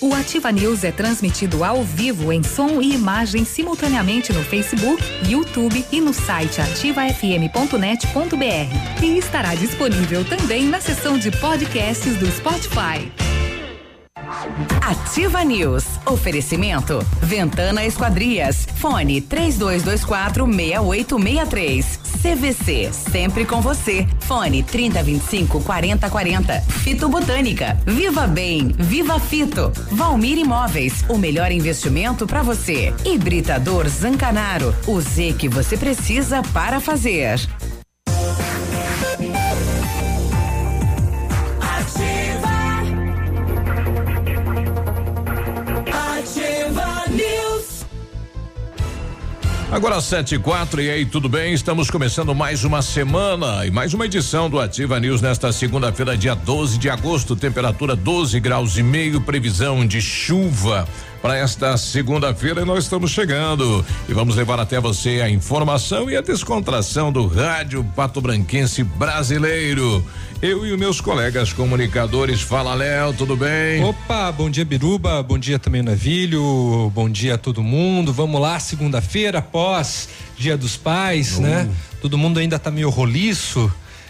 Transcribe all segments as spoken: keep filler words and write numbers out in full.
O Ativa News é transmitido ao vivo em som e imagem simultaneamente no Facebook, YouTube e no site ativa f m ponto net ponto b r. E estará disponível também na seção de podcasts do Spotify. Ativa News. Oferecimento Ventana Esquadrias. Fone três dois dois quatro seis oito seis três. C V C, sempre com você. Fone trinta, vinte e cinco, quarenta, quarenta. Fito Botânica. Viva Bem, Viva Fito. Valmir Imóveis, o melhor investimento para você. Hibridador Zancanaro, o Z que você precisa para fazer. Agora sete e quatro, e aí, tudo bem? Estamos começando mais uma semana e mais uma edição do Ativa News nesta segunda-feira, dia doze de agosto, temperatura doze graus e meio, previsão de chuva para esta segunda-feira. Nós estamos chegando e vamos levar até você a informação e a descontração do rádio pato-branquense brasileiro. Eu e os meus colegas comunicadores. Fala, Léo, tudo bem? Opa, bom dia, Biruba, bom dia também, Navilho, bom dia a todo mundo. Vamos lá, segunda-feira, após Dia dos Pais, uh. né? Todo mundo ainda tá meio roliço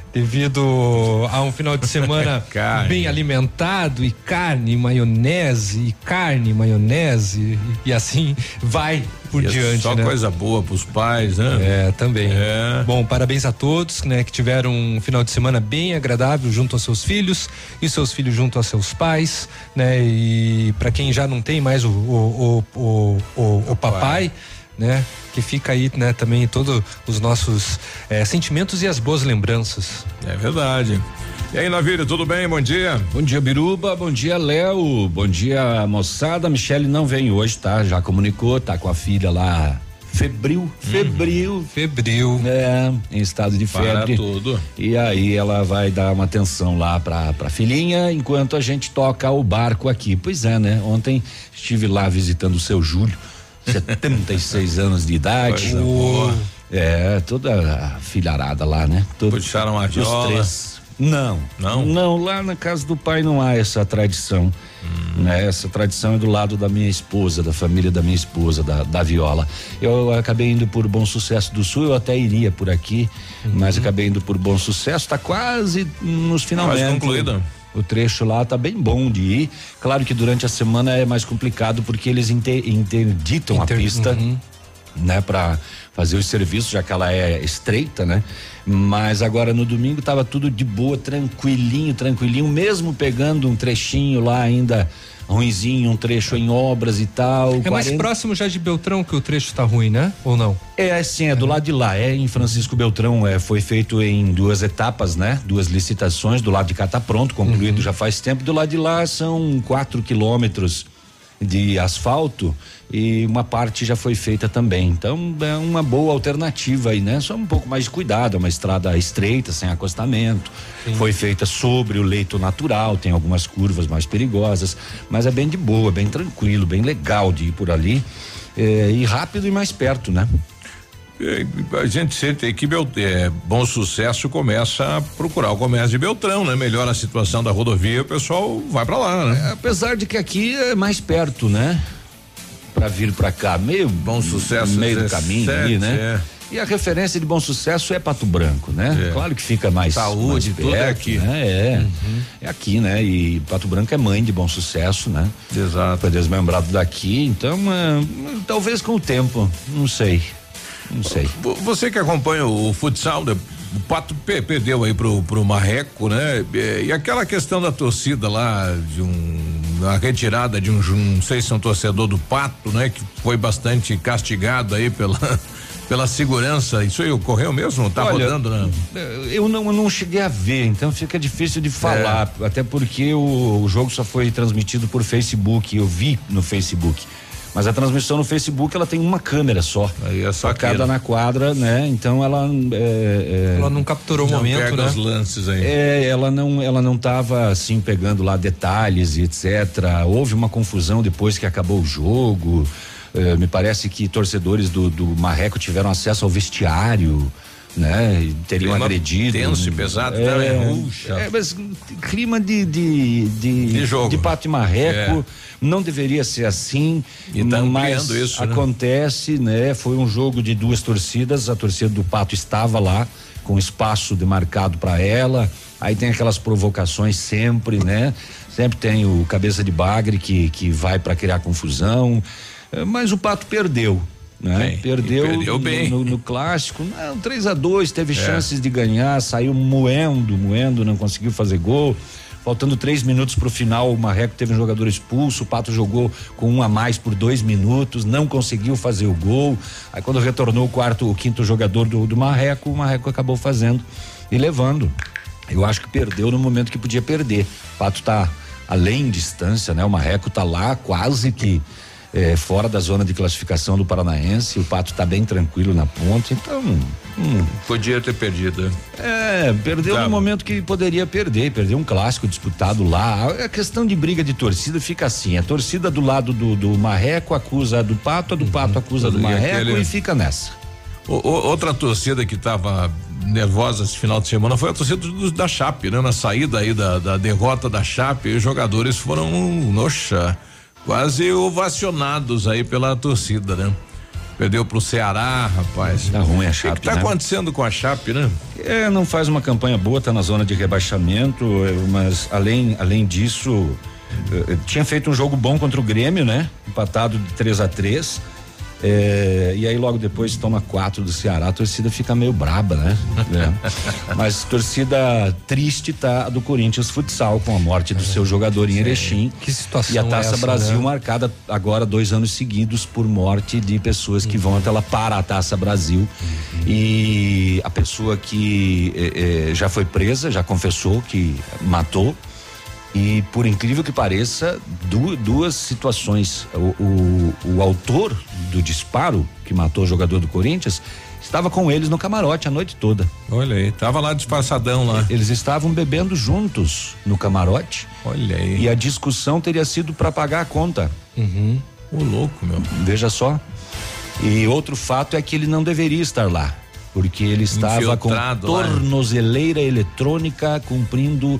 devido a um final de semana bem alimentado, e carne, maionese, e carne, maionese, e, e assim vai por e diante, é só né? Coisa boa pros pais, né? É, também. É. Bom, parabéns a todos, né? Que tiveram um final de semana bem agradável junto aos seus filhos e seus filhos junto aos seus pais, né? E para quem já não tem mais o, o, o, o, o, o papai, né? Que fica aí, né, também todos os nossos eh, sentimentos e as boas lembranças. É verdade. E aí, Navírio, tudo bem? Bom dia. Bom dia, Biruba. Bom dia, Léo. Bom dia, moçada. A Michele não vem hoje, tá? Já comunicou, tá com a filha lá febril, febril. Hum, febril. É, em estado de febre. Para tudo. E aí ela vai dar uma atenção lá pra, pra filhinha, enquanto a gente toca o barco aqui. Pois é, né? Ontem estive lá visitando o seu Júlio. setenta e seis anos de idade. Boa. É, toda a filharada lá, né? Todo, Puxaram a viola? Três. Não, não, não, lá na casa do pai não há essa tradição, hum. né? Essa tradição é do lado da minha esposa, da família da minha esposa, da, da viola. Eu acabei indo por Bom Sucesso do Sul, eu até iria por aqui, uhum. mas acabei indo por Bom Sucesso, tá quase nos finalmente. Quase concluída. O trecho lá tá bem bom de ir. Claro que durante a semana é mais complicado porque eles inter, interditam Inter, a pista, uhum. né, para fazer os serviços, já que ela é estreita, né? Mas agora no domingo tava tudo de boa, tranquilinho, tranquilinho, mesmo pegando um trechinho lá ainda ruinzinho, um trecho em obras e tal. É mais próximo já de Beltrão que o trecho tá ruim, né? Ou não? É, sim, é do lado de lá, é em Francisco Beltrão, é, foi feito em duas etapas, né? Duas licitações, do lado de cá tá pronto, concluído uhum. já faz tempo, do lado de lá são quatro quilômetros de asfalto e uma parte já foi feita também, então é uma boa alternativa aí, né? Só um pouco mais de cuidado, é uma estrada estreita, sem acostamento, sim. Foi feita sobre o leito natural, tem algumas curvas mais perigosas, mas é bem de boa, bem tranquilo, bem legal de ir por ali, é, e rápido e mais perto, né? A gente sente que é, Bom Sucesso começa a procurar o comércio de Beltrão, né? Melhora a situação da rodovia, o pessoal vai pra lá, né? É, apesar de que aqui é mais perto, né? Pra vir pra cá, meio Bom Sucesso, meio dezessete, do caminho ali, né? É. E a referência de Bom Sucesso é Pato Branco, né? É. Claro que fica mais saúde, mais perto, tudo é aqui, né? É, uhum. é aqui, né? E Pato Branco é mãe de Bom Sucesso, né? Exato. Foi desmembrado daqui, então é, talvez com o tempo, não sei. Não sei. Você que acompanha o futsal, o Pato perdeu aí pro, pro Marreco, né? E aquela questão da torcida lá, de um, a retirada de um, não sei se é um torcedor do Pato, né? Que foi bastante castigado aí pela, pela segurança, isso aí ocorreu mesmo? Tá Olha, rodando, né? Eu não, eu não cheguei a ver, então fica difícil de falar, é. Até porque o, o jogo só foi transmitido por Facebook, eu vi no Facebook. Mas a transmissão no Facebook, ela tem uma câmera só. Aí é só cada na quadra, né? Então ela é, é, ela não capturou o momento, pega né? Os lances aí. É, ela não, ela não tava assim pegando lá detalhes e etcétera. Houve uma confusão depois que acabou o jogo. É, me parece que torcedores do, do Marreco tiveram acesso ao vestiário né? E teriam clima agredido. Tenso e pesado, é, né? É, mas clima de de, de, de jogo. De pato e marreco, é. Não deveria ser assim. E tá mas isso, acontece, né? né? Foi um jogo de duas torcidas, a torcida do Pato estava lá, com espaço demarcado para ela. Aí tem aquelas provocações sempre, né? Sempre tem o cabeça de bagre que que vai para criar confusão, mas o Pato perdeu, né? Bem, perdeu, perdeu bem. No, no, no clássico, não, três a dois, teve é. chances de ganhar, saiu moendo, moendo, não conseguiu fazer gol. Faltando três minutos pro final, o Marreco teve um jogador expulso, o Pato jogou com um a mais por dois minutos, não conseguiu fazer o gol. Aí quando retornou o quarto, o quinto jogador do, do Marreco, o Marreco acabou fazendo e levando. Eu acho que perdeu no momento que podia perder. O Pato tá além distância, né? O Marreco tá lá quase que é, fora da zona de classificação do Paranaense, o Pato tá bem tranquilo na ponta, então hum, podia ter perdido. É, perdeu tá. no momento que poderia perder, perdeu um clássico disputado lá. A questão de briga de torcida fica assim, a torcida do lado do, do Marreco acusa a do Pato, a do Pato acusa do Marreco aquele... e fica nessa. O, o, outra torcida que estava nervosa esse final de semana foi a torcida do, da Chape, né? Na saída aí da, da derrota da Chape, os jogadores foram, noxa, quase ovacionados aí pela torcida, né? Perdeu pro Ceará, rapaz. Tá ruim a Chape, O que, que tá né? acontecendo com a Chape, né? É, não faz uma campanha boa, tá na zona de rebaixamento, mas além, além disso, eh, tinha feito um jogo bom contra o Grêmio, né? Empatado de três a três. É, e aí logo depois toma quatro do Ceará, a torcida fica meio braba, né? É. Mas torcida triste tá a do Corinthians Futsal, com a morte do seu jogador em Erechim. Que situação. E a Taça é essa, Brasil, né? marcada agora dois anos seguidos por morte de pessoas que uhum. vão até lá para a Taça Brasil. Uhum. E a pessoa que eh, eh, já foi presa, já confessou que matou. E por incrível que pareça, du, duas situações. O, o, o autor do disparo que matou o jogador do Corinthians estava com eles no camarote a noite toda. Olha aí, tava lá disfarçadão lá. Eles estavam bebendo juntos no camarote. Olha aí. E a discussão teria sido para pagar a conta. Uhum. Ô louco, meu. Veja só. E outro fato é que ele não deveria estar lá, porque ele estava Infiltrado com tornozeleira lá. eletrônica cumprindo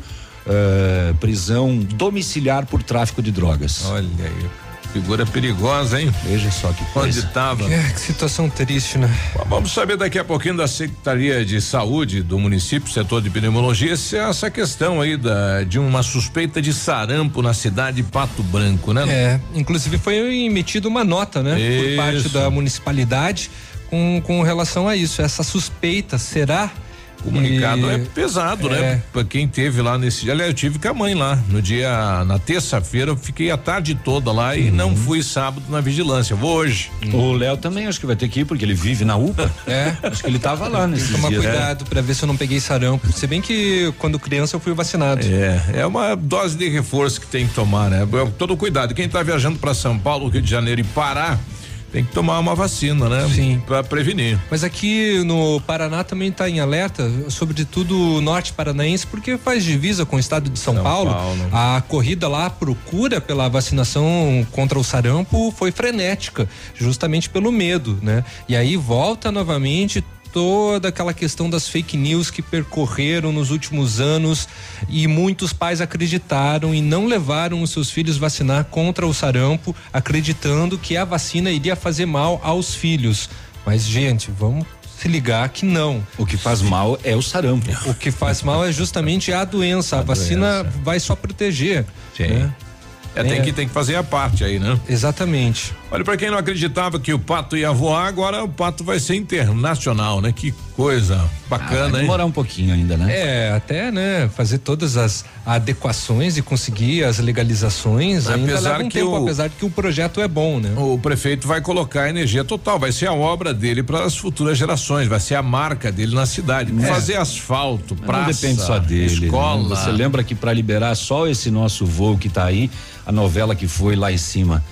Uh, prisão domiciliar por tráfico de drogas. Olha aí, figura perigosa, hein? Veja só que coisa. Onde tava? Que, que situação triste, né? Vamos saber daqui a pouquinho da Secretaria de Saúde do município, setor de pneumologia, se é essa questão aí da, de uma suspeita de sarampo na cidade de Pato Branco, né? É, inclusive foi emitida uma nota, né? Isso. Por parte da municipalidade com, com relação a isso, essa suspeita, será? O comunicado e, é pesado, é. né? Pra quem teve lá nesse dia. Aliás, eu tive com a mãe lá. No dia, na terça-feira, eu fiquei a tarde toda lá uhum. e não fui sábado na vigilância. Vou hoje. Uhum. O Léo também acho que vai ter que ir, porque ele vive na U P A. É. Acho que ele tava lá nesse dia. Tomar cuidado, né? Pra ver se eu não peguei sarampo. Se bem que quando criança eu fui vacinado. É, é uma dose de reforço que tem que tomar, né? Todo cuidado. Quem tá viajando pra São Paulo, Rio de Janeiro e Pará, tem que tomar uma vacina, né? Sim. Pra prevenir. Mas aqui no Paraná também está em alerta, sobretudo o norte paranaense, porque faz divisa com o estado de São, São Paulo. Paulo. A corrida lá, a procura pela vacinação contra o sarampo foi frenética, justamente pelo medo, né? E aí volta novamente toda aquela questão das fake news que percorreram nos últimos anos e muitos pais acreditaram e não levaram os seus filhos vacinar contra o sarampo, acreditando que a vacina iria fazer mal aos filhos. Mas, gente, vamos se ligar que não. O que faz mal é o sarampo. O que faz mal é justamente a doença. A, a vacina doença. vai só proteger. Sim. Né? É, é, tem que tem que fazer a parte aí, né? Exatamente. Olha, pra quem não acreditava que o Pato ia voar, agora o Pato vai ser internacional, né? Que coisa bacana, ah, vai demorar hein? um pouquinho ainda, né? É, até, né? Fazer todas as adequações e conseguir as legalizações, apesar ainda leva um que tempo, o, apesar de que o projeto é bom, né? O prefeito vai colocar energia total, vai ser a obra dele para as futuras gerações, vai ser a marca dele na cidade, é. fazer asfalto, Mas praça, não depende só dele, escola. Né? Você lembra que para liberar só esse nosso voo que tá aí, a novela que foi lá em cima,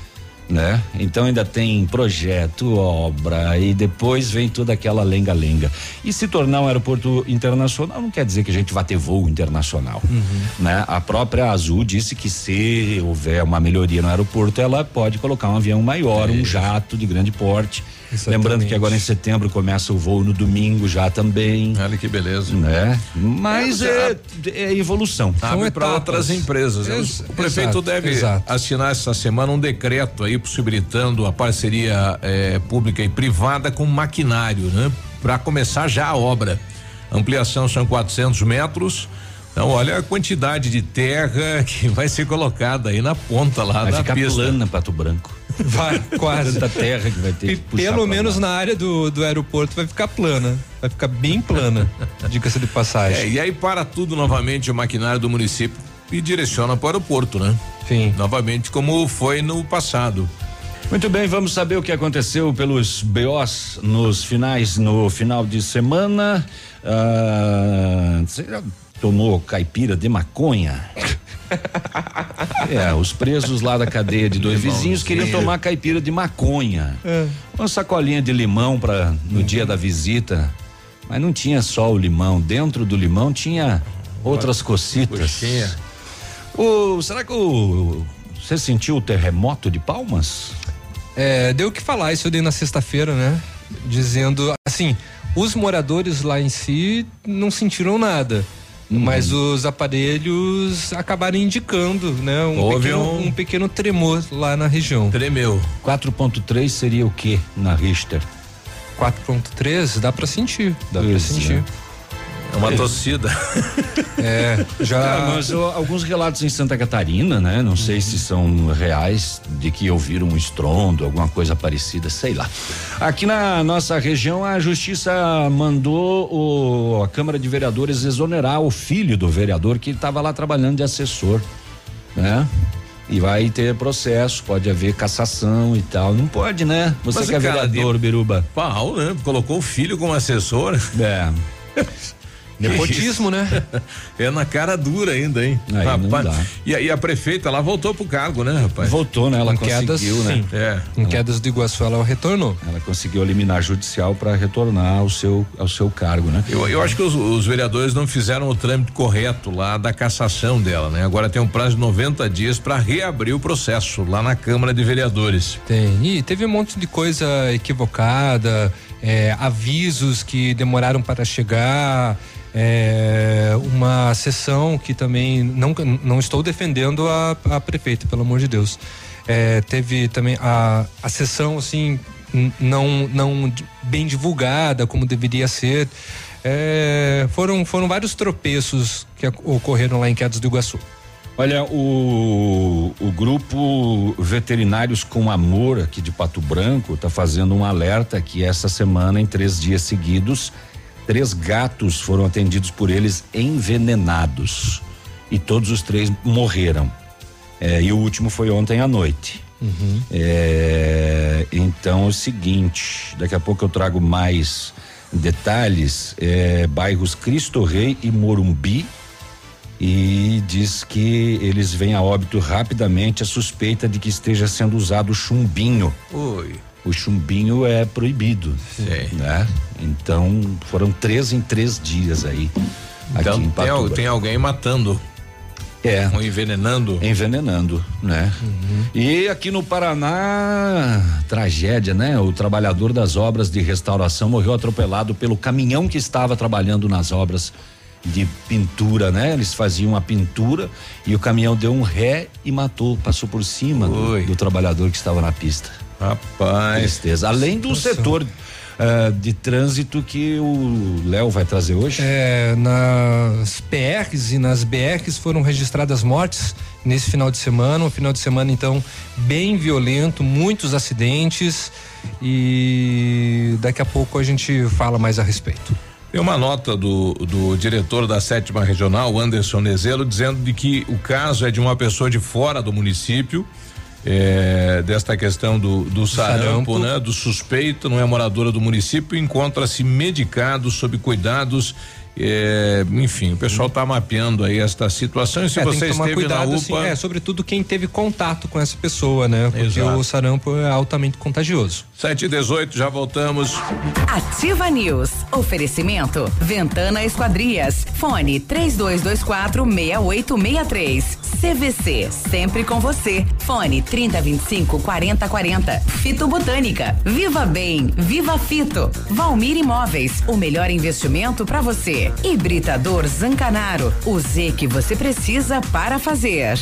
né? Então ainda tem projeto, obra e depois vem toda aquela lenga-lenga. E se tornar um aeroporto internacional não quer dizer que a gente vai ter voo internacional, uhum. né? A própria Azul disse que se houver uma melhoria no aeroporto, ela pode colocar um avião maior, é. um jato de grande porte. Exatamente. Lembrando que agora em setembro começa o voo no domingo já também. Olha que beleza. Né? Mas é, é, é evolução. Abre para outras empresas. Ex o prefeito exato, deve exato. assinar essa semana um decreto aí possibilitando a parceria eh, pública e privada com maquinário, né? Para começar já a obra. A ampliação são quatrocentos metros. Então, olha a quantidade de terra que vai ser colocada aí na ponta lá vai da ficar pista. Plana, Pato Branco. Vai, quase. Tanta terra que vai ter e que puxar pelo menos lá. na área do, do aeroporto vai ficar plana. Vai ficar bem plana. Diga-se de passagem. É, e aí para tudo novamente o maquinário do município e direciona para o aeroporto, né? Sim. Novamente como foi no passado. Muito bem, vamos saber o que aconteceu pelos B Os nos finais, no final de semana. Ah, você já tomou caipira de maconha? É, os presos lá da cadeia de dois vizinhos queriam tomar caipira de maconha. É. Uma sacolinha de limão para no uhum. dia da visita, mas não tinha só o limão, dentro do limão tinha outras cocitas. O, será que o, você sentiu o terremoto de Palmas? É, deu o que falar isso daí na sexta-feira, né? Dizendo assim, os moradores lá em si não sentiram nada. Mas hum. os aparelhos acabaram indicando, né? Um pequeno, um... um pequeno tremor lá na região. Tremeu. quatro ponto três seria o que na Richter? quatro ponto três dá pra sentir, dá Isso, pra sentir. Né? É uma tossida. É, já. É, mas ó, alguns relatos em Santa Catarina, né? Não sei uhum. se são reais, de que ouviram um estrondo, alguma coisa parecida, sei lá. Aqui na nossa região, a justiça mandou o, a Câmara de Vereadores exonerar o filho do vereador que estava lá trabalhando de assessor, né? E vai ter processo, pode haver cassação e tal. Não pode, né? Você mas que é vereador, de... Biruba. Pau, né? Colocou o filho como assessor. É. Nepotismo, né? É na cara dura ainda, hein? Aí rapaz, não dá. E, e a prefeita lá voltou pro cargo, né, rapaz? Voltou, né? Ela em conseguiu, quedas, né? Sim. É. Em quedas do Iguaçu ela retornou. Ela conseguiu eliminar judicial para retornar ao seu ao seu cargo, né? Eu, eu acho que os, os vereadores não fizeram o trâmite correto lá da cassação dela, né? Agora tem um prazo de noventa dias para reabrir o processo lá na Câmara de Vereadores. Tem. E teve um monte de coisa equivocada, é, avisos que demoraram para chegar. É, uma sessão que também não, não estou defendendo a, a prefeita, pelo amor de Deus. É, teve também a, a sessão assim não, não bem divulgada como deveria ser. É, foram, foram vários tropeços que ocorreram lá em Quedas do Iguaçu. Olha, o, o grupo Veterinários com Amor aqui de Pato Branco está fazendo um alerta que essa semana, em três dias seguidos, três gatos foram atendidos por eles envenenados e todos os três morreram. É, e o último foi ontem à noite. Uhum. É, então é o seguinte, daqui a pouco eu trago mais detalhes. É, bairros Cristo Rei e Morumbi, e diz que eles vêm a óbito rapidamente a suspeita de que esteja sendo usado chumbinho. Oi. O chumbinho é proibido, Sim. né? Então foram três em três dias aí. Então aqui em tem, tem alguém matando. É. Ou envenenando. Envenenando, né? Uhum. E aqui no Paraná, tragédia, né? O trabalhador das obras de restauração morreu atropelado pelo caminhão que estava trabalhando nas obras de pintura, né? Eles faziam a pintura e o caminhão deu um ré e matou, passou por cima do, do trabalhador que estava na pista. Rapaz. Tristeza. Além do setor uh, de trânsito que o Léo vai trazer hoje. É, nas P Rs e nas B Rs foram registradas mortes nesse final de semana, um final de semana então bem violento, muitos acidentes, e daqui a pouco a gente fala mais a respeito. Tem uma nota do, do diretor da sétima regional, Anderson Nezelo, dizendo de que o caso é de uma pessoa de fora do município. É, desta questão do, do sarampo, sarampo, né? Do suspeito, não é moradora do município, encontra-se medicado sob cuidados É, enfim, o pessoal está mapeando aí esta situação. E se é, você tem que tomar esteve cuidado, na U assim, P A, é, sobretudo quem teve contato com essa pessoa, né? Porque Exato. o sarampo é altamente contagioso. sete e dezoito, já voltamos. Ativa News. Oferecimento Ventana Esquadrias. Fone três dois dois quatro seis oito seis três. C V C, sempre com você. Fone trinta vinte e cinco quarenta quarenta. Fito Botânica. Viva Bem, Viva Fito. Valmir Imóveis, o melhor investimento para você. Hibridador Zancanaro, o Z que você precisa para fazer.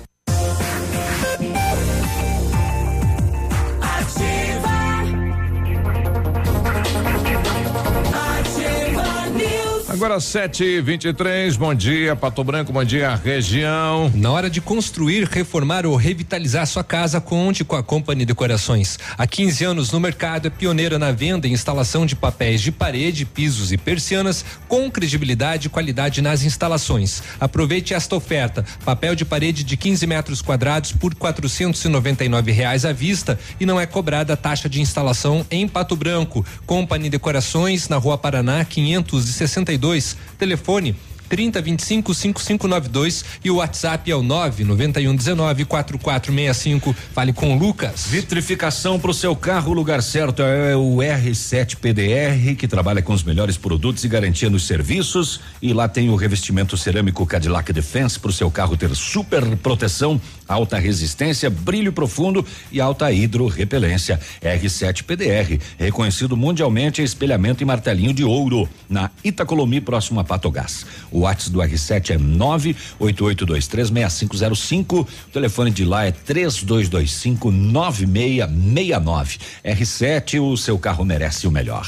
Agora sete e vinte e três, bom dia, Pato Branco, bom dia, região. Na hora de construir, reformar ou revitalizar sua casa, conte com a Company Decorações. Há quinze anos no mercado, é pioneira na venda e instalação de papéis de parede, pisos e persianas com credibilidade e qualidade nas instalações. Aproveite esta oferta: papel de parede de quinze metros quadrados por quatrocentos e noventa e nove reais à vista e não é cobrada a taxa de instalação em Pato Branco. Company Decorações, na Rua Paraná, quinhentos e sessenta e dois. Telefone trinta vinte e cinco cinquenta e cinco noventa e dois e o WhatsApp é o nove nove um dezenove quatro quatro seis cinco. Fale com o Lucas. Vitrificação para o seu carro, o lugar certo é o R sete P D R, que trabalha com os melhores produtos e garantia nos serviços. E lá tem o revestimento cerâmico Cadillac Defense para o seu carro ter super proteção, alta resistência, brilho profundo e alta hidrorrepelência. R sete P D R, reconhecido mundialmente, espelhamento e martelinho de ouro, na Itacolomi, próximo a Patogás. O WhatsApp do R sete é nove oito oito dois três seis cinco zero cinco. O telefone de lá é três dois dois cinco nove seis seis nove. R sete, o seu carro merece o melhor.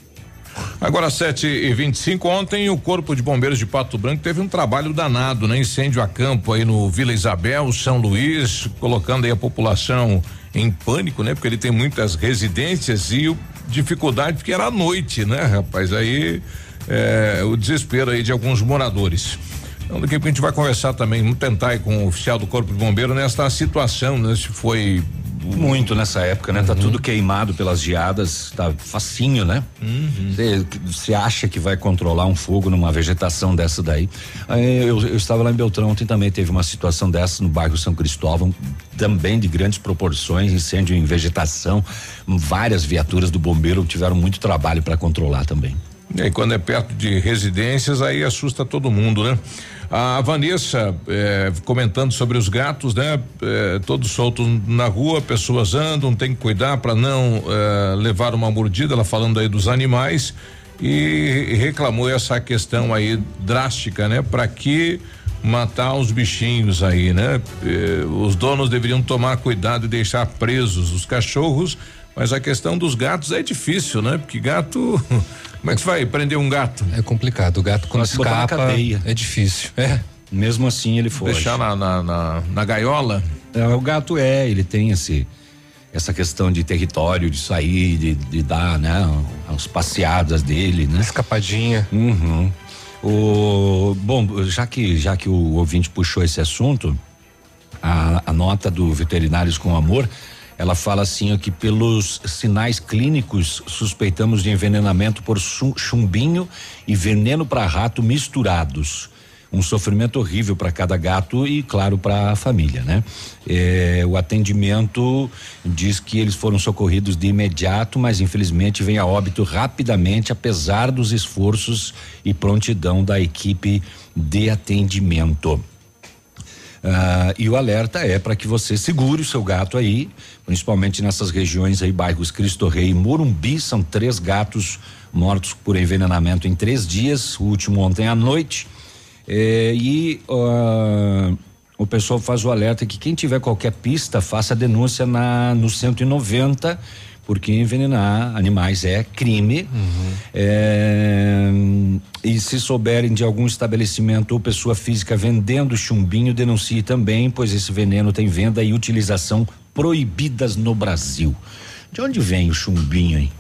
Agora sete e vinte e cinco, ontem o Corpo de Bombeiros de Pato Branco teve um trabalho danado, né? Incêndio a campo aí no Vila Isabel, São Luís, colocando aí a população em pânico, né? Porque ele tem muitas residências e o, dificuldade porque era à noite, né, rapaz? Aí É, o desespero aí de alguns moradores. Então, daqui a pouco a gente vai conversar também, vamos tentar ir com o oficial do Corpo de Bombeiro nesta situação, né? Se foi muito nessa época, né? Uhum. Tá tudo queimado pelas geadas, tá facinho, né? Você uhum. acha que vai controlar um fogo numa vegetação dessa daí? Eu, eu estava lá em Beltrão ontem, também teve uma situação dessa no bairro São Cristóvão, também de grandes proporções, incêndio em vegetação, várias viaturas do bombeiro tiveram muito trabalho para controlar também. E aí, quando é perto de residências, aí assusta todo mundo, né? A Vanessa eh, comentando sobre os gatos, né? Eh, todos soltos na rua, pessoas andam, tem que cuidar para não eh, levar uma mordida, ela falando aí dos animais e reclamou essa questão aí drástica, né? Para que matar os bichinhos aí, né? Eh, os donos deveriam tomar cuidado e deixar presos os cachorros, mas a questão dos gatos é difícil, né? Porque gato, como é que você vai prender um gato? É complicado, o gato quando escapa é difícil, é. Mesmo assim ele foge. Deixar na, na, na, na gaiola? É, o gato é, ele tem esse, essa questão de território, de sair, de, de dar, né? As passeadas dele, né? Escapadinha. Uhum. O, bom, já que, já que o ouvinte puxou esse assunto, a, a nota do Veterinários com Amor, ela fala assim, ó, que pelos sinais clínicos suspeitamos de envenenamento por chumbinho e veneno para rato misturados. Um sofrimento horrível para cada gato e, claro, para a família, né? É, o atendimento diz que eles foram socorridos de imediato, mas infelizmente vem a óbito rapidamente, apesar dos esforços e prontidão da equipe de atendimento. Ah, e o alerta é para que você segure o seu gato aí, principalmente nessas regiões aí, bairros Cristo Rei e Morumbi, são três gatos mortos por envenenamento em três dias, o último ontem à noite. Eh, e uh, o pessoal faz o alerta que quem tiver qualquer pista faça denúncia na no cento e noventa, porque envenenar animais é crime. Uhum. É, e se souberem de algum estabelecimento ou pessoa física vendendo chumbinho, denuncie também, pois esse veneno tem venda e utilização proibidas no Brasil. De onde vem o chumbinho aí?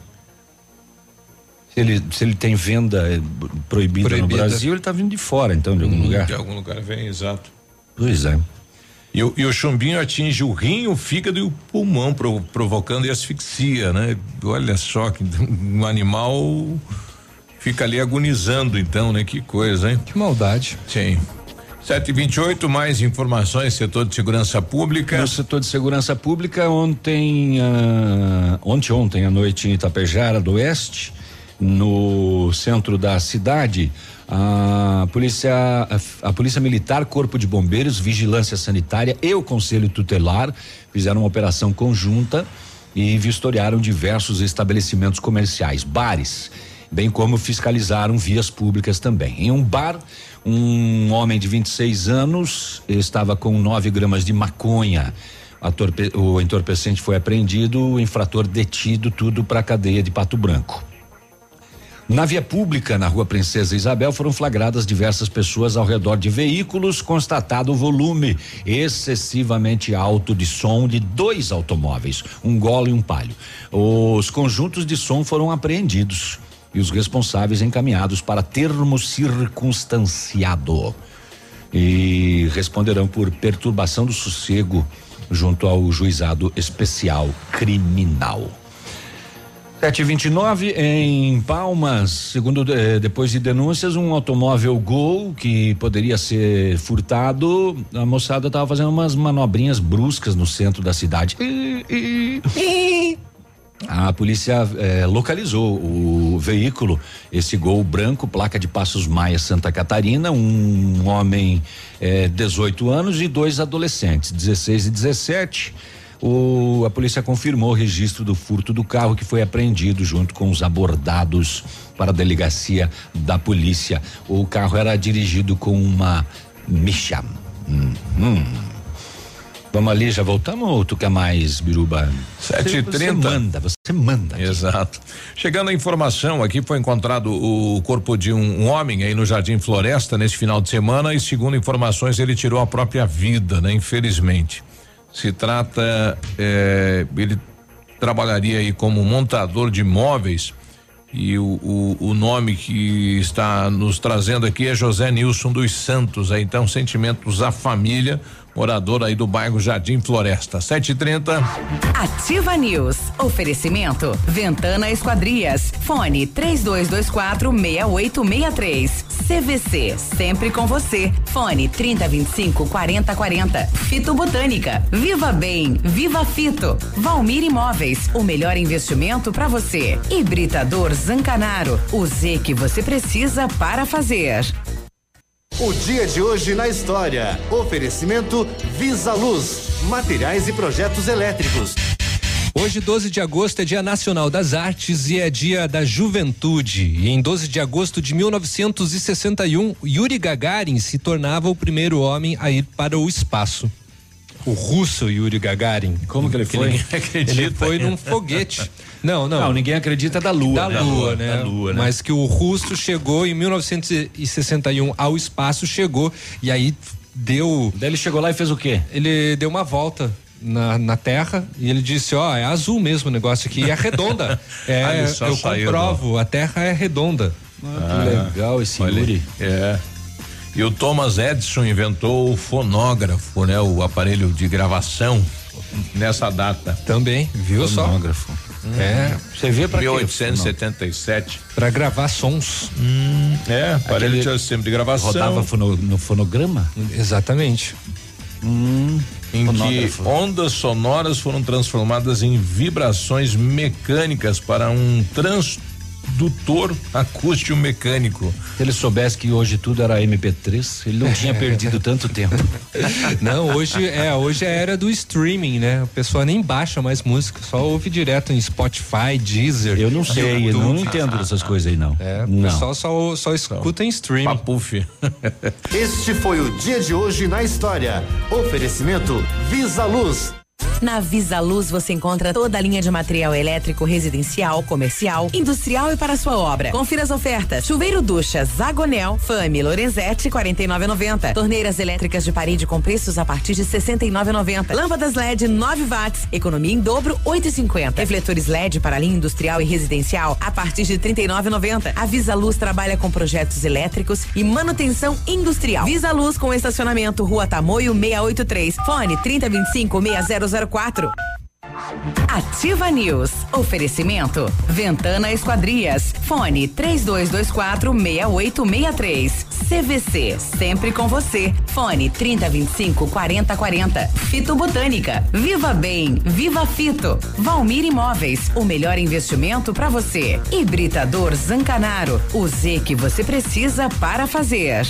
Se ele, se ele tem venda proibida, proibida no Brasil, ele está vindo de fora, então, de algum hum, lugar. De algum lugar vem, exato. Pois é. E o, e o chumbinho atinge o rim, o fígado e o pulmão, pro, provocando asfixia, né? Olha só que um animal fica ali agonizando então, né? Que coisa, hein? Que maldade. Sim. sete e vinte e oito, mais informações, setor de segurança pública. No setor de segurança pública, ontem, uh, ontem, ontem à noite em Itapejara do Oeste, no centro da cidade, a polícia, a, a polícia militar, Corpo de Bombeiros, Vigilância Sanitária e o Conselho Tutelar fizeram uma operação conjunta e vistoriaram diversos estabelecimentos comerciais, bares, bem como fiscalizaram vias públicas também. Em um bar, um homem de vinte e seis anos estava com nove gramas de maconha. A torpe, o entorpecente foi apreendido, o infrator detido, tudo para a cadeia de Pato Branco. Na via pública, na rua Princesa Isabel, foram flagradas diversas pessoas ao redor de veículos, constatado o volume excessivamente alto de som de dois automóveis, um Golo e um Palio. Os conjuntos de som foram apreendidos e os responsáveis encaminhados para termo circunstanciado e responderão por perturbação do sossego junto ao Juizado Especial Criminal. sete e vinte e nove, em Palmas, segundo eh, depois de denúncias, um automóvel Gol que poderia ser furtado, a moçada estava fazendo umas manobrinhas bruscas no centro da cidade. A polícia eh, localizou o veículo, esse Gol branco, placa de Passos Maia, Santa Catarina, um homem eh, dezoito anos e dois adolescentes, dezesseis e dezessete. O, a polícia confirmou o registro do furto do carro, que foi apreendido junto com os abordados para a delegacia da polícia. O carro era dirigido com uma Misha. Hum, hum. Vamos ali, já voltamos ou tu quer mais, Biruba? sete e trinta. Você manda, você manda. Aqui. Exato. Chegando a informação, aqui foi encontrado o corpo de um, um homem aí no Jardim Floresta nesse final de semana e, segundo informações, ele tirou a própria vida, né? Infelizmente. Se trata, eh, ele trabalharia aí como montador de móveis e o, o, o nome que está nos trazendo aqui é José Nilson dos Santos. Aí, então, sentimentos à família, morador aí do bairro Jardim Floresta. sete e trinta. Ativa News. Oferecimento Ventana Esquadrias. Fone três dois dois quatro seis oito seis três. C V C, sempre com você. Fone trinta, vinte e cinco, quarenta, quarenta. Fito Botânica. Viva Bem, Viva Fito. Valmir Imóveis, o melhor investimento para você. Hibridador Zancanaro, o Z que você precisa para fazer. O dia de hoje na história. Oferecimento Visa Luz, materiais e projetos elétricos. Hoje, doze de agosto, é Dia Nacional das Artes e é Dia da Juventude. E em doze de agosto de mil novecentos e sessenta e um, Yuri Gagarin se tornava o primeiro homem a ir para o espaço. O russo Yuri Gagarin. Como que ele foi? Ninguém acredita. Ele foi num foguete. Não, não. Não, ninguém acredita da Lua. Da né? Lua, né? Da Lua, né? Mas que o russo chegou em mil novecentos e sessenta e um ao espaço, chegou e aí deu. Daí ele chegou lá e fez o quê? Ele deu uma volta na, na Terra e ele disse, ó, oh, é azul mesmo o negócio aqui, é redonda. É, ah, eu saiu, comprovo, a Terra é redonda. Ah, que ah, legal esse Yuri. É. E o Thomas Edison inventou o fonógrafo, né? O aparelho de gravação nessa data. Também, viu só? Fonógrafo. Hum. É. Você vê pra mil oitocentos e setenta e sete. Pra gravar sons. Hum, é, aparelho de sempre de gravação. Rodava fono, no fonograma? Exatamente. Hum. Em fonógrafo. Que ondas sonoras foram transformadas em vibrações mecânicas para um transdutor acústico mecânico. Se ele soubesse que hoje tudo era M P três, ele não tinha perdido tanto tempo. Não, hoje é, hoje é a era do streaming, né? A pessoa nem baixa mais música, só ouve direto em Spotify, Deezer. Eu não sei, eu não entendo dessas coisas aí não. É, o não. pessoal só, só escuta em streaming. Papuf. Este foi o dia de hoje na história. Oferecimento Visa Luz. Na Visa Luz você encontra toda a linha de material elétrico residencial, comercial, industrial e para sua obra. Confira as ofertas. Chuveiro ducha Zagonel, Fame, Lorenzetti, quarenta e nove e noventa. Torneiras elétricas de parede com preços a partir de sessenta e nove e noventa. Lâmpadas L E D nove watts, economia em dobro oito e cinquenta. Refletores L E D para linha industrial e residencial a partir de trinta e nove e noventa. A Visa Luz trabalha com projetos elétricos e manutenção industrial. Visa Luz com estacionamento Rua Tamoio seiscentos e oitenta e três. Fone trinta, vinte e cinco, seis zero zero quatro. Ativa News. Oferecimento Ventana Esquadrias. Fone três dois dois quatro seis oito seis três. C V C, sempre com você. Fone trinta, vinte e cinco, quarenta, quarenta. Fito Botânica. Viva Bem, Viva Fito. Valmir Imóveis, o melhor investimento para você. Hibridador Zancanaro, o Z que você precisa para fazer.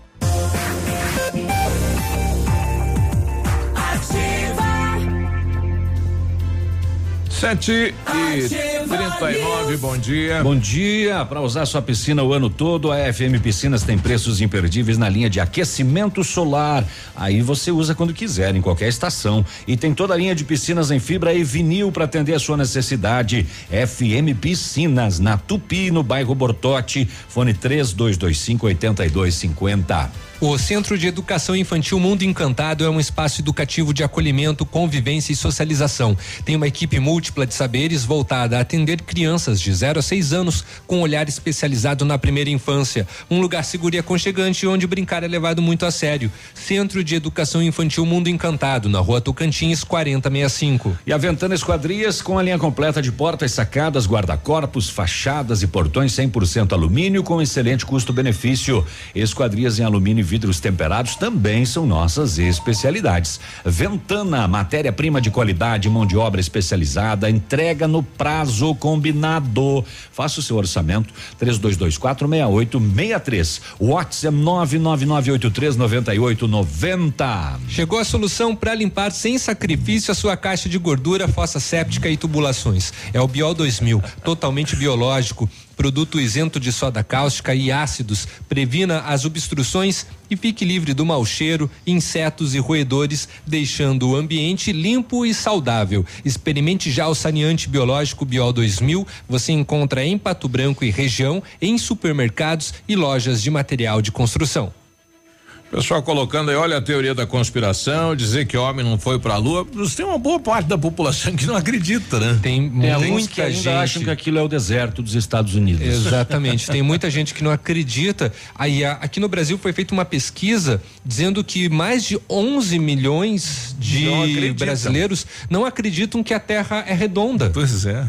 Sete e trinta e nove, bom dia. Bom dia. Para usar sua piscina o ano todo, a F M Piscinas tem preços imperdíveis na linha de aquecimento solar. Aí você usa quando quiser, em qualquer estação. E tem toda a linha de piscinas em fibra e vinil para atender a sua necessidade. F M Piscinas, na Tupi, no bairro Bortote. Fone três dois dois cinco, oito dois cinco zero. O Centro de Educação Infantil Mundo Encantado é um espaço educativo de acolhimento, convivência e socialização. Tem uma equipe múltipla de saberes voltada a atender crianças de zero a seis anos com olhar especializado na primeira infância. Um lugar seguro e aconchegante onde brincar é levado muito a sério. Centro de Educação Infantil Mundo Encantado, na Rua Tocantins, quarenta sessenta e cinco. E a Ventana Esquadrias com a linha completa de portas, sacadas, guarda-corpos, fachadas e portões cem por cento alumínio com excelente custo-benefício. Esquadrias em alumínio e vidros temperados também são nossas especialidades. Ventana, matéria-prima de qualidade, mão de obra especializada, entrega no prazo combinado. Faça o seu orçamento três dois dois quatro, seis oito seis três. WhatsApp nove nove nove oito três nove oito nove zero. Chegou a solução para limpar sem sacrifício a sua caixa de gordura, fossa séptica e tubulações. É o Biol dois mil, totalmente biológico. Produto isento de soda cáustica e ácidos, previna as obstruções e fique livre do mau cheiro, insetos e roedores, deixando o ambiente limpo e saudável. Experimente já o saneante biológico Biol dois mil. Você encontra em Pato Branco e região, em supermercados e lojas de material de construção. Pessoal colocando aí, olha a teoria da conspiração, dizer que homem não foi pra lua. Tem uma boa parte da população que não acredita, né? Tem, Tem muita muita que ainda gente acham que aquilo é o deserto dos Estados Unidos. Exatamente. Tem muita gente que não acredita. Aí a, aqui no Brasil foi feita uma pesquisa dizendo que mais de onze milhões de brasileiros não acreditam que a Terra é redonda. Pois é.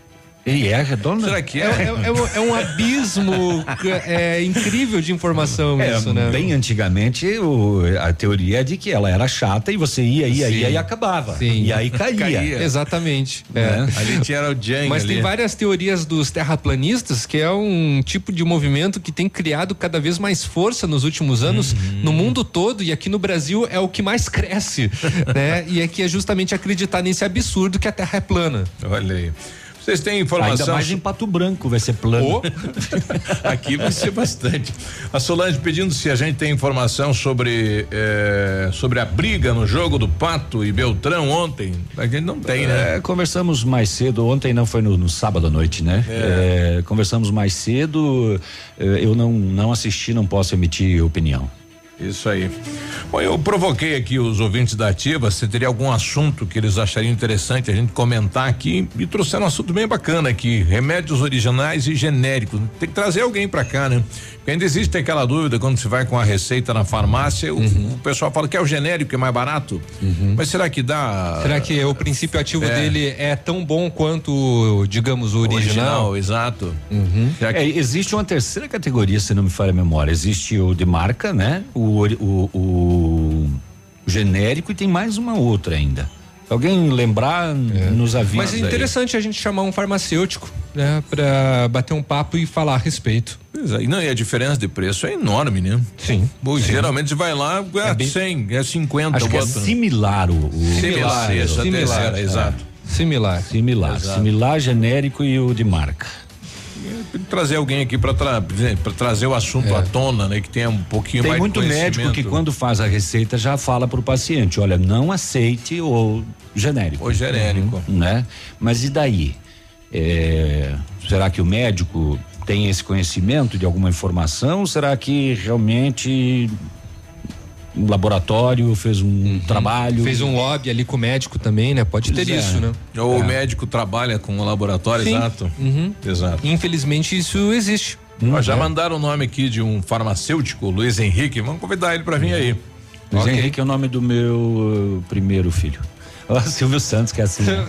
E é redonda? Será que é? É, é, é um abismo é, incrível de informação É, isso, né? bem antigamente o, a teoria é de que ela era chata e você ia, ia, Sim. ia e acabava. Sim. E aí caía. Caía. Exatamente. É. É. A gente era o Jang Mas ali. tem várias teorias dos terraplanistas, que é um tipo de movimento que tem criado cada vez mais força nos últimos anos Uhum. no mundo todo, e aqui no Brasil é o que mais cresce, né? E é que é justamente acreditar nesse absurdo que a Terra é plana. Olha aí. Vocês têm informação? Ainda mais em Pato Branco vai ser plano. Oh. Aqui vai ser bastante. A Solange pedindo se a gente tem informação sobre eh, sobre a briga no jogo do Pato e Beltrão ontem. A gente não tem, né? É, conversamos mais cedo, ontem não, foi no, no sábado à noite, né? É. É, conversamos mais cedo, é, eu não, não assisti, não posso emitir opinião. Isso aí. Bom, eu provoquei aqui os ouvintes da Ativa, se teria algum assunto que eles achariam interessante a gente comentar aqui, e trouxeram um assunto bem bacana aqui, remédios originais e genéricos. Tem que trazer alguém pra cá, né? Porque ainda existe aquela dúvida quando se vai com a receita na farmácia, uhum. o, o pessoal fala que é o genérico, que é mais barato, uhum. mas será que dá? Será que o princípio ativo é. dele é tão bom quanto, digamos, o original? Original, exato. Uhum. Será que... É, existe uma terceira categoria, se não me falha a memória, existe o de marca, né? O O, o, o genérico, e tem mais uma outra ainda. Se alguém lembrar, é. nos avisa. Mas é interessante aí. a gente chamar um farmacêutico, né, pra bater um papo e falar a respeito. Pois é, e não, e a diferença de preço é enorme, né? Sim. Bom, sim. Geralmente você vai lá, é, é bem, cem, é cinquenta. Acho que é similar o, o similar, similar, isso, similar, terceira, é. exato. Similar. Similar, Exato. similar, genérico e o de marca. Trazer alguém aqui para tra trazer o assunto é. à tona, né? Que tenha um pouquinho Tem mais muito de médico que quando faz a receita já fala pro paciente, olha, não aceite o genérico. O genérico. Uhum, né? Mas e daí? É, será que o médico tem esse conhecimento de alguma informação? Será que realmente o laboratório fez um uhum. trabalho? Fez um lobby ali com o médico também, né? Pode ter é. isso, né? Ou é. o médico trabalha com o laboratório, Sim. exato. Uhum. Exato. Infelizmente isso existe. Hum, Ó, já é. mandaram o nome aqui de um farmacêutico, Luiz Henrique. Vamos convidar ele para vir aí. Luiz Okay. Henrique é o nome do meu uh, primeiro filho. O Silvio Santos que é assim. Né?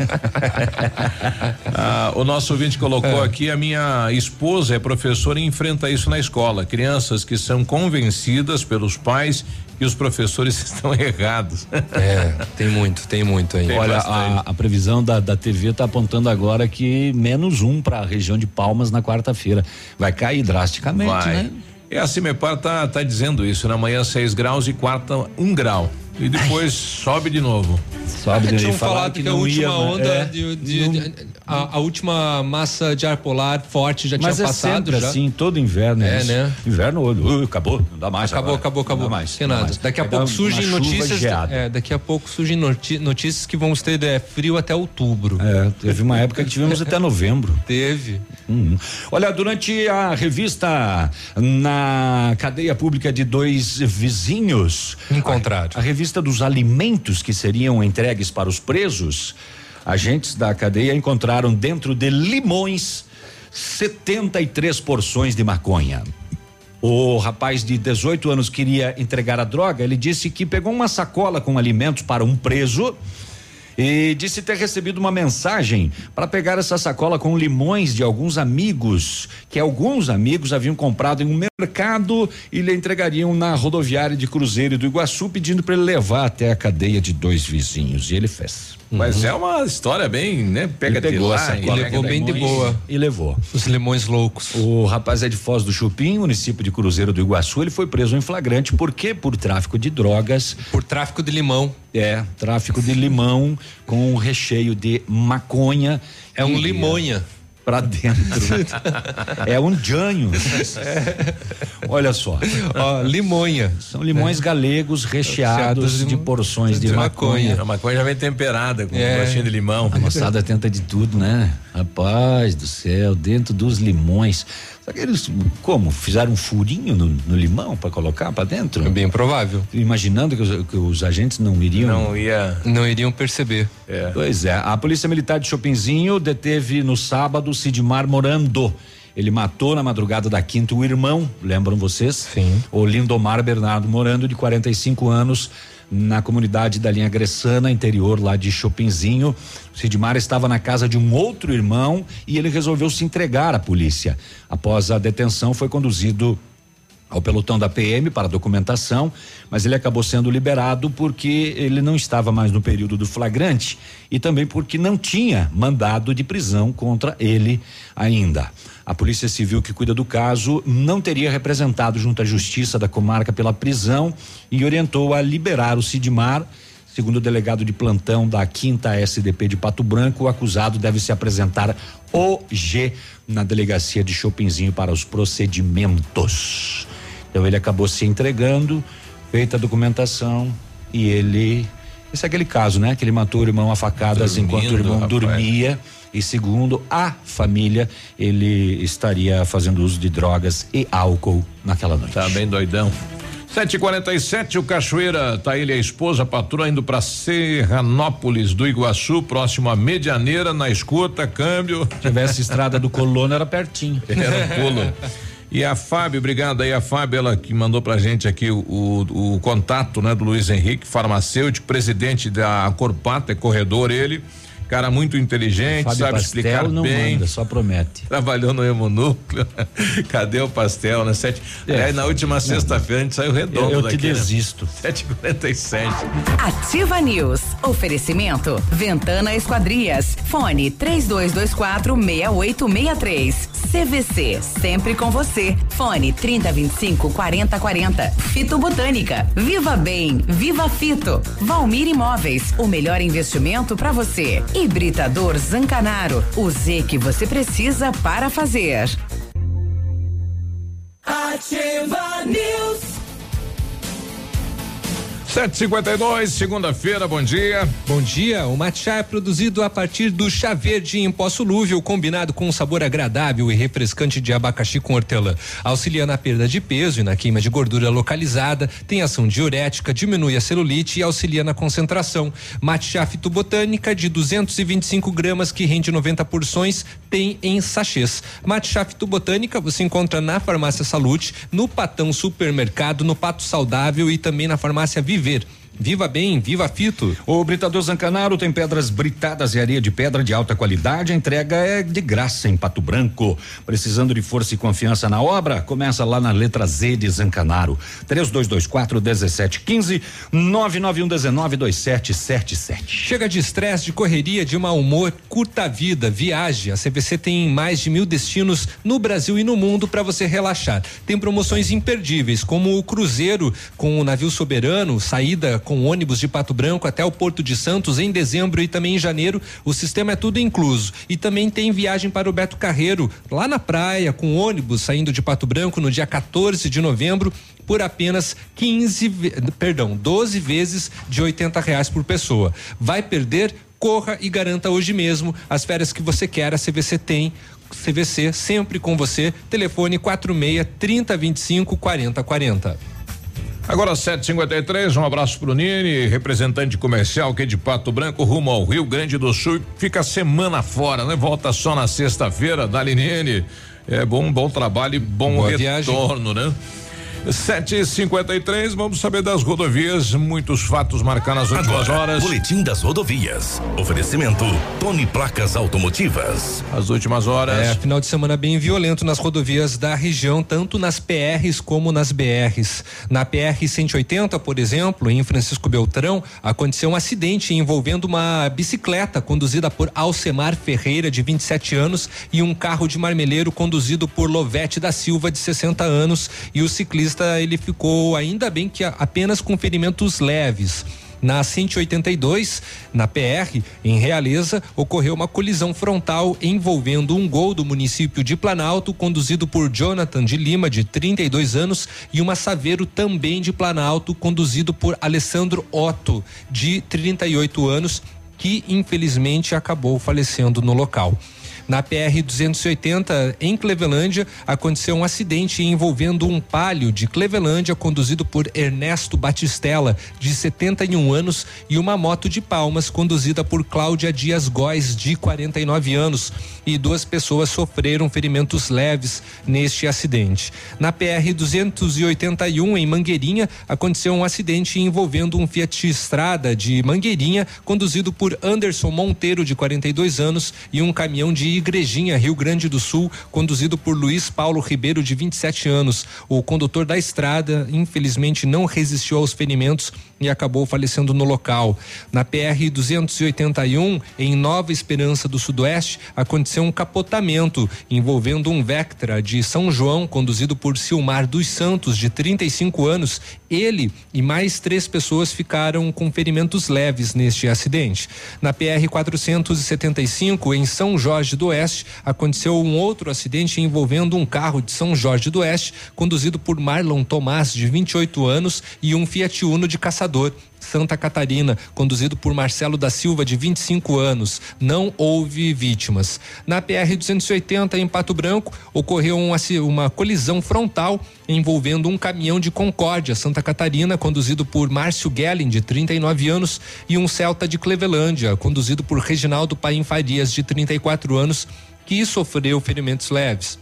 ah, o nosso ouvinte colocou é. aqui, a minha esposa é professora e enfrenta isso na escola. Crianças que são convencidas pelos pais que os professores estão errados. É, tem muito, tem muito aí. Tem Olha, a, a previsão da, da T V está apontando agora que menos um para a região de Palmas na quarta-feira. Vai cair drasticamente, Vai. né? E a Cimepar tá, tá dizendo isso, na manhã seis graus e quarta um grau. E depois Ai. sobe de novo. Sobe de novo. Tinham falado que, que a última ia, onda, é, de, de, não, de, a, a última massa de ar polar forte já mas tinha é passado. Sempre já. assim, todo inverno é, é né? Inverno, uh, acabou, não dá mais. Acabou, agora. acabou, acabou. Não dá mais. Tem nada. Mais. Daqui a pouco surgem notícias. É, daqui a pouco surgem notícias que vamos ter é, frio até outubro. É, teve uma época que tivemos até novembro. Teve. Uhum. Olha, durante a revista na cadeia pública de dois vizinhos. Encontrado. A, a revista dos alimentos que seriam entregues para os presos, agentes da cadeia encontraram dentro de limões setenta e três porções de maconha. O rapaz de dezoito anos queria entregar a droga, ele disse que pegou uma sacola com alimentos para um preso e disse ter recebido uma mensagem para pegar essa sacola com limões de alguns amigos, que alguns amigos haviam comprado em um mercado e lhe entregariam na rodoviária de Cruzeiro do Iguaçu, pedindo para ele levar até a cadeia de dois vizinhos, e ele fez. Mas uhum. é uma história bem, né? Pega ele pegou de lá, a sacola, e levou bem de boa. E levou. Os limões loucos. O rapaz é de Foz do Chupim, município de Cruzeiro do Iguaçu, ele foi preso em flagrante, por quê? Por tráfico de drogas. Por tráfico de limão. É, tráfico de limão com recheio de maconha. É um limonha. Pra dentro. É um janho. É. Olha só. Ó, limonha. São limões é. galegos recheados de, de porções de, de maconha. maconha. A maconha já vem temperada com é. um gostinho de limão. A moçada tenta de tudo, né? Rapaz do céu, dentro dos limões. Só que eles, como? Fizeram um furinho no, no limão para colocar para dentro? É bem provável. Imaginando que os, que os agentes não iriam. Não ia. Não iriam perceber. É. Pois é. A Polícia Militar de Chopinzinho deteve no sábado Sidmar Morando. Ele matou na madrugada da quinta o irmão, lembram vocês? Sim. O Lindomar Bernardo Morando, de quarenta e cinco anos, na comunidade da linha Gressana, interior lá de Chopinzinho. O Sidmar estava na casa de um outro irmão e ele resolveu se entregar à polícia. Após a detenção, foi conduzido ao pelotão da P M para documentação, mas ele acabou sendo liberado porque ele não estava mais no período do flagrante e também porque não tinha mandado de prisão contra ele ainda. A Polícia Civil que cuida do caso não teria representado junto à Justiça da comarca pela prisão e orientou a liberar o Sidmar. Segundo o delegado de plantão da quinta S D P de Pato Branco, o acusado deve se apresentar hoje na delegacia de Chopinzinho para os procedimentos. Então ele acabou se entregando, feita a documentação e ele, esse é aquele caso, né? Que ele matou o irmão a facadas Dormindo, enquanto o irmão rapaz. dormia e segundo a família, ele estaria fazendo uso de drogas e álcool naquela noite. Tá bem doidão. sete e quarenta e sete, o Cachoeira, tá ele e a esposa, a patroa indo pra Serranópolis do Iguaçu, próximo à Medianeira, na escuta, câmbio. Se tivesse estrada do Colono, era pertinho. Era um pulo. E a Fábio, obrigado aí a Fábio, ela que mandou pra gente aqui o, o, o contato, né, do Luiz Henrique, farmacêutico, presidente da Corpata, é corredor ele, cara muito inteligente, Fábio sabe Pastel explicar não bem. Manda, só promete. Trabalhou no hemonúcleo. Cadê o pastel, né? Sete. É, aí na última sexta-feira a gente saiu redondo eu, eu daqui. Eu te desisto. Né? sete e quarenta e sete. Ativa News. Oferecimento Ventana Esquadrias. Fone três dois dois quatro seis oito seis três. C V C, sempre com você. Fone trinta, vinte e cinco, quarenta, quarenta. Fito Botânica. Viva Bem, Viva Fito. Valmir Imóveis, o melhor investimento para você. Hibridador Zancanaro, o Z que você precisa para fazer. Ativa News. sete e cinquenta e dois, segunda-feira, bom dia. Bom dia. O matcha é produzido a partir do chá verde em pó solúvel, combinado com um sabor agradável e refrescante de abacaxi com hortelã. Auxilia na perda de peso e na queima de gordura localizada, tem ação diurética, diminui a celulite e auxilia na concentração. Matcha fitobotânica de duzentos e vinte e cinco gramas que rende noventa porções, tem em sachês. Matcha fitobotânica você encontra na Farmácia Salute, no Patão Supermercado, no Pato Saudável e também na Farmácia Viver. Viva bem, viva Fito. O Britador Zancanaro tem pedras britadas e areia de pedra de alta qualidade. A entrega é de graça em Pato Branco. Precisando de força e confiança na obra? Começa lá na letra Z de Zancanaro. três dois dois quatro, um sete um cinco, nove nove um um nove, dois sete sete sete. Chega de estresse, de correria, de mau humor, curta a vida, viaje. A C V C tem mais de mil destinos no Brasil e no mundo para você relaxar. Tem promoções imperdíveis, como o cruzeiro com o navio Soberano, saída com ônibus de Pato Branco até o Porto de Santos em dezembro e também em janeiro. O sistema é tudo incluso. E também tem viagem para o Beto Carreiro, lá na praia, com ônibus saindo de Pato Branco no dia quatorze de novembro, por apenas quinze, perdão, doze vezes de oitenta reais por pessoa. Vai perder? Corra e garanta hoje mesmo as férias que você quer. A C V C tem. C V C sempre com você. Telefone quatro seis, trinta, vinte e cinco, quarenta, quarenta. Agora sete e cinquenta e três, um abraço pro Nini, representante comercial que é de Pato Branco, rumo ao Rio Grande do Sul, fica a semana fora, né? Volta só na sexta-feira, Dali Nini. É bom, bom trabalho e bom Boa retorno, viagem. Né? sete e cinquenta e três, vamos saber das rodovias, muitos fatos marcando as últimas Agora, horas. Boletim das rodovias. Oferecimento Tony Placas Automotivas. As últimas horas. É, final de semana bem violento nas rodovias da região, tanto nas P Rs como nas B Rs. Na P R cento e oitenta, por exemplo, em Francisco Beltrão, aconteceu um acidente envolvendo uma bicicleta conduzida por Alcemar Ferreira, de vinte e sete anos, e um carro de marmeleiro conduzido por Lovete da Silva, de sessenta anos, e o ciclista ele ficou, ainda bem que apenas com ferimentos leves. Na cento e oitenta e dois, na P R, em Realeza, ocorreu uma colisão frontal envolvendo um Gol do município de Planalto, conduzido por Jonathan de Lima, de trinta e dois anos, e uma Saveiro também de Planalto, conduzido por Alessandro Otto, de trinta e oito anos, que infelizmente acabou falecendo no local. Na P R duzentos e oitenta, em Clevelândia, aconteceu um acidente envolvendo um Palio de Clevelândia, conduzido por Ernesto Batistella, de setenta e um anos, e uma moto de Palmas, conduzida por Cláudia Dias Góes, de quarenta e nove anos, e duas pessoas sofreram ferimentos leves neste acidente. Na P R duzentos e oitenta e um, em Mangueirinha, aconteceu um acidente envolvendo um Fiat Strada de Mangueirinha, conduzido por Anderson Monteiro, de quarenta e dois anos, e um caminhão de Igrejinha, Rio Grande do Sul, conduzido por Luiz Paulo Ribeiro, de vinte e sete anos. O condutor da estrada, infelizmente, não resistiu aos ferimentos e acabou falecendo no local. Na P R duzentos e oitenta e um, em Nova Esperança do Sudoeste, aconteceu um capotamento envolvendo um Vectra de São João, conduzido por Silmar dos Santos, de trinta e cinco anos. Ele e mais três pessoas ficaram com ferimentos leves neste acidente. Na P R quatrocentos e setenta e cinco, em São Jorge do Oeste, aconteceu um outro acidente envolvendo um carro de São Jorge do Oeste, conduzido por Marlon Tomás, de vinte e oito anos, e um Fiat Uno de Caçador, Santa Catarina, conduzido por Marcelo da Silva, de vinte e cinco anos. Não houve vítimas. Na P R duzentos e oitenta, em Pato Branco, ocorreu uma, uma colisão frontal envolvendo um caminhão de Concórdia, Santa Catarina, conduzido por Márcio Gelling, de trinta e nove anos, e um Celta de Clevelândia, conduzido por Reginaldo Paim Farias, de trinta e quatro anos, que sofreu ferimentos leves.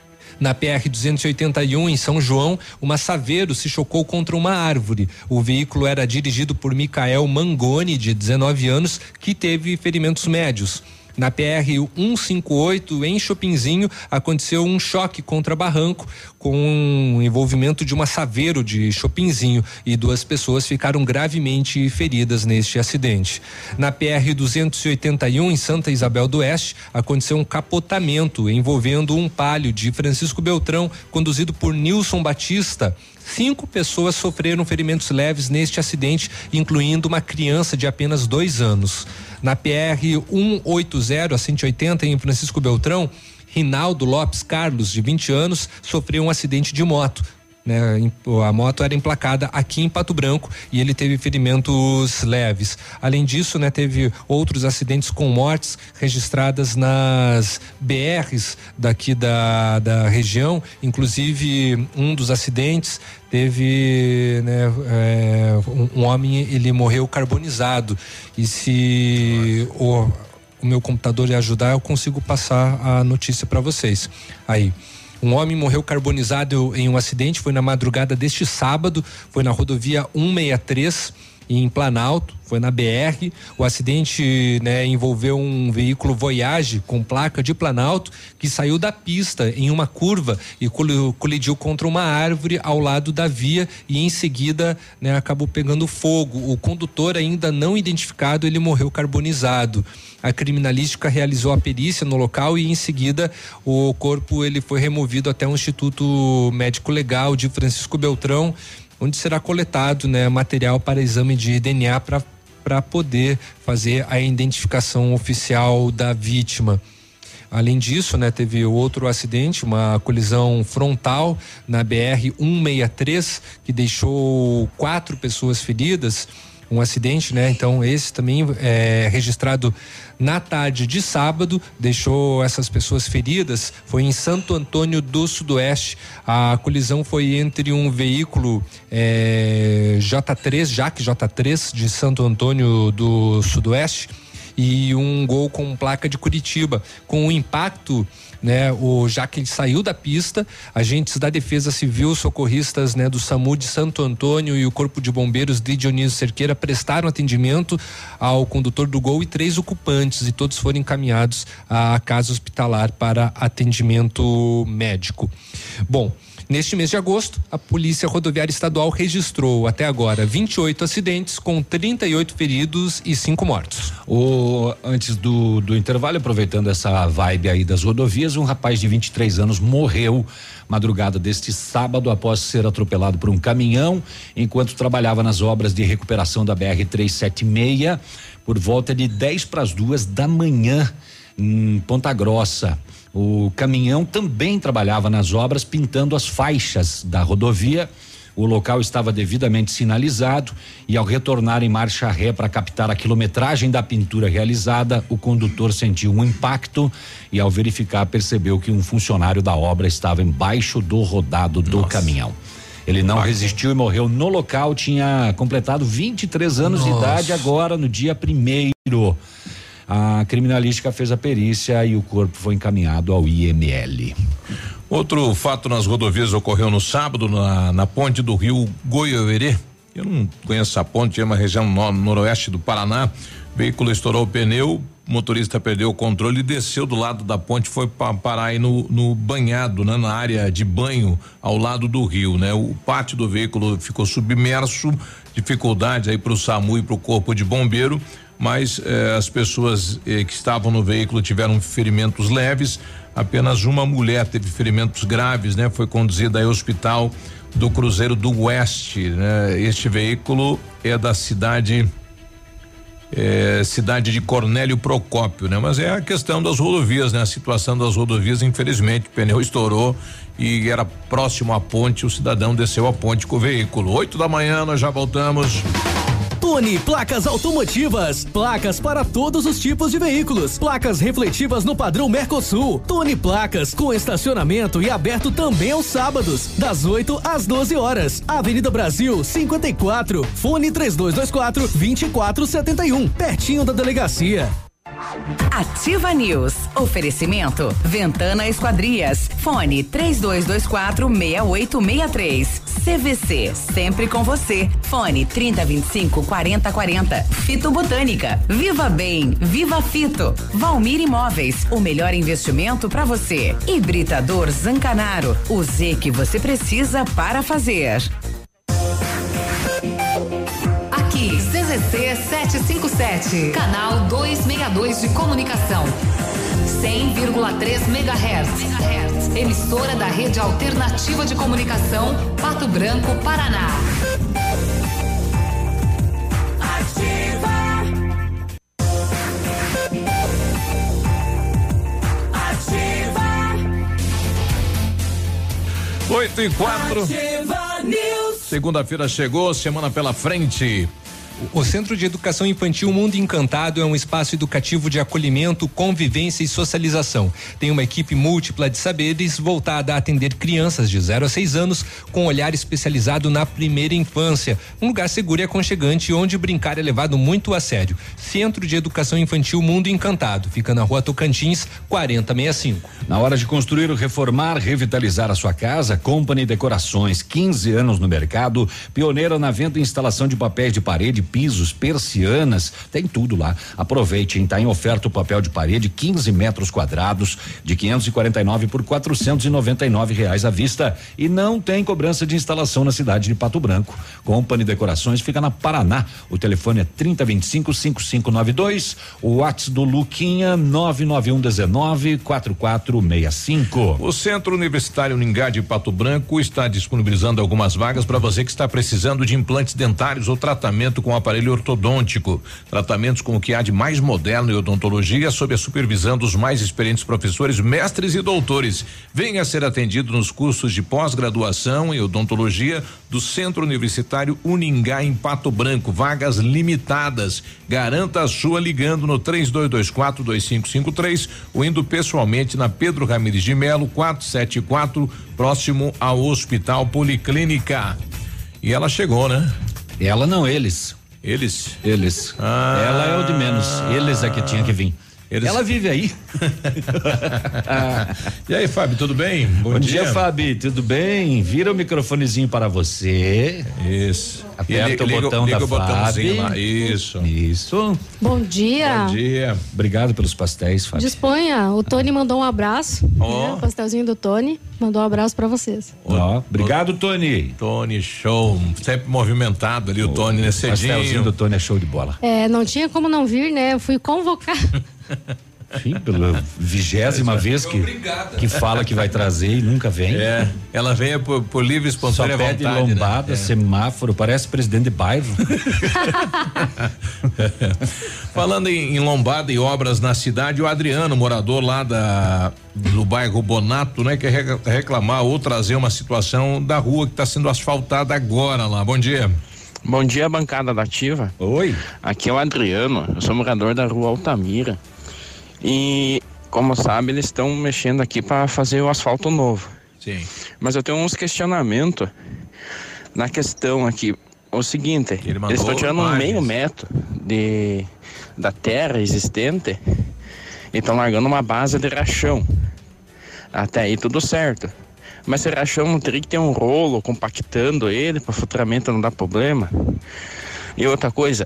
Na P R duzentos e oitenta e um, em São João, uma Saveiro se chocou contra uma árvore. O veículo era dirigido por Micael Mangoni, de dezenove anos, que teve ferimentos médios. Na P R cento e cinquenta e oito, em Chopinzinho, aconteceu um choque contra barranco com um envolvimento de uma Saveiro de Chopinzinho, e duas pessoas ficaram gravemente feridas neste acidente. Na P R duzentos e oitenta e um, em Santa Isabel do Oeste, aconteceu um capotamento envolvendo um Palio de Francisco Beltrão, conduzido por Nilson Batista. Cinco pessoas sofreram ferimentos leves neste acidente, incluindo uma criança de apenas dois anos. Na P R cento e oitenta, a cento e oitenta, em Francisco Beltrão, Rinaldo Lopes Carlos, de vinte anos, sofreu um acidente de moto. Né, a moto era emplacada aqui em Pato Branco e ele teve ferimentos leves. Além disso, né, teve outros acidentes com mortes registradas nas B Rs daqui da, da região. Inclusive, um dos acidentes teve, né, é, um, um homem, ele morreu carbonizado. E se o, o meu computador ajudar, eu consigo passar a notícia para vocês. Aí. Um homem morreu carbonizado em um acidente, foi na madrugada deste sábado, foi na rodovia cento e sessenta e três, em Planalto, foi na B R. O acidente, né, envolveu um veículo Voyage com placa de Planalto que saiu da pista em uma curva e colidiu contra uma árvore ao lado da via e em seguida, né, acabou pegando fogo. O condutor ainda não identificado, ele morreu carbonizado. A criminalística realizou a perícia no local e em seguida o corpo ele foi removido até o Instituto Médico Legal de Francisco Beltrão, onde será coletado, né, material para exame de D N A para para poder fazer a identificação oficial da vítima. Além disso, né, teve outro acidente, uma colisão frontal na B R cento e sessenta e três que deixou quatro pessoas feridas. Um acidente, né? Então esse também é registrado na tarde de sábado, deixou essas pessoas feridas. Foi em Santo Antônio do Sudoeste. A colisão foi entre um veículo é, J três, Jaque J três de Santo Antônio do Sudoeste e um Gol com placa de Curitiba. Com o impacto, né, o Jaque saiu da pista, agentes da Defesa Civil, socorristas, né, do SAMU de Santo Antônio e o Corpo de Bombeiros de Dionísio Cerqueira prestaram atendimento ao condutor do Gol e três ocupantes, e todos foram encaminhados à casa hospitalar para atendimento médico. Bom, neste mês de agosto, a Polícia Rodoviária Estadual registrou até agora vinte e oito acidentes com trinta e oito feridos e cinco mortos. O, antes do, do intervalo, aproveitando essa vibe aí das rodovias, um rapaz de vinte e três anos morreu madrugada deste sábado após ser atropelado por um caminhão enquanto trabalhava nas obras de recuperação da B R trezentos e setenta e seis por volta de dez para as duas da manhã em Ponta Grossa. O caminhão também trabalhava nas obras pintando as faixas da rodovia. O local estava devidamente sinalizado e ao retornar em marcha ré para captar a quilometragem da pintura realizada, o condutor sentiu um impacto e ao verificar percebeu que um funcionário da obra estava embaixo do rodado do Nossa. caminhão. Ele não Nossa. resistiu e morreu no local, tinha completado vinte e três anos Nossa. de idade agora no dia primeiro. A criminalística fez a perícia e o corpo foi encaminhado ao I M L. Outro fato nas rodovias ocorreu no sábado na, na ponte do rio Goiôerê. Eu não conheço essa ponte, é uma região no, noroeste do Paraná. O veículo estourou o pneu, o motorista perdeu o controle e desceu do lado da ponte, foi pa, parar aí no, no banhado, né? Na área de banho ao lado do rio, né? O pátio do veículo ficou submerso, dificuldade aí para o SAMU e para o corpo de bombeiro, mas eh, as pessoas eh, que estavam no veículo tiveram ferimentos leves. Apenas uma mulher teve ferimentos graves, né? Foi conduzida ao hospital do Cruzeiro do Oeste, né? Este veículo é da cidade é, cidade de Cornélio Procópio, né? Mas é a questão das rodovias, né? A situação das rodovias, infelizmente, o pneu estourou e era próximo à ponte, o cidadão desceu a ponte com o veículo. Oito da manhã, nós já voltamos. Tony Placas Automotivas, placas para todos os tipos de veículos, placas refletivas no padrão Mercosul. Tony Placas com estacionamento e aberto também aos sábados, das oito às doze horas. Avenida Brasil cinquenta e quatro, fone três dois dois quatro, vinte e quatro setenta e um, pertinho da delegacia. Ativa News. Oferecimento Ventana Esquadrias. Fone três dois dois quatro, seis oito seis três. C V C, sempre com você. Fone trinta, vinte e cinco, quarenta, quarenta. Fito Botânica. Viva Bem, Viva Fito. Valmir Imóveis, o melhor investimento para você. Hibridador Zancanaro, o Z que você precisa para fazer. C Z C setecentos e cinquenta e sete, canal duzentos e sessenta e dois de comunicação. cem vírgula três megahertz. Emissora da Rede Alternativa de Comunicação, Pato Branco, Paraná. Ativa. Ativa. Oito e quatro. Ativa News. Segunda-feira chegou, semana pela frente. O Centro de Educação Infantil Mundo Encantado é um espaço educativo de acolhimento, convivência e socialização. Tem uma equipe múltipla de saberes voltada a atender crianças de zero a seis anos com olhar especializado na primeira infância. Um lugar seguro e aconchegante onde brincar é levado muito a sério. Centro de Educação Infantil Mundo Encantado. Fica na Rua Tocantins, quarenta sessenta e cinco. Na hora de construir, reformar, revitalizar a sua casa, Company Decorações, quinze anos no mercado, pioneira na venda e instalação de papéis de parede, de pisos, persianas, tem tudo lá. Aproveite, hein? Tá em oferta o papel de parede, quinze metros quadrados, de quinhentos e quarenta e nove por quatrocentos e noventa e nove reais à vista. E não tem cobrança de instalação na cidade de Pato Branco. Company Decorações fica na Paraná. O telefone é trinta, vinte e cinco, cinquenta e cinco noventa e dois. O WhatsApp do Luquinha nove nove um dezenove, quatro quatro seis cinco. O Centro Universitário Uningá de Pato Branco está disponibilizando algumas vagas para você que está precisando de implantes dentários ou tratamento com aparelho ortodôntico. Tratamentos com o que há de mais moderno em odontologia, sob a supervisão dos mais experientes professores, mestres e doutores. Venha ser atendido nos cursos de pós-graduação em odontologia do Centro Universitário Uningá em Pato Branco. Vagas limitadas. Garanta a sua ligando no três dois dois quatro, dois cinco cinco três ou indo pessoalmente na Pedro Ramires de Melo, quatrocentos e setenta e quatro, próximo ao Hospital Policlínica. E ela chegou, né? Ela não, eles. Eles? Eles. Ah. Ela é o de menos. Eles é que tinha que vir. Eles... Ela vive aí. E aí, Fábio, tudo bem? Bom, Bom dia, dia, Fábio, tudo bem? Vira o microfonezinho para você. Isso. Aperta liga, o botão liga, da liga Fábio. Lá. Isso. Isso. Bom dia. Bom dia. Obrigado pelos pastéis, Fábio. Disponha. O Tony mandou um abraço. Oh. Né? O pastelzinho do Tony. Mandou um abraço para vocês. Ó, oh, obrigado, Tony. Tony, show. Sempre movimentado ali, o, o Tony, né? Cedinho. O pastelzinho do Tony é show de bola. É, não tinha como não vir, né? Eu fui convocar. Sim, pela vigésima vez que, que fala que vai trazer e nunca vem. É, ela vem por, por livre e espontânea vontade. Só pede lombada, né? É. Semáforo, parece presidente de bairro. Falando em, em lombada e obras na cidade, o Adriano, morador lá da do bairro Bonato, né, quer reclamar ou trazer uma situação da rua que está sendo asfaltada agora lá. Bom dia. Bom dia, bancada da Ativa. Oi. Aqui é o Adriano, eu sou morador da rua Altamira. E, como sabe, eles estão mexendo aqui para fazer o asfalto novo. Sim. Mas eu tenho uns questionamentos na questão aqui. O seguinte, eles estão tirando um meio metro de, da terra existente e estão largando uma base de rachão. Até aí tudo certo. Mas esse rachão não teria que ter um rolo compactando ele para futuramente não dar problema? E outra coisa,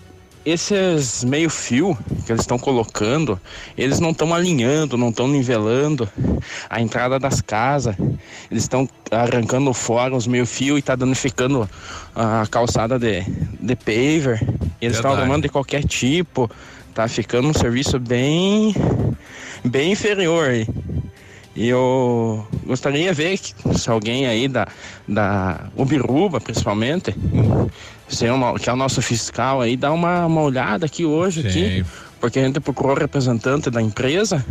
esses meio fio que eles estão colocando, eles não estão alinhando, não estão nivelando a entrada das casas. Eles estão arrancando fora os meio fio e tá danificando a calçada de, de paver. Eles estão arrumando de qualquer tipo. Tá ficando um serviço bem, bem inferior aí. E eu gostaria de ver que, se alguém aí da, da Ubiruba, principalmente, se é o, que é o nosso fiscal aí, dá uma, uma olhada aqui hoje, aqui, porque a gente procurou o representante da empresa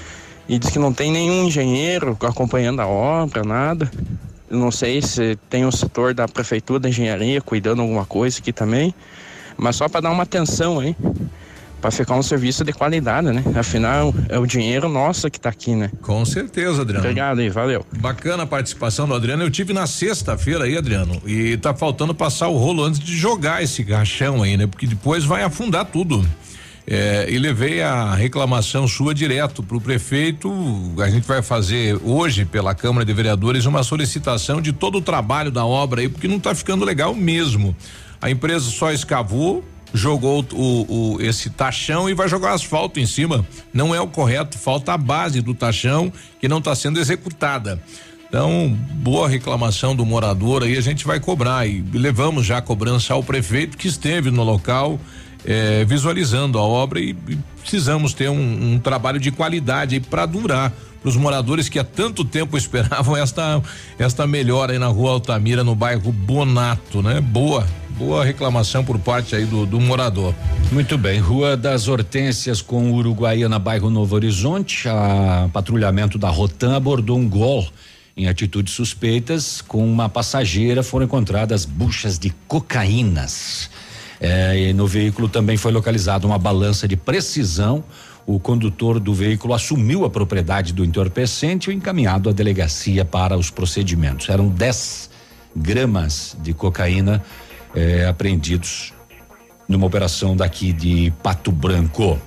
e diz que não tem nenhum engenheiro acompanhando a obra, nada. Eu não sei se tem o setor da prefeitura da engenharia cuidando alguma coisa aqui também, mas só para dar uma atenção aí. Para ficar um serviço de qualidade, né? Afinal, é o dinheiro nosso que tá aqui, né? Com certeza, Adriano. Obrigado aí, valeu. Bacana a participação do Adriano. Eu tive na sexta-feira aí, Adriano, e tá faltando passar o rolo antes de jogar esse rachão aí, né? Porque depois vai afundar tudo. É, e levei a reclamação sua direto pro prefeito. A gente vai fazer hoje pela Câmara de Vereadores uma solicitação de todo o trabalho da obra aí, porque não tá ficando legal mesmo. A empresa só escavou, jogou o, o esse tachão e vai jogar asfalto em cima. Não é o correto, falta a base do tachão que não está sendo executada. Então, boa reclamação do morador aí, a gente vai cobrar e levamos já a cobrança ao prefeito que esteve no local eh, visualizando a obra e, e precisamos ter um, um trabalho de qualidade para durar para os moradores que há tanto tempo esperavam esta esta melhora aí na rua Altamira, no bairro Bonato, né? Boa. Boa reclamação por parte aí do, do morador. Muito bem, Rua das Hortênsias com Uruguaiana, bairro Novo Horizonte, a patrulhamento da Rotan abordou um Gol em atitudes suspeitas. Com uma passageira foram encontradas buchas de cocaínas. É, e no veículo também foi localizada uma balança de precisão. O condutor do veículo assumiu a propriedade do entorpecente e encaminhado à delegacia para os procedimentos. Eram dez gramas de cocaína É, apreendidos numa operação daqui de Pato Branco.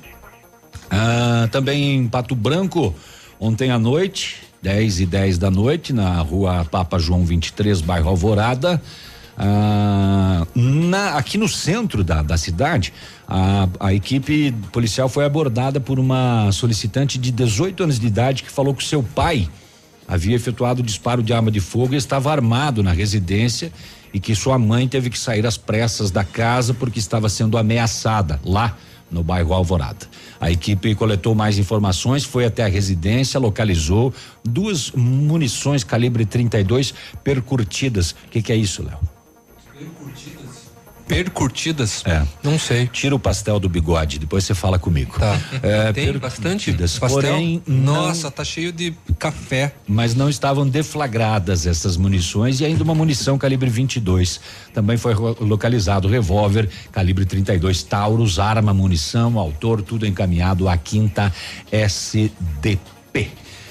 Ah, também em Pato Branco, ontem à noite, dez e dez da noite, na rua Papa João vinte e três, bairro Alvorada, Ah, na, aqui no centro da, da cidade, a, a equipe policial foi abordada por uma solicitante de dezoito anos de idade que falou que seu pai havia efetuado o disparo de arma de fogo e estava armado na residência e que sua mãe teve que sair às pressas da casa porque estava sendo ameaçada lá no bairro Alvorada. A equipe coletou mais informações, foi até a residência, localizou duas munições calibre trinta e dois percurtidas. O que que é isso, Léo? Percurtidas? Percurtidas? É. Não sei. Tira o pastel do bigode, depois você fala comigo. Tá. É, Tem bastante pastel? Porém, Nossa, não, tá cheio de café. mas não estavam deflagradas essas munições e ainda uma munição calibre vinte e dois. Também foi localizado revólver calibre trinta e dois Taurus, arma, munição, autor, tudo encaminhado à quinta S D P.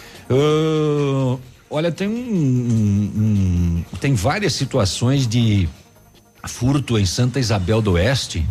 Uh, olha, tem um, um, um tem várias situações de furto em Santa Isabel do Oeste.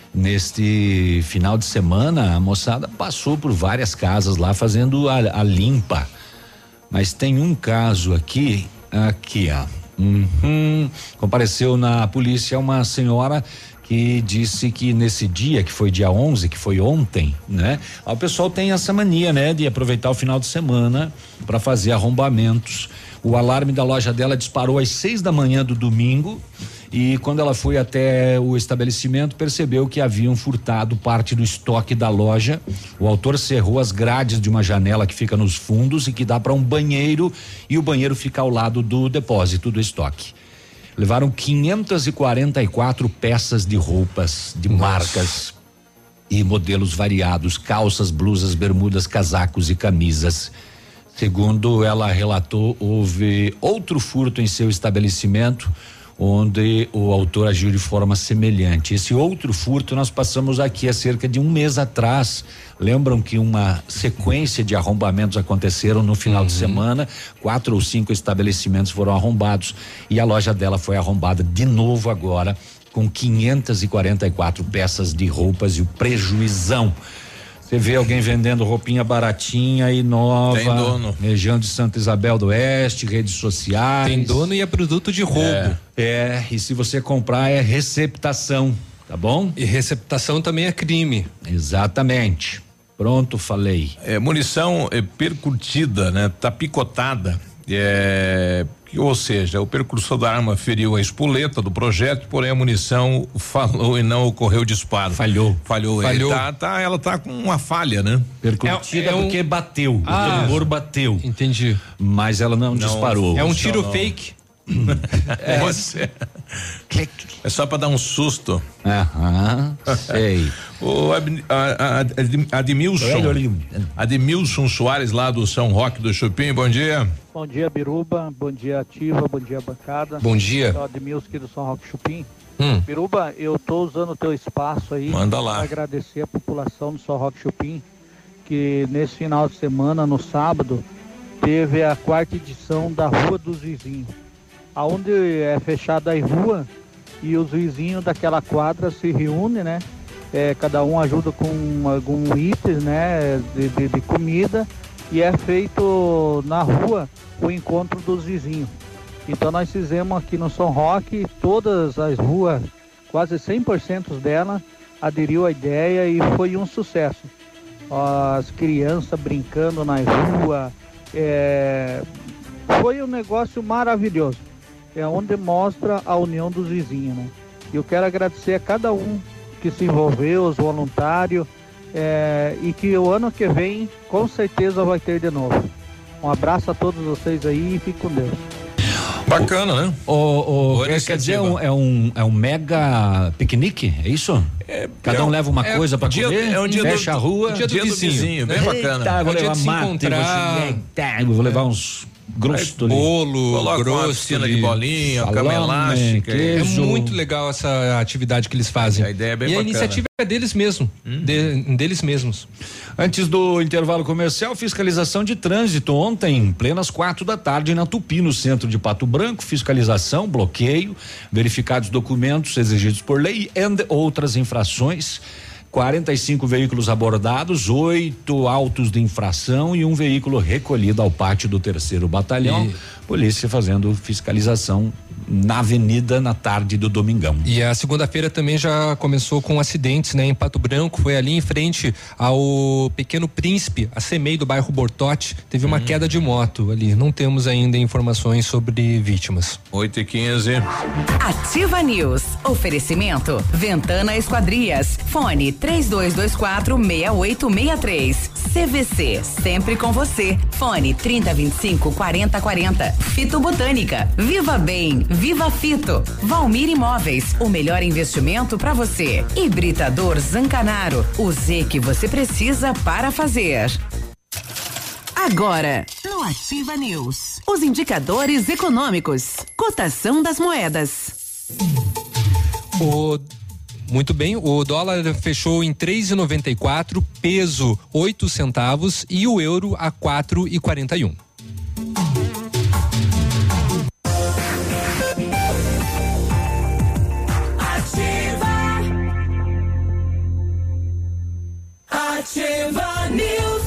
Neste final de semana, a moçada passou por várias casas lá fazendo a, a limpa. Mas tem um caso aqui, aqui, ó. Uhum, compareceu na polícia uma senhora que disse que nesse dia, que foi dia onze, que foi ontem, né? O pessoal tem essa mania, né? De aproveitar o final de semana para fazer arrombamentos. O alarme da loja dela disparou às seis da manhã do domingo e quando ela foi até o estabelecimento percebeu que haviam furtado parte do estoque da loja. O autor cerrou as grades de uma janela que fica nos fundos e que dá para um banheiro e o banheiro fica ao lado do depósito do estoque. Levaram quinhentas e quarenta e quatro peças de roupas de Nossa. marcas e modelos variados, calças, blusas, bermudas, casacos e camisas. Segundo ela relatou, houve outro furto em seu estabelecimento, onde o autor agiu de forma semelhante. Esse outro furto nós passamos aqui há cerca de um mês atrás. Lembram que uma sequência de arrombamentos aconteceram no final uhum. de semana? Quatro ou cinco estabelecimentos foram arrombados e a loja dela foi arrombada de novo agora com quinhentas e quarenta e quatro peças de roupas e o prejuizão. Você vê alguém vendendo roupinha baratinha e nova. Tem dono. Região de Santa Isabel do Oeste, redes sociais. Tem dono e é produto de roubo. É, é, e se você comprar é receptação, tá bom? E receptação também é crime. Exatamente. Pronto, falei. É, munição é percutida, né? Tá picotada. É, ou seja, o percursor da arma feriu a espoleta do projétil, porém a munição falou e não ocorreu disparo. Falhou. Falhou. Falhou. Tá, tá, ela tá com uma falha, né? Percutida é, é um... porque bateu. Ah, o tambor bateu. Entendi. Mas ela não, não disparou. É um tiro não. fake. É. Pode ser. É só para dar um susto. Aham, sei. O Admilson, Admilson Soares lá do São Roque do Chupim, bom dia. Bom dia, Biruba, bom dia, Ativa, bom dia, bancada. Bom dia. Eu sou Admilson aqui do São Roque Chupim. Hum. Biruba, eu tô usando o teu espaço aí. Manda lá. Para agradecer a população do São Roque Chupim, que nesse final de semana, no sábado, teve a quarta edição da Rua dos Vizinhos, aonde é fechada a rua e os vizinhos daquela quadra se reúnem, né? É, cada um ajuda com algum item, né? De, de, de comida e é feito na rua o encontro dos vizinhos. Então nós fizemos aqui no São Roque, todas as ruas, quase cem por cento dela aderiu à ideia e foi um sucesso. As crianças brincando na rua, é, foi um negócio maravilhoso. É onde mostra a união dos vizinhos, né? Eu quero agradecer a cada um que se envolveu, os voluntários, é, e que o ano que vem, com certeza, vai ter de novo. Um abraço a todos vocês aí e fique com Deus. Bacana, né? O, o, quer dizer, um, é, um, é um mega piquenique, é isso? É, Cada um é, leva uma é, coisa pra dia, comer, é um dia fecha do, a rua. Dia do, dia do vizinho, vizinho, bem bacana. Eita, vou é levar mate, vou, vou levar uns grosso, bolo, grosso, de bolinha, salame, cama elástica. É muito legal essa atividade que eles fazem. A ideia é bem e bacana. a iniciativa é deles mesmo, hum. de, deles mesmos. Antes do intervalo comercial, fiscalização de trânsito ontem, plenas quatro da tarde na Tupi, no centro de Pato Branco, fiscalização, bloqueio, verificados documentos exigidos por lei e outras infrações. quarenta e cinco veículos abordados, oito autos de infração e um veículo recolhido ao pátio do terceiro batalhão. E... Polícia fazendo fiscalização na avenida na tarde do domingão. E a segunda-feira também já começou com acidentes, né? Em Pato Branco, foi ali em frente ao Pequeno Príncipe, a CEMEI do bairro Bortote, teve uma hum. queda de moto ali. Não temos ainda informações sobre vítimas. oito e quinze. Ativa News. Oferecimento Ventana Esquadrias. Fone três dois dois quatro seis oito seis três. C V C, sempre com você. Fone trinta, vinte e cinco, quarenta, quarenta. Fito Botânica. Viva Bem, Viva Fito. Valmir Imóveis, o melhor investimento para você. Hibridador Zancanaro, o Z que você precisa para fazer. Agora, no Ativa News, os indicadores econômicos, cotação das moedas. O Muito bem, o dólar fechou em três e noventa e quatro, peso oito centavos e o euro a quatro e quarenta e um. Ativa. Ativa News.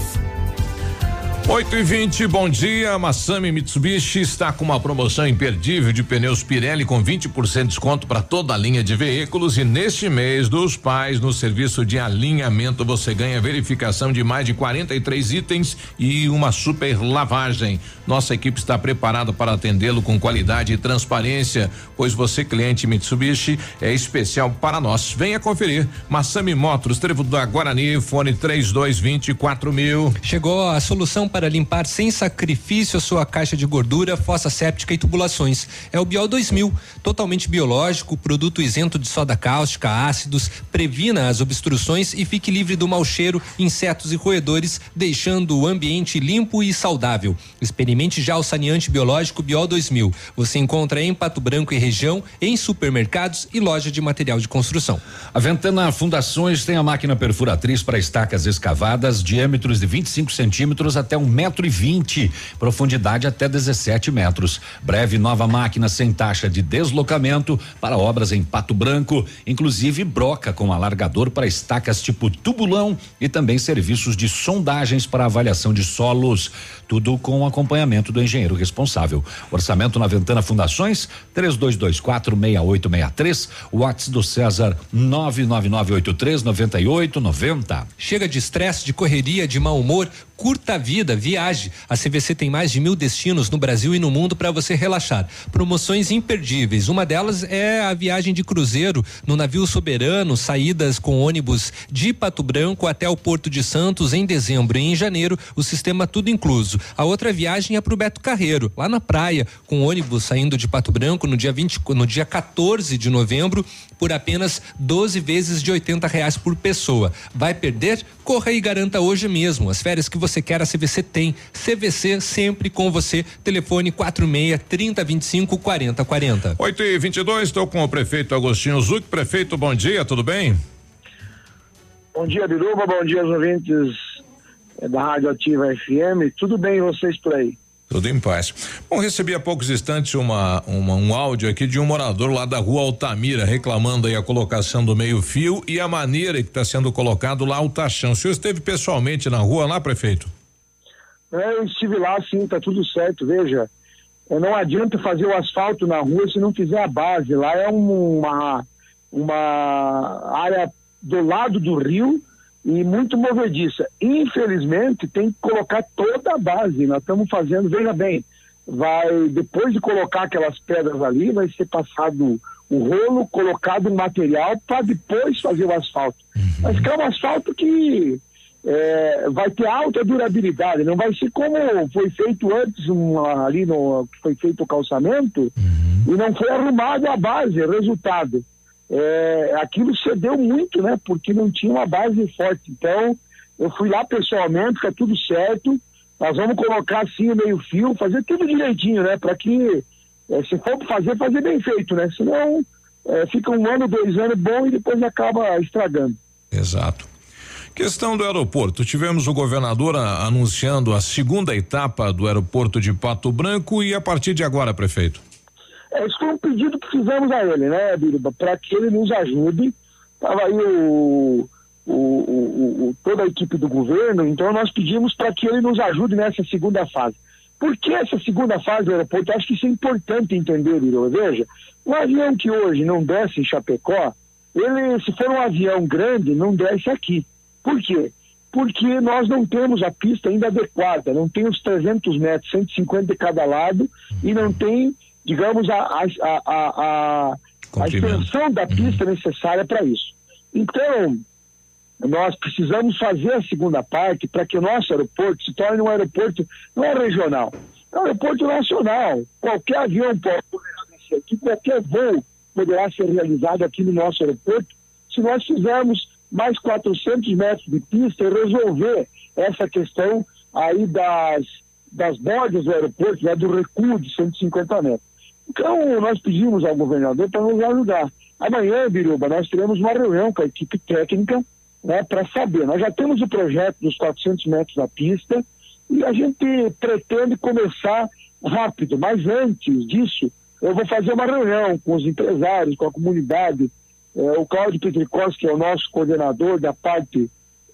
oito e vinte, bom dia. A Massami Mitsubishi está com uma promoção imperdível de pneus Pirelli com vinte por cento de desconto para toda a linha de veículos, e neste mês dos pais, no serviço de alinhamento, você ganha verificação de mais de quarenta e três itens e uma super lavagem. Nossa equipe está preparada para atendê-lo com qualidade e transparência, pois você, cliente Mitsubishi, é especial para nós. Venha conferir. Massami Motors, Trevo da Guarani, fone três dois vinte, quatro mil. Chegou a solução para para limpar sem sacrifício a sua caixa de gordura, fossa séptica e tubulações. É o Biol dois mil, totalmente biológico, produto isento de soda cáustica, ácidos, previna as obstruções e fique livre do mau cheiro, insetos e roedores, deixando o ambiente limpo e saudável. Experimente já o saneante biológico Biol dois mil. Você encontra em Pato Branco e região, em supermercados e loja de material de construção. A Ventana Fundações tem a máquina perfuratriz para estacas escavadas, diâmetros de vinte e cinco centímetros até um metro e vinte, profundidade até dezessete metros. Breve nova máquina sem taxa de deslocamento para obras em Pato Branco, inclusive broca com alargador para estacas tipo tubulão e também serviços de sondagens para avaliação de solos, tudo com acompanhamento do engenheiro responsável. Orçamento na Ventana Fundações três dois dois quatro, seis oito seis três, WhatsApp do César nove nove nove oito três, nove oito nove zero. Chega de estresse, de correria, de mau humor, curta a vida, viaje. A C V C tem mais de mil destinos no Brasil e no mundo para você relaxar. Promoções imperdíveis. Uma delas é a viagem de cruzeiro no navio Soberano, saídas com ônibus de Pato Branco até o Porto de Santos em dezembro e em janeiro, o sistema tudo incluso. A outra viagem é para o Beto Carreiro, lá na praia, com ônibus saindo de Pato Branco no dia vinte, no dia quatorze de novembro, por apenas doze vezes de oitenta reais por pessoa. Vai perder? Corra e garanta hoje mesmo. As férias que você quer, a C V C tem. C V C sempre com você. Telefone quatro seis, trinta, vinte e cinco, quarenta, quarenta. oito e vinte e dois, estou com o prefeito Agostinho Zuc. Prefeito, bom dia, tudo bem? Bom dia, Biruba, bom dia aos ouvintes da Rádio Ativa F M. Tudo bem, vocês por aí? Tudo em paz. Bom, recebi há poucos instantes uma, uma um áudio aqui de um morador lá da rua Altamira reclamando aí a colocação do meio fio e a maneira que está sendo colocado lá o tachão. O senhor esteve pessoalmente na rua lá, prefeito? É, eu estive lá, sim, tá tudo certo. Veja, não adianta fazer o asfalto na rua se não fizer a base. Lá é uma, uma área do lado do rio e muito movediça. Infelizmente, tem que colocar toda a base. Nós estamos fazendo, veja bem, vai, depois de colocar aquelas pedras ali, vai ser passado o rolo, colocado o material para depois fazer o asfalto. Uhum. Mas que é um asfalto que é, vai ter alta durabilidade, não vai ser como foi feito antes, um, ali no que foi feito o calçamento, uhum. e não foi arrumado a base, resultado. É, aquilo cedeu muito, né? Porque não tinha uma base forte. Então, eu fui lá pessoalmente, fica tudo certo. Nós vamos colocar assim o meio fio, fazer tudo direitinho, né? Para que, é, se for fazer, fazer bem feito, né? Senão, é, fica um ano, dois anos bom e depois acaba estragando. Exato. Questão do aeroporto. Tivemos o governador a, anunciando a segunda etapa do aeroporto de Pato Branco e a partir de agora, prefeito? É, isso foi um pedido que fizemos a ele, né, Biruba, para que ele nos ajude. Estava aí o, o, o, o, toda a equipe do governo, então nós pedimos para que ele nos ajude nessa segunda fase. Por que essa segunda fase do aeroporto? Eu acho que isso é importante entender, Biruba. Veja, um avião que hoje não desce em Chapecó, ele, se for um avião grande, não desce aqui. Por quê? Porque nós não temos a pista ainda adequada, não tem os trezentos metros, cento e cinquenta de cada lado, e não tem, digamos, a, a, a, a, a extensão da pista uhum. necessária para isso. Então, nós precisamos fazer a segunda parte para que o nosso aeroporto se torne um aeroporto, não é regional, é um aeroporto nacional. Qualquer avião pode descer aqui, qualquer voo poderá ser realizado aqui no nosso aeroporto, se nós fizermos mais quatrocentos metros de pista e resolver essa questão aí das, das bordas do aeroporto, né, do recuo de cento e cinquenta metros. Então, nós pedimos ao governador para nos ajudar. Amanhã, Biruba, nós teremos uma reunião com a equipe técnica, né, para saber. Nós já temos o projeto dos quatrocentos metros da pista e a gente pretende começar rápido, mas antes disso, eu vou fazer uma reunião com os empresários, com a comunidade. É, o Cláudio Petricós, que é o nosso coordenador da parte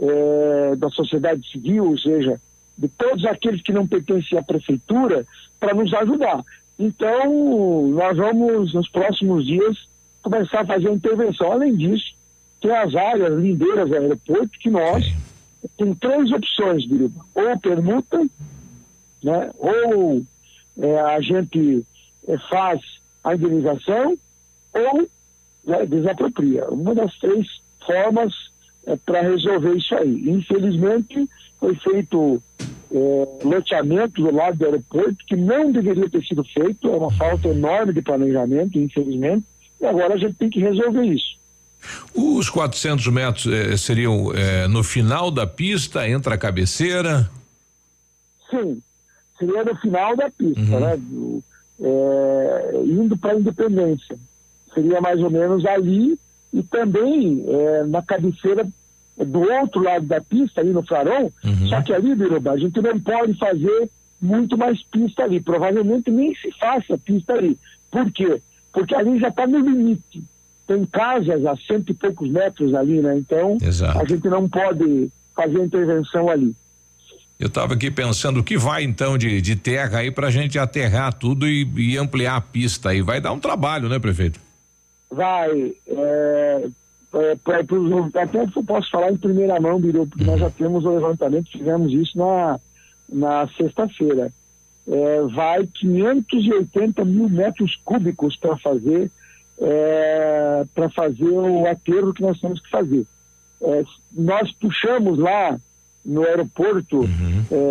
é, da sociedade civil, ou seja, de todos aqueles que não pertencem à prefeitura, para nos ajudar. Então, nós vamos, nos próximos dias, começar a fazer a intervenção. Além disso, tem as áreas lindeiras do aeroporto que nós tem três opções, Biruba. Ou permuta, né? Ou é, a gente é, faz a indenização, ou né, desapropria. Uma das três formas é, para resolver isso aí. Infelizmente, foi feito é, loteamento do lado do aeroporto, que não deveria ter sido feito, é uma falta enorme de planejamento, infelizmente, e agora a gente tem que resolver isso. Os quatrocentos metros eh, seriam eh, no final da pista, entre a cabeceira? Sim, seria no final da pista, uhum. né? Do, é, indo para a Independência. Seria mais ou menos ali e também é, na cabeceira do outro lado da pista, ali no Frarão. Uhum. Só que ali, Biruba, a gente não pode fazer muito mais pista ali. Provavelmente nem se faça pista ali. Por quê? Porque ali já está no limite. Tem casas a cento e poucos metros ali, né? Então, Exato. a gente não pode fazer intervenção ali. Eu estava aqui pensando o que vai então de, de terra aí para a gente aterrar tudo e, e ampliar a pista aí. Vai dar um trabalho, né, prefeito? Vai. É, é, pra, pro, até eu posso falar em primeira mão, Biru, porque nós já temos o levantamento, fizemos isso na, na sexta-feira. É, vai quinhentos e oitenta mil metros cúbicos para fazer É, para fazer o aterro que nós temos que fazer. É, nós puxamos lá no aeroporto uhum. é,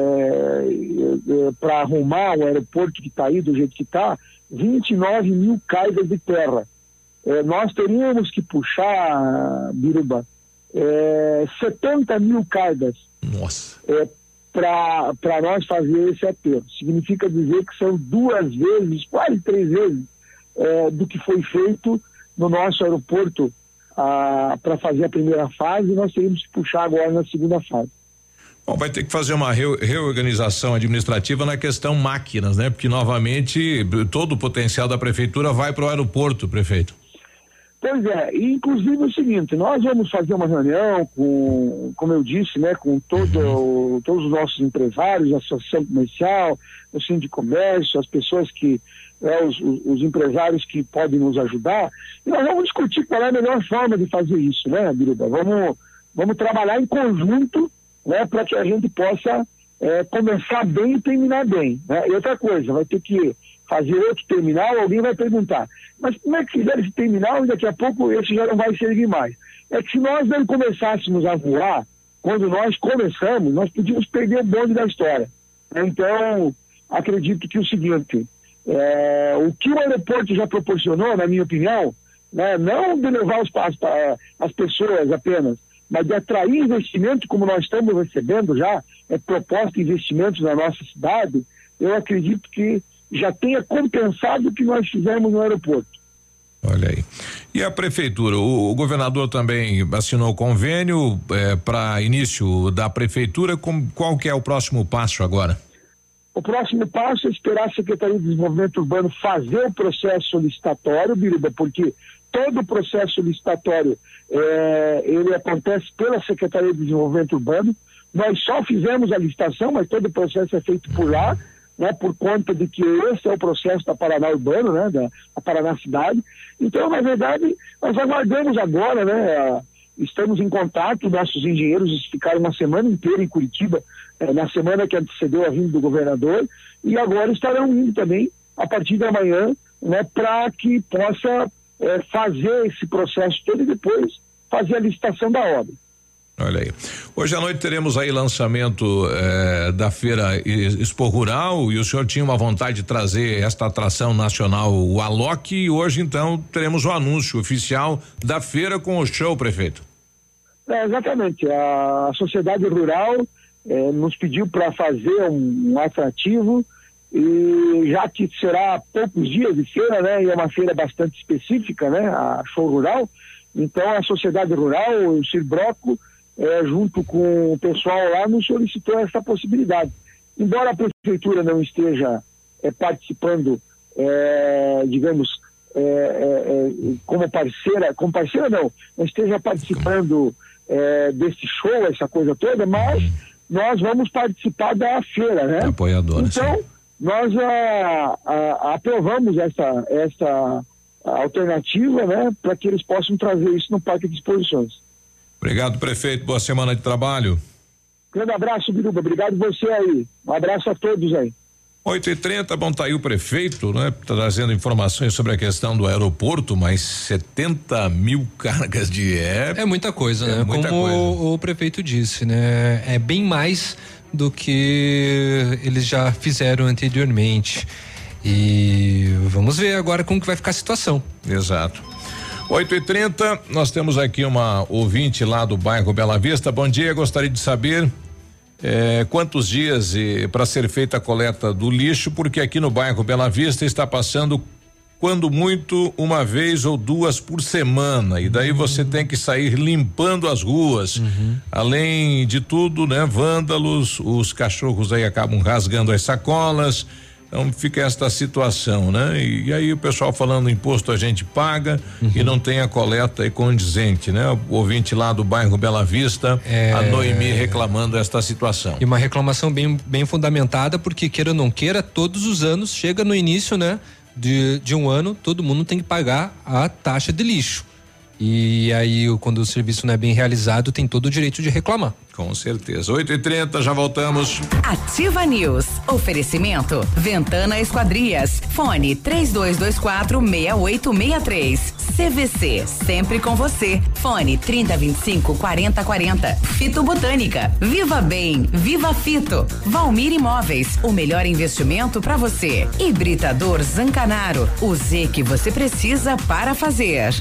é, para arrumar o aeroporto que está aí do jeito que está, vinte e nove mil caibas de terra. É, nós teríamos que puxar, Biruba, é, setenta mil caibas é, para nós fazer esse aterro. Significa dizer que são duas vezes, quase três vezes É, do que foi feito no nosso aeroporto para fazer a primeira fase, e nós teríamos que puxar agora na segunda fase. Bom, vai ter que fazer uma reorganização administrativa na questão máquinas, né? Porque novamente todo o potencial da prefeitura vai para o aeroporto, prefeito. Pois é, e inclusive é o seguinte, nós vamos fazer uma reunião com, como eu disse, né, com todo, uhum. todos os nossos empresários, a associação comercial, o Sindicato de Comércio, as pessoas que, é, os, os, os empresários que podem nos ajudar, e nós vamos discutir qual é a melhor forma de fazer isso, né, Biruba? Vamos, vamos trabalhar em conjunto, né, para que a gente possa é, começar bem e terminar bem, né? E outra coisa, vai ter que fazer outro terminal, alguém vai perguntar, mas como é que fizeram esse terminal e daqui a pouco esse já não vai servir mais? É que se nós não começássemos a voar, quando nós começamos, nós podíamos perder o bonde da história. Então, acredito que o seguinte, é, o que o aeroporto já proporcionou, na minha opinião, né, não de levar os, as, as pessoas apenas, mas de atrair investimento, como nós estamos recebendo já, é proposta de investimentos na nossa cidade, eu acredito que já tenha compensado o que nós fizemos no aeroporto. Olha aí. E a prefeitura, o, o governador também assinou o convênio é, para início da prefeitura, com, qual que é o próximo passo agora? O próximo passo é esperar a Secretaria de Desenvolvimento Urbano fazer o processo licitatório, Biruba, porque todo o processo licitatório é, ele acontece pela Secretaria de Desenvolvimento Urbano. Nós só fizemos a licitação, mas todo o processo é feito por lá, né, por conta de que esse é o processo da Paraná Urbano, né, da, da Paraná Cidade. Então, na verdade, nós aguardamos agora, né, a, estamos em contato, nossos engenheiros ficaram uma semana inteira em Curitiba, eh, na semana que antecedeu a vinda do governador, e agora estarão indo também, a partir da manhã, né, para que possa eh, fazer esse processo todo e depois fazer a licitação da obra. Olha aí. Hoje à noite teremos aí lançamento eh, da Feira Expo Rural, e o senhor tinha uma vontade de trazer esta atração nacional, o Alok, e hoje então teremos o anúncio oficial da feira com o show, prefeito. É, exatamente. A Sociedade Rural eh, nos pediu para fazer um, um atrativo, e já que será poucos dias de feira, né, e é uma feira bastante específica, né, a Show Rural, então a Sociedade Rural, o Cirbroco, É, junto com o pessoal lá, nos solicitou essa possibilidade. Embora a prefeitura não esteja é, participando, é, digamos, é, é, como parceira, como parceira não, não esteja participando é, desse show, essa coisa toda, mas nós vamos participar da feira, né? Apoiadora. Então, sim. nós a, a, aprovamos essa, essa alternativa, né, para que eles possam trazer isso no Parque de Exposições. Obrigado, prefeito. Boa semana de trabalho. Grande abraço, Biruba. Obrigado você aí. Um abraço a todos aí. oito e trinta, bom, tá aí o prefeito, né? Trazendo informações sobre a questão do aeroporto, mais setenta mil cargas de é. É muita coisa, é né? Muita Como coisa. O, o prefeito disse, né? É bem mais do que eles já fizeram anteriormente. E vamos ver agora como que vai ficar a situação. Exato. oito e trinta, nós temos aqui uma ouvinte lá do bairro Bela Vista. Bom dia, gostaria de saber eh, quantos dias eh, para ser feita a coleta do lixo, porque aqui no bairro Bela Vista está passando, quando muito, uma vez ou duas por semana, e daí você tem que sair limpando as ruas. Uhum. Além de tudo, né, vândalos, os cachorros aí acabam rasgando as sacolas. Então fica esta situação, né? E, e aí o pessoal falando imposto a gente paga, uhum, e não tem a coleta aí condizente, né? O ouvinte lá do bairro Bela Vista, é... a Noemi, reclamando esta situação. E uma reclamação bem, bem fundamentada, porque queira ou não queira, todos os anos chega no início, né? De, de um ano, todo mundo tem que pagar a taxa de lixo. E aí, quando o serviço não é bem realizado, tem todo o direito de reclamar. Com certeza. oito e trinta, já voltamos. Ativa News. Oferecimento Ventana Esquadrias. Fone três dois dois quatro, seis oito seis três. C V C, sempre com você. Fone trinta, vinte e cinco, quarenta, quarenta. Fito Botânica. Viva Bem. Viva Fito. Valmir Imóveis. O melhor investimento para você. Hibridador Zancanaro. O Z que você precisa para fazer.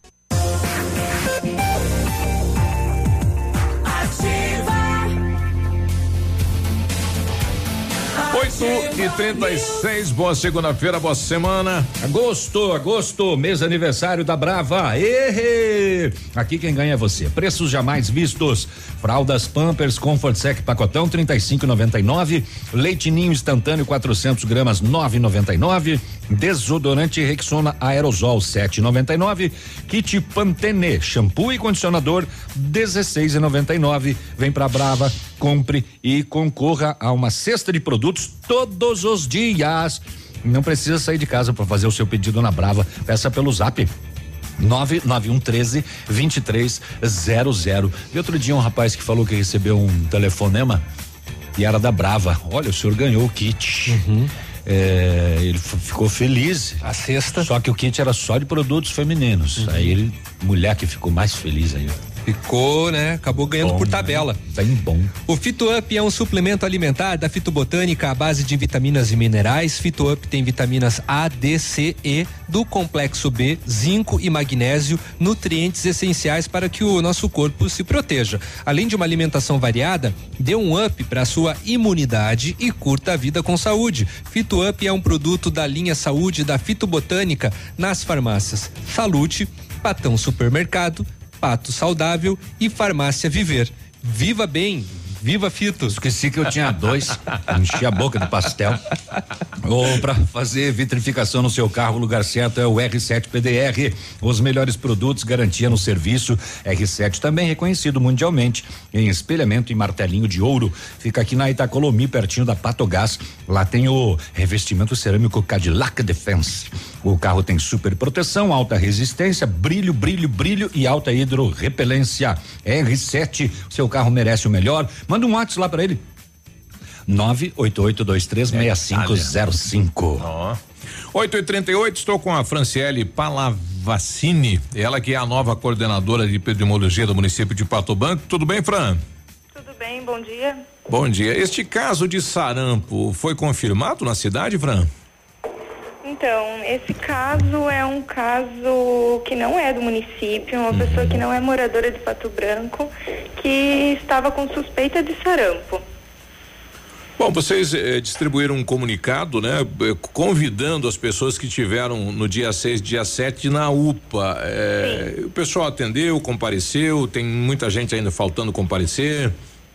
oito e trinta e seis, boa segunda-feira, boa semana. Agosto, agosto, mês aniversário da Brava. Ehe! Aqui quem ganha é você. Preços jamais vistos. Fraldas Pampers Comfort Sec pacotão trinta e cinco e noventa e nove. Leite Ninho instantâneo quatrocentos gramas nove e noventa e nove. Desodorante Rexona Aerosol sete e noventa e nove. Kit Pantene shampoo e condicionador dezesseis e noventa e nove. Vem pra Brava, compre e concorra a uma cesta de produtos todos os dias. Não precisa sair de casa para fazer o seu pedido na Brava. Peça pelo Zap nove nove um treze, vinte e três zero zero. E outro dia um rapaz que falou que recebeu um telefonema e era da Brava. Olha, o senhor ganhou o kit. Uhum. É, ele f- ficou feliz. A cesta. Só que o kit era só de produtos femininos. Uhum. Aí ele, mulher que ficou mais feliz ainda. Ficou, né? Acabou ganhando bom, por tabela. Bem bom. O Fito Up é um suplemento alimentar da Fitobotânica à base de vitaminas e minerais. Fito Up tem vitaminas A, D, C, E, do complexo B, zinco e magnésio, nutrientes essenciais para que o nosso corpo se proteja. Além de uma alimentação variada, dê um up para a sua imunidade e curta a vida com saúde. Fito Up é um produto da linha Saúde da Fitobotânica nas farmácias Salute, Patão Supermercado, Pato Saudável e Farmácia Viver. Viva Bem, Viva Fito. Esqueci que eu tinha dois. Enchi a boca de pastel. Ou para fazer vitrificação no seu carro, o lugar certo é o R sete P D R. Os melhores produtos, garantia no serviço. R sete também reconhecido mundialmente em espelhamento e martelinho de ouro. Fica aqui na Itacolomi, pertinho da Patogás. Lá tem o revestimento cerâmico Cadillac Defense. O carro tem super proteção, alta resistência, brilho, brilho, brilho e alta hidrorrepelência. R sete, seu carro merece o melhor. Manda um WhatsApp lá para ele. nove oito oito dois três seis cinco zero cinco. Ó. oito e trinta e oito, estou com a Franciele Palavacini, ela que é a nova coordenadora de epidemiologia do município de Pato Branco. Tudo bem, Fran? Tudo bem, bom dia. Bom dia. Este caso de sarampo foi confirmado na cidade, Fran? Então, esse caso é um caso que não é do município, uma uhum. pessoa que não é moradora de Pato Branco, que estava com suspeita de sarampo. Bom, vocês eh, distribuíram um comunicado, né? Convidando as pessoas que tiveram no dia seis, dia sete na U P A. Eh, o pessoal atendeu, compareceu, tem muita gente ainda faltando comparecer.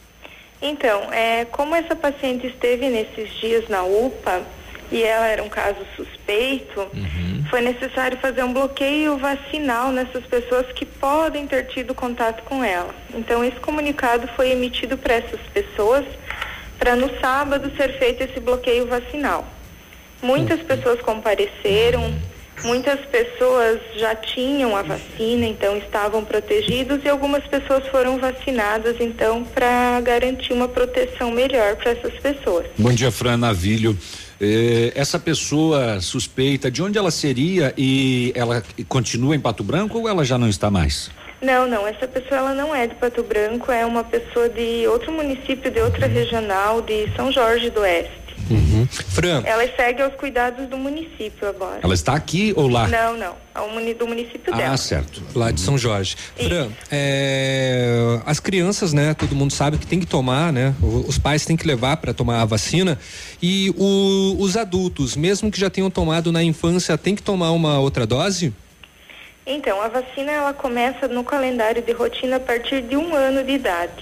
Então, é, como essa paciente esteve nesses dias na U P A e ela era um caso suspeito, uhum. foi necessário fazer um bloqueio vacinal nessas pessoas que podem ter tido contato com ela. Então, esse comunicado foi emitido para essas pessoas para no sábado ser feito esse bloqueio vacinal. Muitas pessoas compareceram, muitas pessoas já tinham a vacina, então estavam protegidos, e algumas pessoas foram vacinadas, então, para garantir uma proteção melhor para essas pessoas. Bom dia, Fran Navilho. Eh, essa pessoa suspeita, de onde ela seria, e ela continua em Pato Branco ou ela já não está mais? Não, não, essa pessoa ela não é de Pato Branco, é uma pessoa de outro município, de outra regional, de São Jorge do Oeste. Uhum. Fran. Ela segue aos cuidados do município agora. Ela está aqui ou lá? Não, não, ao muni, do município ah, dela. Ah, certo. Lá de São Jorge. Isso. Fran, é, as crianças, né, todo mundo sabe que tem que tomar, né, os pais têm que levar para tomar a vacina, e o, os adultos, mesmo que já tenham tomado na infância, tem que tomar uma outra dose? Então, a vacina ela começa no calendário de rotina a partir de um ano de idade.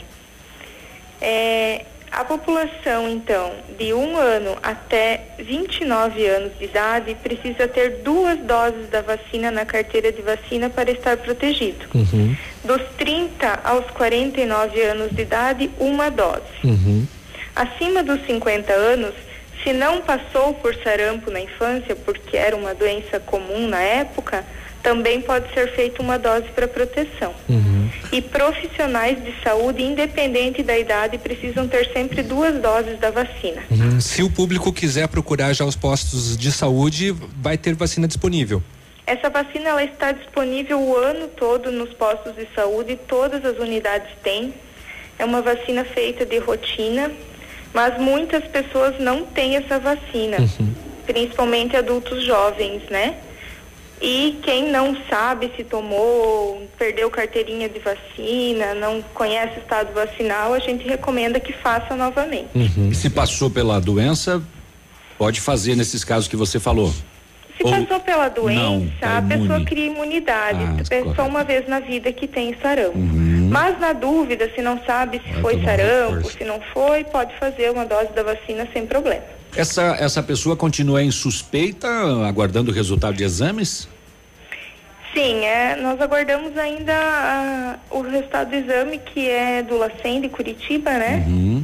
É, a população, então, de um ano até vinte e nove anos de idade precisa ter duas doses da vacina na carteira de vacina para estar protegido. Uhum. Dos trinta aos quarenta e nove anos de idade, uma dose. Uhum. Acima dos cinquenta anos, se não passou por sarampo na infância, porque era uma doença comum na época, também pode ser feita uma dose para proteção. Uhum. E profissionais de saúde, independente da idade, precisam ter sempre duas doses da vacina. Uhum. Se o público quiser procurar já os postos de saúde, vai ter vacina disponível? Essa vacina ela está disponível o ano todo nos postos de saúde, todas as unidades têm. É uma vacina feita de rotina, mas muitas pessoas não têm essa vacina, uhum. principalmente adultos jovens, né? E quem não sabe se tomou, perdeu carteirinha de vacina, não conhece o estado vacinal, a gente recomenda que faça novamente. Uhum. E se passou pela doença, pode fazer nesses casos que você falou? Se Ou passou pela doença, não, tá a pessoa imune. Cria imunidade. Ah, é só uma vez na vida que tem sarampo. Uhum. Mas na dúvida, se não sabe se Vai foi sarampo, se não foi, pode fazer uma dose da vacina sem problema. Essa, essa pessoa continua em suspeita, aguardando o resultado de exames? Sim, é, nós aguardamos ainda a, o resultado do exame, que é do LACEN de Curitiba, né? Uhum.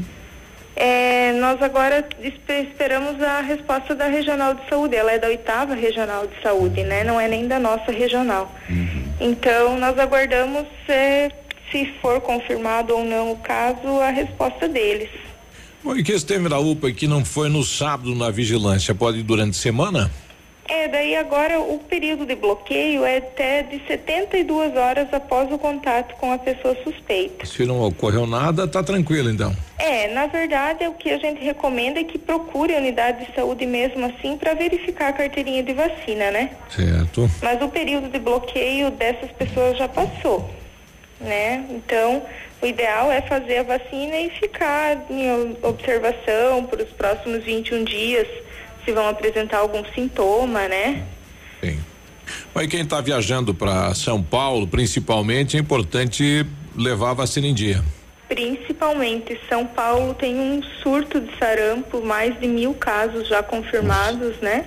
É, nós agora esperamos a resposta da Regional de Saúde. Ela é da oitava Regional de Saúde, né? Não é nem da nossa regional. Uhum. Então, nós aguardamos, é, se for confirmado ou não o caso, a resposta deles. Bom, e que esteve na U P A e que não foi no sábado na vigilância, pode ir durante a semana? É, daí agora o período de bloqueio é até de setenta e duas horas após o contato com a pessoa suspeita. Se não ocorreu nada, tá tranquilo então. É, na verdade, o que a gente recomenda é que procure a unidade de saúde mesmo assim para verificar a carteirinha de vacina, né? Certo. Mas o período de bloqueio dessas pessoas já passou, né? Então, o ideal é fazer a vacina e ficar em observação por os próximos vinte e um dias, se vão apresentar algum sintoma, né? Sim. Mas quem está viajando para São Paulo, principalmente, é importante levar a vacina em dia. principalmente São Paulo tem um surto de sarampo, mais de mil casos já confirmados, né?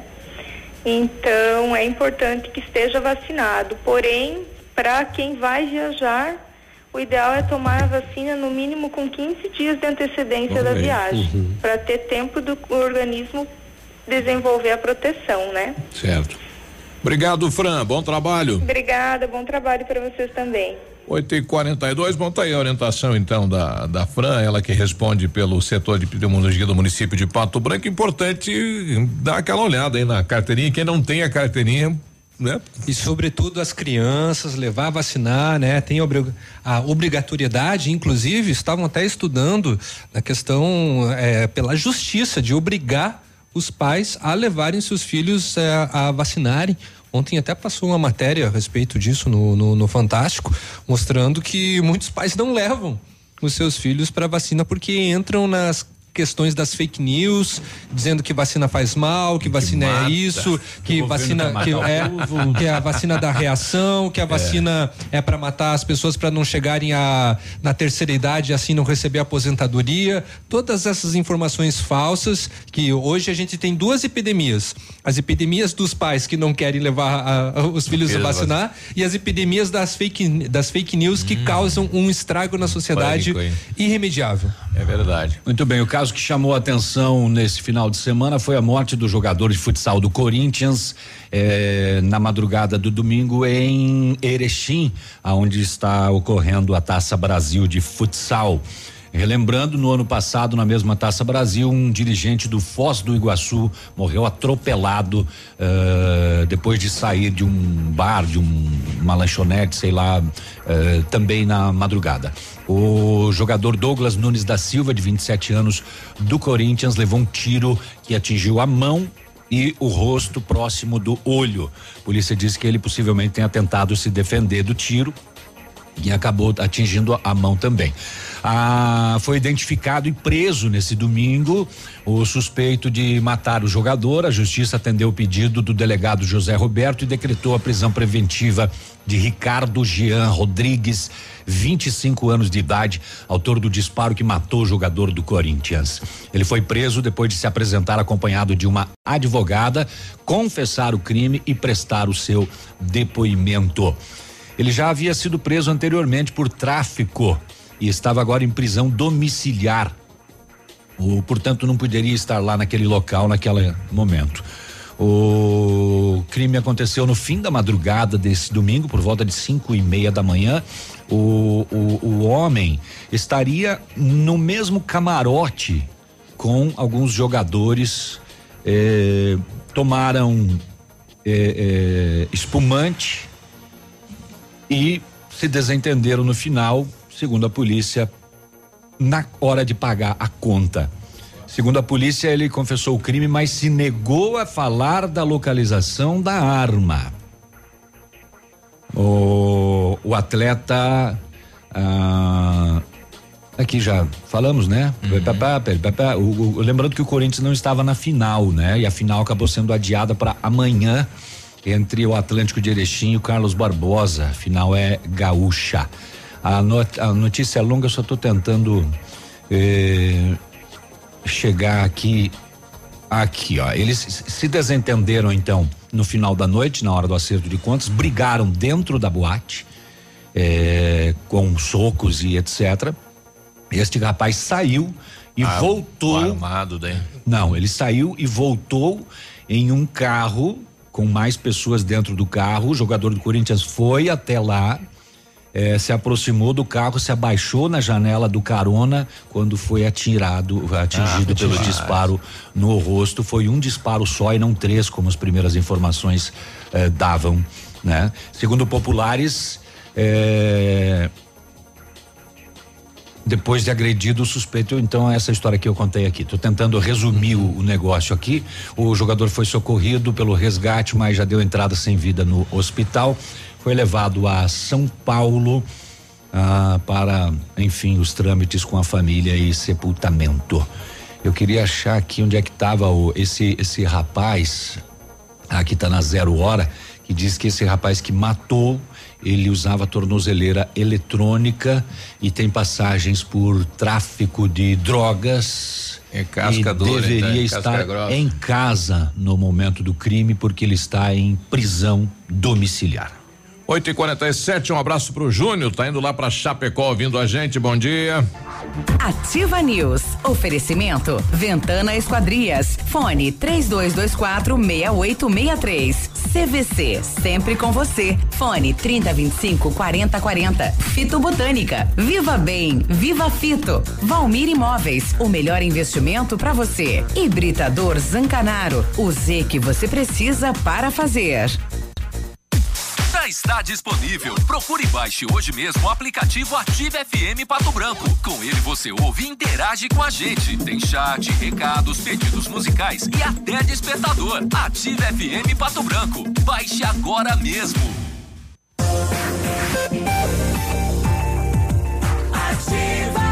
Então é importante que esteja vacinado. Porém, para quem vai viajar, o ideal é tomar a vacina no mínimo com quinze dias de antecedência da viagem, uhum. para ter tempo do organismo desenvolver a proteção, né? Certo. Obrigado, Fran. Bom trabalho. Obrigada, bom trabalho para vocês também. oito e quarenta e dois, bom, tá aí a orientação então da, da Fran, ela que responde pelo setor de pneumologia do município de Pato Branco. Importante dar aquela olhada aí na carteirinha, quem não tem a carteirinha, né? E sobretudo as crianças, levar a vacinar, né? Tem a obrigatoriedade, inclusive estavam até estudando na questão é, pela justiça de obrigar os pais a levarem seus filhos é, a vacinarem. Ontem até passou uma matéria a respeito disso no, no, no Fantástico, mostrando que muitos pais não levam os seus filhos para vacina porque entram nas questões das fake news, dizendo que vacina faz mal, que, que vacina mata, é isso, que vacina que é, que é a vacina da reação, que a vacina é, é para matar as pessoas para não chegarem a na terceira idade e assim não receber aposentadoria. Todas essas informações falsas, que hoje a gente tem duas epidemias: as epidemias dos pais que não querem levar a, a, os filhos a vacinar e as epidemias das fake das fake news hum. que causam um estrago na sociedade Pânico, irremediável. É verdade. Muito bem, o caso que chamou a atenção nesse final de semana foi a morte do jogador de futsal do Corinthians eh, na madrugada do domingo em Erechim, aonde está ocorrendo a Taça Brasil de futsal. Relembrando, no ano passado, na mesma Taça Brasil, um dirigente do Foz do Iguaçu morreu atropelado uh, depois de sair de um bar, de um, uma lanchonete, sei lá, uh, também na madrugada. O jogador Douglas Nunes da Silva, de vinte e sete anos, do Corinthians, levou um tiro que atingiu a mão e o rosto próximo do olho. A polícia disse que ele possivelmente tenha tentado se defender do tiro e acabou atingindo a mão também. Ah, foi identificado e preso nesse domingo o suspeito de matar o jogador. A justiça atendeu o pedido do delegado José Roberto e decretou a prisão preventiva de Ricardo Jean Rodrigues, vinte e cinco anos de idade, autor do disparo que matou o jogador do Corinthians. Ele foi preso depois de se apresentar acompanhado de uma advogada, confessar o crime e prestar o seu depoimento. Ele já havia sido preso anteriormente por tráfico e estava agora em prisão domiciliar. O, portanto, não poderia estar lá naquele local naquele momento. O crime aconteceu no fim da madrugada desse domingo, por volta de cinco e meia da manhã. O, o, o homem estaria no mesmo camarote com alguns jogadores, eh, tomaram eh, eh, espumante e se desentenderam no final, segundo a polícia, na hora de pagar a conta. Segundo a polícia, ele confessou o crime, mas se negou a falar da localização da arma. O, o atleta, ah, aqui já falamos, né? Uhum. O, o, lembrando que o Corinthians não estava na final, né? E a final acabou sendo adiada para amanhã, entre o Atlântico de Erechim e o Carlos Barbosa. A final é gaúcha. A, not, a notícia é longa, eu só estou tentando eh, chegar aqui. Aqui, ó. Eles se desentenderam então no final da noite, na hora do acerto de contas, brigaram dentro da boate, eh, com socos e etcétera. Este rapaz saiu e ah, voltou. Armado, daí. Não, ele saiu e voltou em um carro com mais pessoas dentro do carro. O jogador do Corinthians foi até lá, eh, se aproximou do carro, se abaixou na janela do carona quando foi atirado, atingido ah, pelo demais. disparo no rosto. Foi um disparo só e não três, como as primeiras informações eh, davam, né? Segundo populares, eh, depois de agredido o suspeito, então essa história que eu contei aqui, tô tentando resumir o, o negócio aqui. O jogador foi socorrido pelo resgate, mas já deu entrada sem vida no hospital, foi levado a São Paulo ah, para, enfim, os trâmites com a família e sepultamento. Eu queria achar aqui onde é que tava o, esse, esse rapaz, aqui tá na Zero Hora, que diz que esse rapaz que matou, Ele usava tornozeleira eletrônica e tem passagens por tráfico de drogas. É casca e dura, deveria então, estar casca grossa. em casa no momento do crime porque ele está em prisão domiciliar. oito e quarenta e sete, um abraço pro Júnior, tá indo lá pra Chapecó ouvindo a gente, bom dia. Ativa News, oferecimento Ventana Esquadrias, fone três dois dois quatro seis oito seis três, C V C, sempre com você, fone trinta vinte e cinco quarenta quarenta, Fito Botânica, Viva Bem, Viva Fito, Valmir Imóveis, o melhor investimento para você, Hibridador Zancanaro, o Z que você precisa para fazer. Já está disponível. Procure e baixe hoje mesmo o aplicativo Ativa F M Pato Branco. Com ele você ouve e interage com a gente. Tem chat, recados, pedidos musicais e até despertador. Ativa F M Pato Branco. Baixe agora mesmo. Ativa.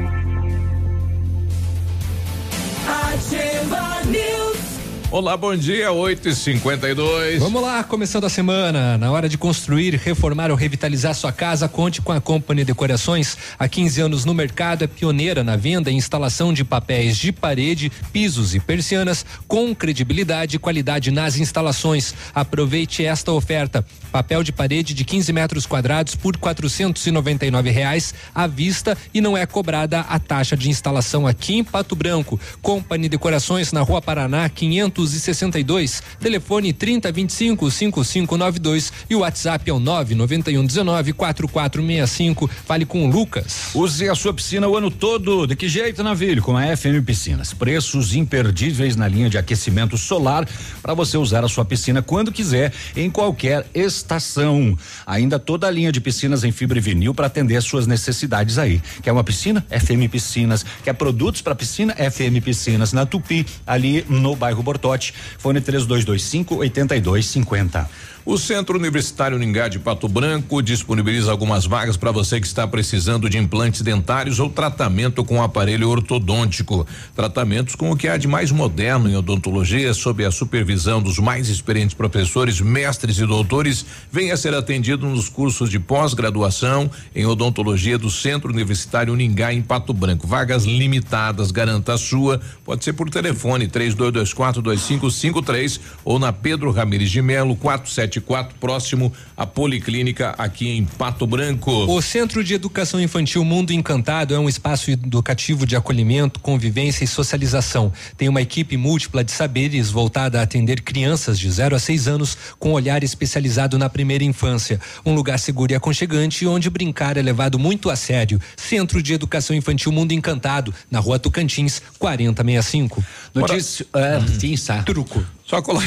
Ativa News. Olá, bom dia, oito e cinquenta e dois. Vamos lá, começando a semana. Na hora de construir, reformar ou revitalizar sua casa, conte com a Company Decorações. Há quinze anos no mercado, é pioneira na venda e instalação de papéis de parede, pisos e persianas com credibilidade e qualidade nas instalações. Aproveite esta oferta. Papel de parede de quinze metros quadrados por quatrocentos e noventa e nove reais à vista e não é cobrada a taxa de instalação aqui em Pato Branco. Company Decorações na Rua Paraná, quinhentos e sessenta e dois, telefone trinta vinte e cinco cinquenta e cinco noventa e dois e o WhatsApp é o nove nove um dezenove quatro quatro seis cinco. Fale com o Lucas. Use a sua piscina o ano todo. De que jeito, Navilho? Com a F M Piscinas. Preços imperdíveis na linha de aquecimento solar para você usar a sua piscina quando quiser, em qualquer estação. Ainda toda a linha de piscinas em fibra e vinil para atender as suas necessidades aí. Quer uma piscina? F M Piscinas. Quer produtos para piscina? F M Piscinas. Na Tupi, ali no bairro Bortote. Fone três dois dois cinco oito dois cinco zero. O Centro Universitário Uningá de Pato Branco disponibiliza algumas vagas para você que está precisando de implantes dentários ou tratamento com aparelho ortodôntico. Tratamentos com o que há de mais moderno em odontologia, sob a supervisão dos mais experientes professores, mestres e doutores. Venha ser atendido nos cursos de pós-graduação em odontologia do Centro Universitário Uningá em Pato Branco. Vagas limitadas, garanta a sua. Pode ser por telefone três dois dois quatro dois cinco cinco três ou na Pedro Ramires de Melo quatro sete quatro, próximo à Policlínica aqui em Pato Branco. O Centro de Educação Infantil Mundo Encantado é um espaço educativo de acolhimento, convivência e socialização. Tem uma equipe múltipla de saberes voltada a atender crianças de zero a seis anos com olhar especializado na primeira infância. Um lugar seguro e aconchegante onde brincar é levado muito a sério. Centro de Educação Infantil Mundo Encantado, na Rua Tocantins, quarenta sessenta e cinco. Notícia, é, hum. sim, sabe. Truco. Só, colo...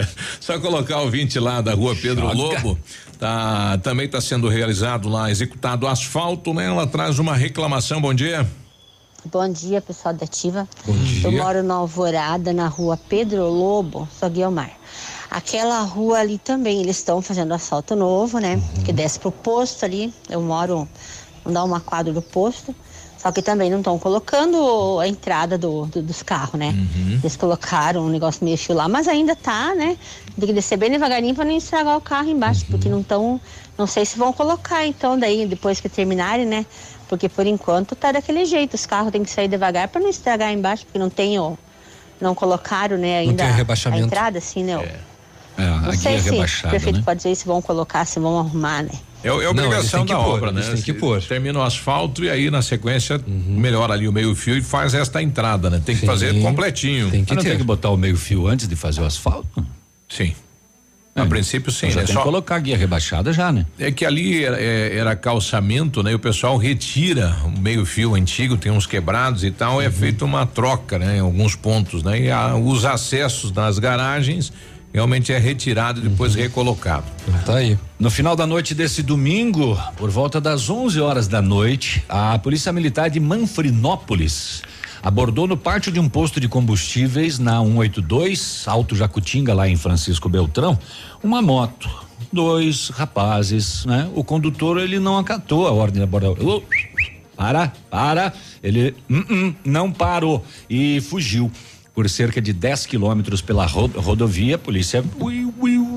Só colocar o vinte lá da Rua Pedro Lobo, tá, também está sendo realizado lá, executado asfalto, né? Ela traz uma reclamação, bom dia. Bom dia, pessoal da Ativa. Bom dia. Eu moro na Alvorada, na Rua Pedro Lobo, só Guilmar. Aquela rua ali também, eles estão fazendo asfalto novo, né? Uhum. Que desce pro posto ali, eu moro, não dá uma quadra do posto. Só que também não estão colocando a entrada do, do, dos carros, né? Uhum. Eles colocaram um negócio meio fio lá, mas ainda tá, né? Tem que descer bem devagarinho para não estragar o carro embaixo, uhum. Porque não estão, não sei se vão colocar então daí, depois que terminarem, né? Porque por enquanto tá daquele jeito, os carros têm que sair devagar para não estragar embaixo, porque não tem o, não colocaram, né? Ainda a entrada assim, né? É. É, não a sei guia se rebaixada, o prefeito né? pode dizer se vão colocar, se vão arrumar, né? É, é obrigação não, da pôr, obra, né? Tem que pôr. Termina o asfalto e aí na sequência uhum. melhora ali o meio fio e faz esta entrada, né? Tem que Sim. fazer completinho. Tem que, não tem que botar o meio fio antes de fazer o asfalto? Sim. É. A princípio sim, já né? tem Só que colocar a guia rebaixada já, né? É que ali era, era calçamento, né? E o pessoal retira o meio fio antigo, tem uns quebrados e tal, uhum. É feita uma troca, né? Em alguns pontos, né? E a, os acessos das garagens realmente é retirado e depois uhum. recolocado. Tá aí. No final da noite desse domingo, por volta das onze horas da noite, a Polícia Militar de Manfrinópolis abordou no pátio de um posto de combustíveis na cento e oitenta e dois, Alto Jacutinga, lá em Francisco Beltrão, uma moto. Dois rapazes, né? O condutor, ele não acatou a ordem de abordagem. Para, para. Ele uh -uh, não parou e fugiu. Por cerca de dez quilômetros pela ro rodovia, a polícia ui, ui, ui,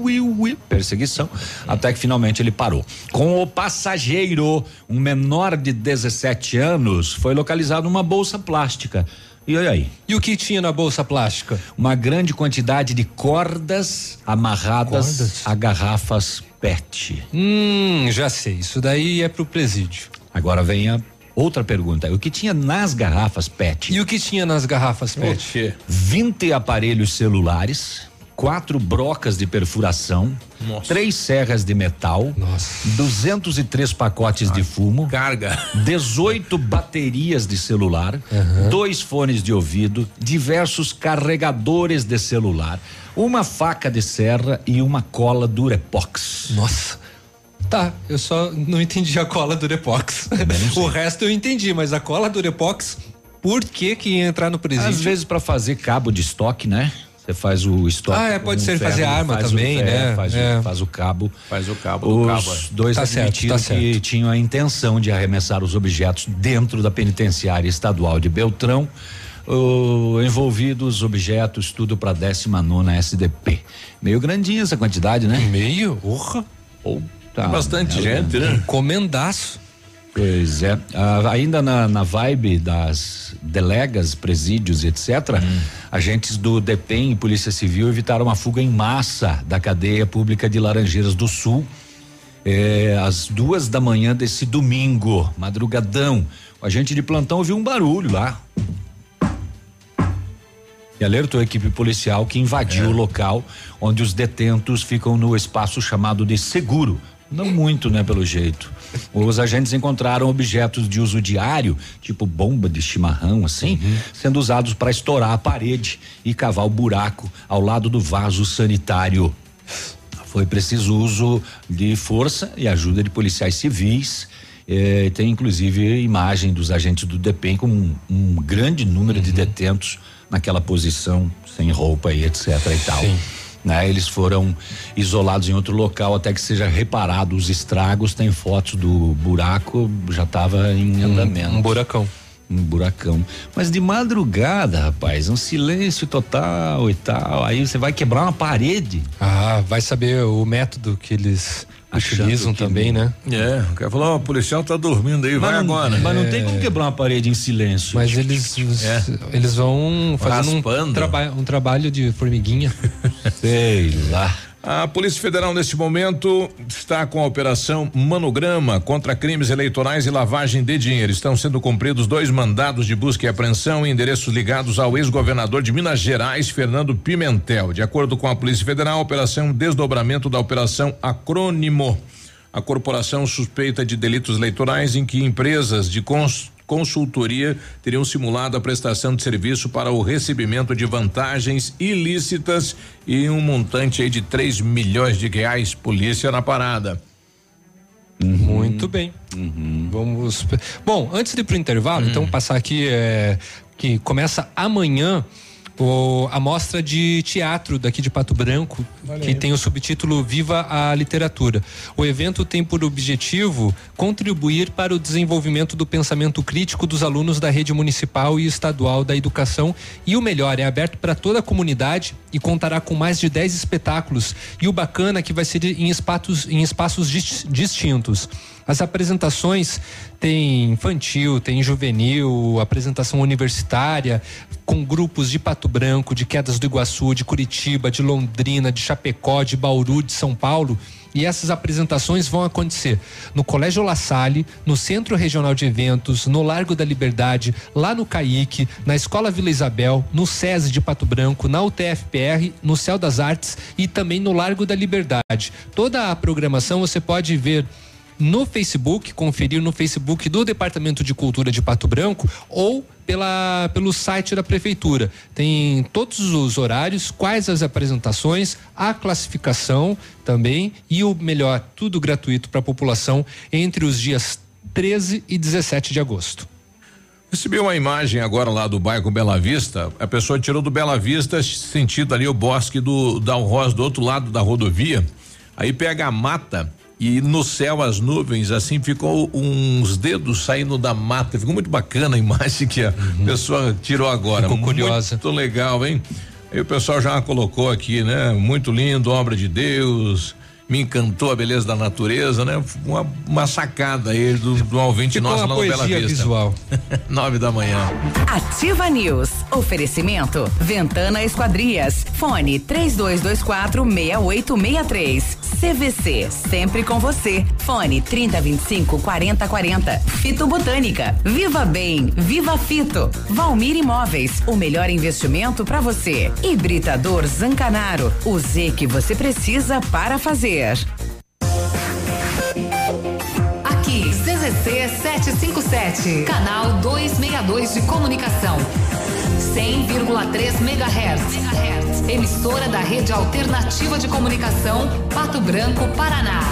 ui, ui, perseguição, até que finalmente ele parou. Com o passageiro, um menor de dezessete anos, foi localizado uma bolsa plástica. E olha aí. E o que tinha na bolsa plástica? Uma grande quantidade de cordas amarradas cordas? a garrafas P E T. Hum, já sei. Isso daí é pro presídio. Agora vem a outra pergunta. O que tinha nas garrafas P E T? E o que tinha nas garrafas P E T? Oxê. vinte aparelhos celulares, quatro brocas de perfuração, Nossa. três serras de metal, Nossa. duzentos e três pacotes ah, de fumo, carga, dezoito baterias de celular, uhum. dois fones de ouvido, diversos carregadores de celular, uma faca de serra e uma cola Durepox. Nossa. Tá, eu só não entendi a cola Durepox. O resto eu entendi, mas a cola Durepox, por que que ia entrar no presídio? Às vezes para fazer cabo de estoque, né? Você faz o estoque. Ah, é, pode ser ferro, fazer arma também, o, né? É, faz, é. o, faz o cabo. Faz o cabo do cabo. Os dois tá admitiram certo, tá que certo. tinham a intenção de arremessar os objetos dentro da penitenciária estadual de Beltrão. O, envolvidos objetos, tudo para décima nona S D P. Meio grandinha essa quantidade, né? Meio? Porra. Ou tá. Bastante é, gente, né? Encomendaço. Pois é, ah, ainda na, na vibe das delegas, presídios, etcétera, hum. agentes do DEPEN e Polícia Civil evitaram uma fuga em massa da cadeia pública de Laranjeiras do Sul, eh, às duas da manhã desse domingo, madrugadão. O agente de plantão ouviu um barulho lá e alertou a equipe policial que invadiu é. o local onde os detentos ficam no espaço chamado de seguro. Não muito, né, pelo jeito. Os agentes encontraram objetos de uso diário, tipo bomba de chimarrão, assim, uhum. sendo usados para estourar a parede e cavar o buraco ao lado do vaso sanitário. Foi preciso uso de força e ajuda de policiais civis. Eh, tem inclusive imagem dos agentes do DEPEN com um, um grande número uhum. de detentos naquela posição, sem roupa e etc e tal. Sim. Né? Eles foram isolados em outro local até que seja reparado os estragos. Tem fotos do buraco, já estava em andamento. Um, um buracão. Um buracão. Mas de madrugada, rapaz, um silêncio total e tal. Aí você vai quebrar uma parede. Ah, vai saber o método que eles utilizam também, né? É, o cara falou, ó, o policial tá dormindo aí, mas vai não, agora. Mas é. não tem como quebrar uma parede em silêncio. Mas eles é. eles vão fazendo um, traba um trabalho de formiguinha. Sei lá. A Polícia Federal, neste momento, está com a operação Manograma contra crimes eleitorais e lavagem de dinheiro. Estão sendo cumpridos dois mandados de busca e apreensão em endereços ligados ao ex-governador de Minas Gerais, Fernando Pimentel. De acordo com a Polícia Federal, a operação é um desdobramento da operação Acrônimo. A corporação suspeita de delitos eleitorais em que empresas de cons consultoria teriam simulado a prestação de serviço para o recebimento de vantagens ilícitas e um montante aí de três milhões de reais. Polícia na parada. Uhum. Muito bem. Uhum. Vamos. Bom, antes de ir pro intervalo, uhum. então passar aqui é, que começa amanhã o, a mostra de teatro daqui de Pato Branco, Valeu. que tem o subtítulo Viva a Literatura. O evento tem por objetivo contribuir para o desenvolvimento do pensamento crítico dos alunos da rede municipal e estadual da educação, e o melhor, é aberto para toda a comunidade e contará com mais de dez espetáculos, e o bacana é que vai ser em espaços, em espaços dis, distintos. As apresentações tem infantil, tem juvenil, apresentação universitária, com grupos de Pato Branco, de Quedas do Iguaçu, de Curitiba, de Londrina, de Chapecó, de Bauru, de São Paulo. E essas apresentações vão acontecer no Colégio La Salle, no Centro Regional de Eventos, no Largo da Liberdade, lá no Caique, na Escola Vila Isabel, no SESI de Pato Branco, na U T F P R, no Céu das Artes e também no Largo da Liberdade. Toda a programação você pode ver no Facebook, conferir no Facebook do Departamento de Cultura de Pato Branco ou pela, pelo site da Prefeitura. Tem todos os horários, quais as apresentações, a classificação também e o melhor, tudo gratuito para a população entre os dias treze e dezessete de agosto. Recebi uma imagem agora lá do bairro Bela Vista. A pessoa tirou do Bela Vista sentido ali o bosque do da Rosa do outro lado da rodovia. Aí pega a mata e no céu as nuvens, assim, ficou uns dedos saindo da mata. Ficou muito bacana a imagem que a uhum. pessoa tirou agora. Ficou curiosa. Muito legal, hein? E o pessoal já colocou aqui, né? Muito lindo, obra de Deus. Me encantou a beleza da natureza, né? Uma, uma sacada aí do, do ouvinte Ficou nosso uma lá no Bela Vista. visual. Nove da manhã. Ativa News. Oferecimento. Ventana Esquadrias. Fone três dois dois quatro seis oito seis três. C V C. Sempre com você. Fone trinta, vinte e cinco, quarenta, quarenta. Fito Botânica. Viva Bem. Viva Fito. Valmir Imóveis. O melhor investimento para você. Hibridador Zancanaro. O Z que você precisa para fazer. Aqui, C Z C setecentos e cinquenta e sete, canal duzentos e sessenta e dois de comunicação. cem vírgula três megahertz. Emissora da Rede Alternativa de Comunicação, Pato Branco, Paraná.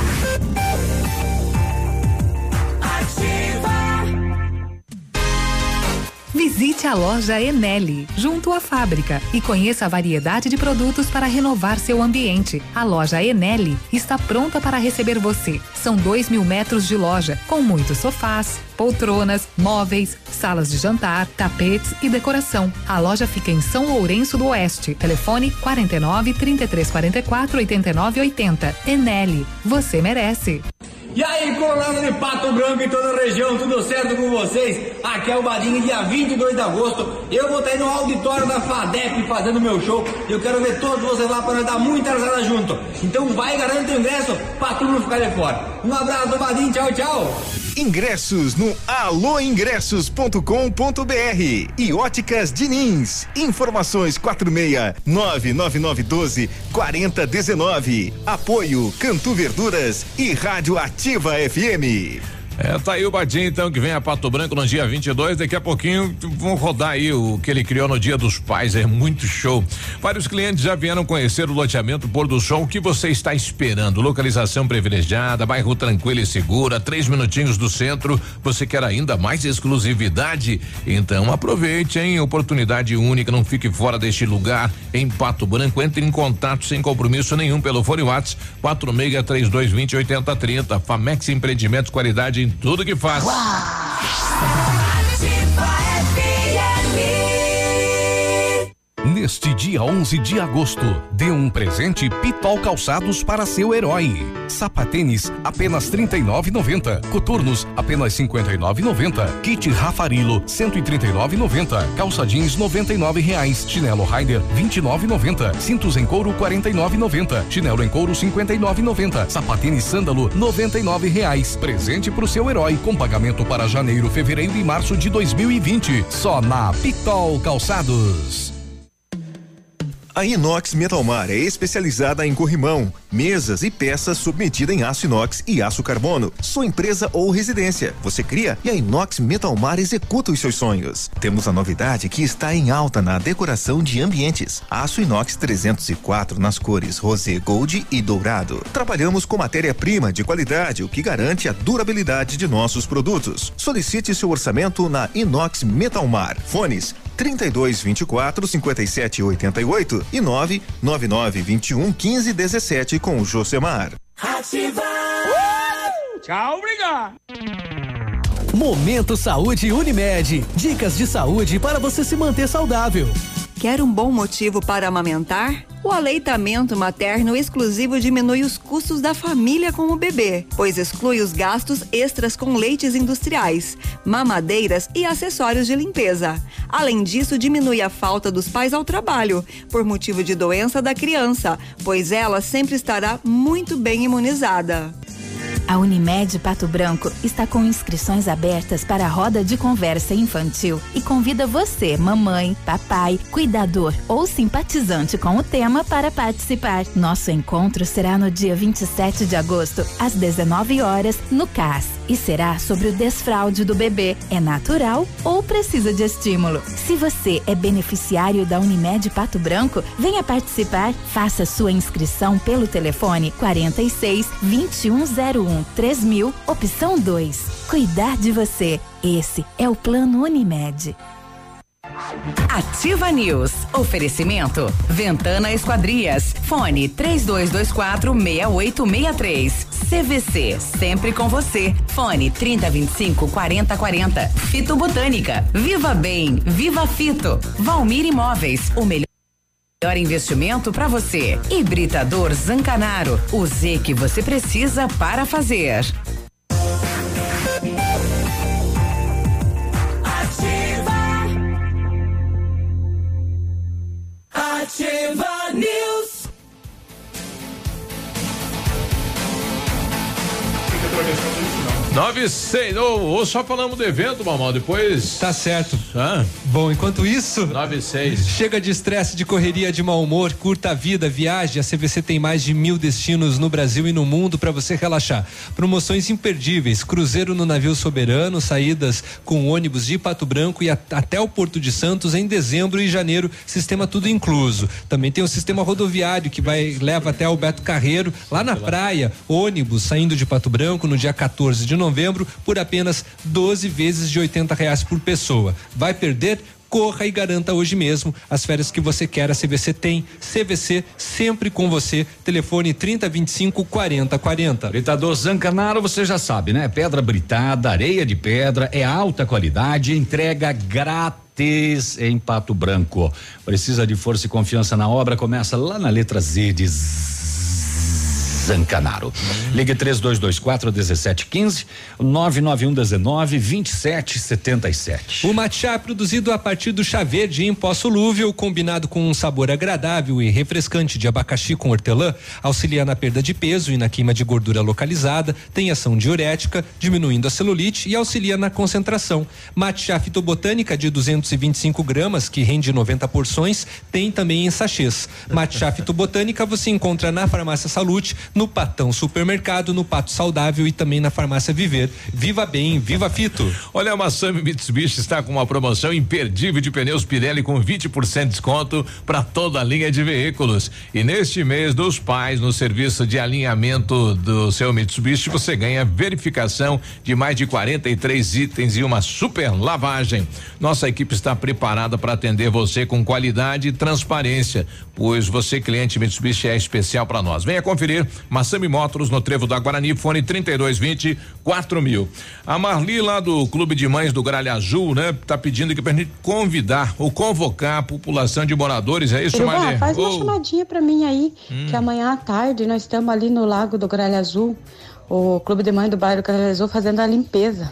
Visite a loja Eneli, junto à fábrica, e conheça a variedade de produtos para renovar seu ambiente. A loja Eneli está pronta para receber você. São dois mil metros de loja, com muitos sofás, poltronas, móveis, salas de jantar, tapetes e decoração. A loja fica em São Lourenço do Oeste. Telefone quarenta e nove, trinta e três quarenta e quatro, oitenta e nove oitenta. Eneli, você merece. E aí, colorado de Pato Branco e toda a região, tudo certo com vocês? Aqui é o Badinho, dia vinte e dois de agosto. Eu vou estar aí no auditório da FADEP fazendo meu show. E eu quero ver todos vocês lá para nós dar muita risada junto. Então vai, garante o ingresso pra tu não ficar de fora. Um abraço do Badinho, tchau, tchau. Ingressos no alô ingressos ponto com ponto br e Óticas Diniz. Informações quatro seis nove nove nove um dois quatro zero um nove. Apoio Cantu Verduras e Rádio Ativa F M. É, tá aí o Badinho, então, que vem a Pato Branco no dia vinte e dois. Daqui a pouquinho vão rodar aí o que ele criou no Dia dos Pais. É muito show. Vários clientes já vieram conhecer o loteamento Pôr do Sol. O que você está esperando? Localização privilegiada, bairro tranquilo e segura, três minutinhos do centro. Você quer ainda mais exclusividade? Então aproveite, hein? Oportunidade única. Não fique fora deste lugar em Pato Branco. Entre em contato sem compromisso nenhum pelo fone WhatsApp quatro seis três dois dois zero oito zero três zero. Famex Empreendimentos, qualidade em tudo que faz. Neste dia onze de agosto, dê um presente Pitol Calçados para seu herói. Sapatênis apenas trinta e nove e noventa. Coturnos apenas cinquenta e nove e noventa. Kit Rafarilo cento e trinta e nove e noventa. Calça jeans noventa e nove reais. Chinelo Rider vinte e nove e noventa. Cintos em couro quarenta e nove e noventa. Chinelo em couro cinquenta e nove e noventa. Sapatênis Sândalo noventa e nove reais. Presente pro seu herói com pagamento para janeiro, fevereiro e março de dois mil e vinte. Só na Pitol Calçados. A Inox Metalmar é especializada em corrimão, mesas e peças submetidas em aço inox e aço carbono. Sua empresa ou residência, você cria e a Inox Metalmar executa os seus sonhos. Temos a novidade que está em alta na decoração de ambientes. Aço inox trezentos e quatro nas cores rosé, gold e dourado. Trabalhamos com matéria-prima de qualidade, o que garante a durabilidade de nossos produtos. Solicite seu orçamento na Inox Metalmar. Fones trinta e dois, vinte e quatro, cinquenta e sete, oitenta e oito e nove nove nove, vinte e um, quinze, dezessete com o Josemar. Ativa! Uh! Tchau, obrigado! Momento Saúde Unimed. Dicas de saúde para você se manter saudável. Quer um bom motivo para amamentar? O aleitamento materno exclusivo diminui os custos da família com o bebê, pois exclui os gastos extras com leites industriais, mamadeiras e acessórios de limpeza. Além disso, diminui a falta dos pais ao trabalho, por motivo de doença da criança, pois ela sempre estará muito bem imunizada. A Unimed Pato Branco está com inscrições abertas para a roda de conversa infantil e convida você, mamãe, papai, cuidador ou simpatizante com o tema para participar. Nosso encontro será no dia vinte e sete de agosto, às dezenove horas, no C A S, e será sobre o desfraude do bebê. É natural ou precisa de estímulo? Se você é beneficiário da Unimed Pato Branco, venha participar. Faça sua inscrição pelo telefone quarenta e seis, vinte e um zero um, três mil, opção dois. Cuidar de você. Esse é o Plano Unimed. Ativa News. Oferecimento Ventana Esquadrias. Fone três dois dois quatro, seis oito seis três. C V C, sempre com você. Fone trinta, vinte e cinco, quarenta, quarenta. Fito Botânica. Viva Bem, Viva Fito. Valmir Imóveis, o melhor Melhor investimento para você. Hibridador Zancanaro, o Z que você precisa para fazer. Ativa. Ativa News. nove e seis, ou, ou só falamos do evento, Mamal, depois. Tá certo. Ah. Bom, enquanto isso. nove e seis. Chega de estresse, de correria, de mau humor, curta a vida, viaje. A C V C tem mais de mil destinos no Brasil e no mundo para você relaxar. Promoções imperdíveis: cruzeiro no navio Soberano, saídas com ônibus de Pato Branco e a, até o Porto de Santos em dezembro e janeiro, sistema tudo incluso. Também tem o sistema rodoviário que vai leva até Alberto Carreiro, lá na praia, ônibus saindo de Pato Branco no dia quatorze de novembro por apenas doze vezes de oitenta reais por pessoa. Vai perder? Corra e garanta hoje mesmo as férias que você quer. A C V C tem. C V C sempre com você. Telefone trinta, vinte e cinco, quarenta, quarenta. Britador Zancanaro, você já sabe, né? Pedra britada, areia de pedra, é alta qualidade, entrega grátis em Pato Branco. Precisa de força e confiança na obra? Começa lá na letra Z de Zancanaro. Ligue três dois dois quatro, um sete um cinco, nove nove um um nove, vinte e sete setenta e sete. O matcha é produzido a partir do chá verde em pó solúvel, combinado com um sabor agradável e refrescante de abacaxi com hortelã, auxilia na perda de peso e na queima de gordura localizada, tem ação diurética, diminuindo a celulite e auxilia na concentração. Matcha fitobotânica de duzentos e vinte e cinco gramas, que rende noventa porções, tem também em sachês. Matcha fitobotânica você encontra na Farmácia Salute, no Patão Supermercado, no Pato Saudável e também na Farmácia Viver. Viva bem, viva Fito. Olha, a Massami Mitsubishi está com uma promoção imperdível de pneus Pirelli com vinte por cento de desconto para toda a linha de veículos. E neste mês dos pais, no serviço de alinhamento do seu Mitsubishi, você ganha verificação de mais de quarenta e três itens e uma super lavagem. Nossa equipe está preparada para atender você com qualidade e transparência, pois você, cliente Mitsubishi, é especial para nós. Venha conferir Massami Motors no Trevo da Guarani, fone trinta e dois vinte, quatro mil. A Marli lá do Clube de Mães do Gralha Azul, né? Tá pedindo aqui pra gente convidar ou convocar a população de moradores, é isso, Marli? Faz uma oh. chamadinha pra mim aí, hum. que amanhã à tarde nós estamos ali no Lago do Gralha Azul, o Clube de Mães do Bairro do Gralha Azul fazendo a limpeza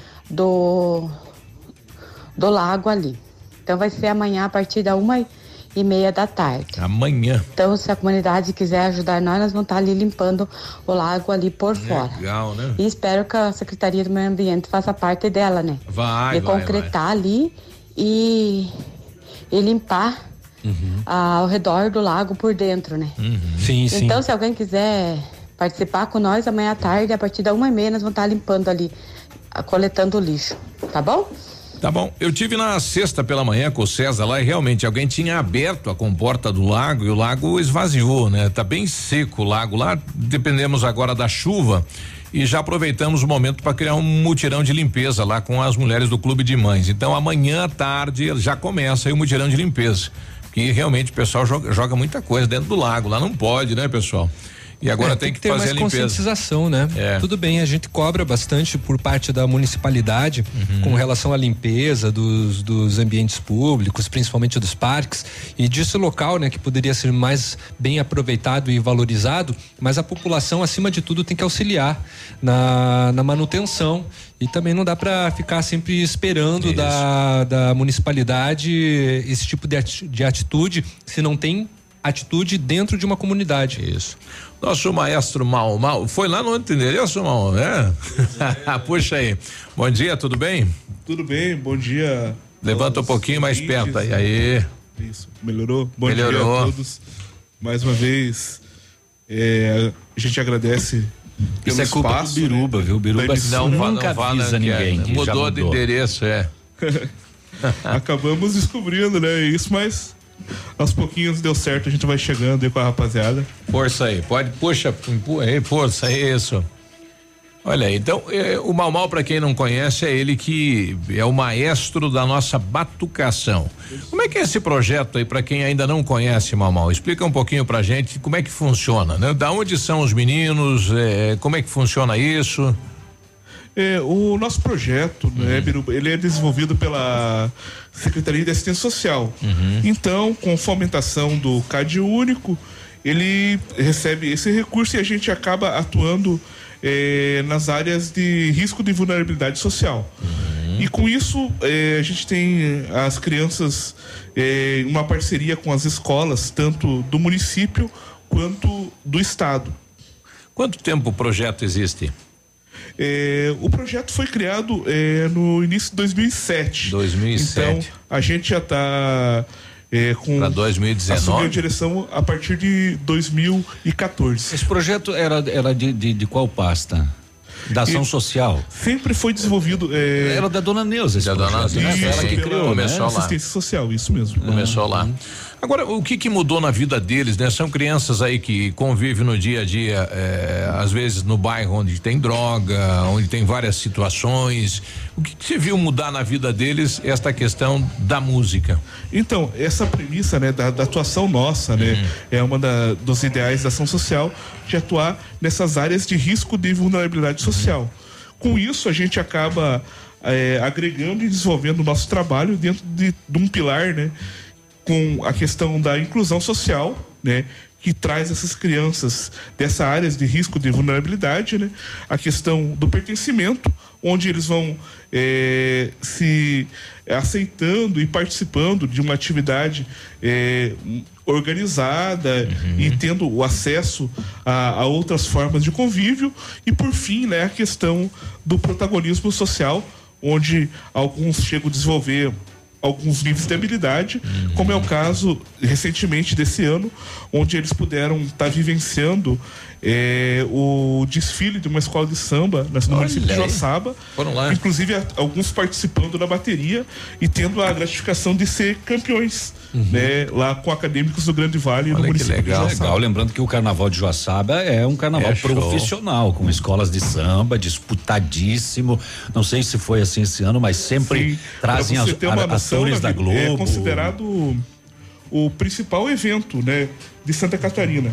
do do lago ali. Então vai ser amanhã a partir da uma e meia da tarde. Amanhã. Então, se a comunidade quiser ajudar nós, nós vamos estar ali limpando o lago ali por fora. Legal, né? E espero que a Secretaria do Meio Ambiente faça parte dela, né? Vai, De vai, concretar vai. ali e, e limpar uhum. ah, ao redor do lago por dentro, né? Uhum. Sim, sim. Então, se alguém quiser participar com nós, amanhã à tarde, a partir da uma e meia, nós vamos estar limpando ali, coletando o lixo, tá bom? Tá bom, eu tive na sexta pela manhã com o César lá e realmente alguém tinha aberto a comporta do lago e o lago esvaziou, né? Tá bem seco o lago lá, dependemos agora da chuva e já aproveitamos o momento para criar um mutirão de limpeza lá com as mulheres do Clube de Mães. Então amanhã à tarde já começa aí o mutirão de limpeza, que realmente o pessoal joga, joga muita coisa dentro do lago, lá não pode, né, pessoal? E agora é, tem, tem que, que ter fazer mais a limpeza. Conscientização, né? É. Tudo bem, a gente cobra bastante por parte da municipalidade uhum. com relação à limpeza dos, dos ambientes públicos, principalmente dos parques e disso local, né? Que poderia ser mais bem aproveitado e valorizado, mas a população, acima de tudo, tem que auxiliar na, na manutenção. E também não dá para ficar sempre esperando da, da municipalidade esse tipo de atitude, se não tem atitude dentro de uma comunidade. Isso. Nosso maestro Mal Mal foi lá no endereço, Mal, né? Puxa aí. Bom dia, tudo bem? Tudo bem, bom dia. Levanta um pouquinho mais perto aí. Aí. Isso, melhorou? Bom melhorou. dia a todos. Mais uma vez, é, a gente agradece. Isso é culpa espaço, do Biruba, né? viu? Biruba não, nunca não avisa ninguém. É, mudou de endereço, é. Acabamos descobrindo, né? Isso, mas aos pouquinhos deu certo, a gente vai chegando aí com a rapaziada. Força aí, pode, puxa, empurra aí, força, é isso. Olha aí, então, é, o Mal Mal, pra quem não conhece, é ele que é o maestro da nossa batucação. Como é que é esse projeto aí, pra quem ainda não conhece, Mal Mal? Explica um pouquinho pra gente como é que funciona, né? Da onde são os meninos, é, como é que funciona isso? É, o nosso projeto, uhum. né, Biruba, ele é desenvolvido pela Secretaria de Assistência Social. Uhum. Então, com fomentação do C A D Único, ele recebe esse recurso e a gente acaba atuando é, nas áreas de risco de vulnerabilidade social. Uhum. E com isso, é, a gente tem as crianças, é, uma parceria com as escolas, tanto do município quanto do estado. Quanto tempo o projeto existe? É, o projeto foi criado é, no início de dois mil e sete. dois mil e sete. Então, a gente já está é, com para dois mil e dezenove. Assumiu a direção a partir de dois mil e quatorze. Esse projeto era, era de, de, de qual pasta? Da ação e social? Sempre foi desenvolvido. É... Era da dona Neuza, esse da projeto, dona Neuza, né? Ela que criou, começou né? lá. Assistência social, isso mesmo. Começou uhum. lá. Agora, o que que mudou na vida deles, né? São crianças aí que convivem no dia a dia, é, às vezes no bairro onde tem droga, onde tem várias situações. O que que você viu mudar na vida deles esta questão da música? Então, essa premissa, né, da, da atuação nossa, né, uhum. é uma da, dos ideais da ação social de atuar nessas áreas de risco de vulnerabilidade uhum. social. Com isso, a gente acaba é, agregando e desenvolvendo o nosso trabalho dentro de, de um pilar, né, com a questão da inclusão social, né, que traz essas crianças dessa área de risco de vulnerabilidade, né, a questão do pertencimento, onde eles vão é, se aceitando e participando de uma atividade é, organizada uhum. e tendo o acesso a, a outras formas de convívio, e por fim, né, a questão do protagonismo social, onde alguns chegam a desenvolver alguns níveis de habilidade, uhum. como é o caso recentemente desse ano, onde eles puderam estar tá vivenciando é, o desfile de uma escola de samba no município de Joaçaba. Foram lá. Inclusive a, alguns participando da bateria e tendo a gratificação de ser campeões, uhum. né, lá com acadêmicos do Grande Vale. Olha, no município que legal, de Joaçaba. legal. Lembrando que o Carnaval de Joaçaba é um carnaval É profissional, com escolas de samba, disputadíssimo. Não sei se foi assim esse ano, mas sempre Sim. trazem as, noção, atores da Globo. É considerado o, o principal evento, né, de Santa Catarina,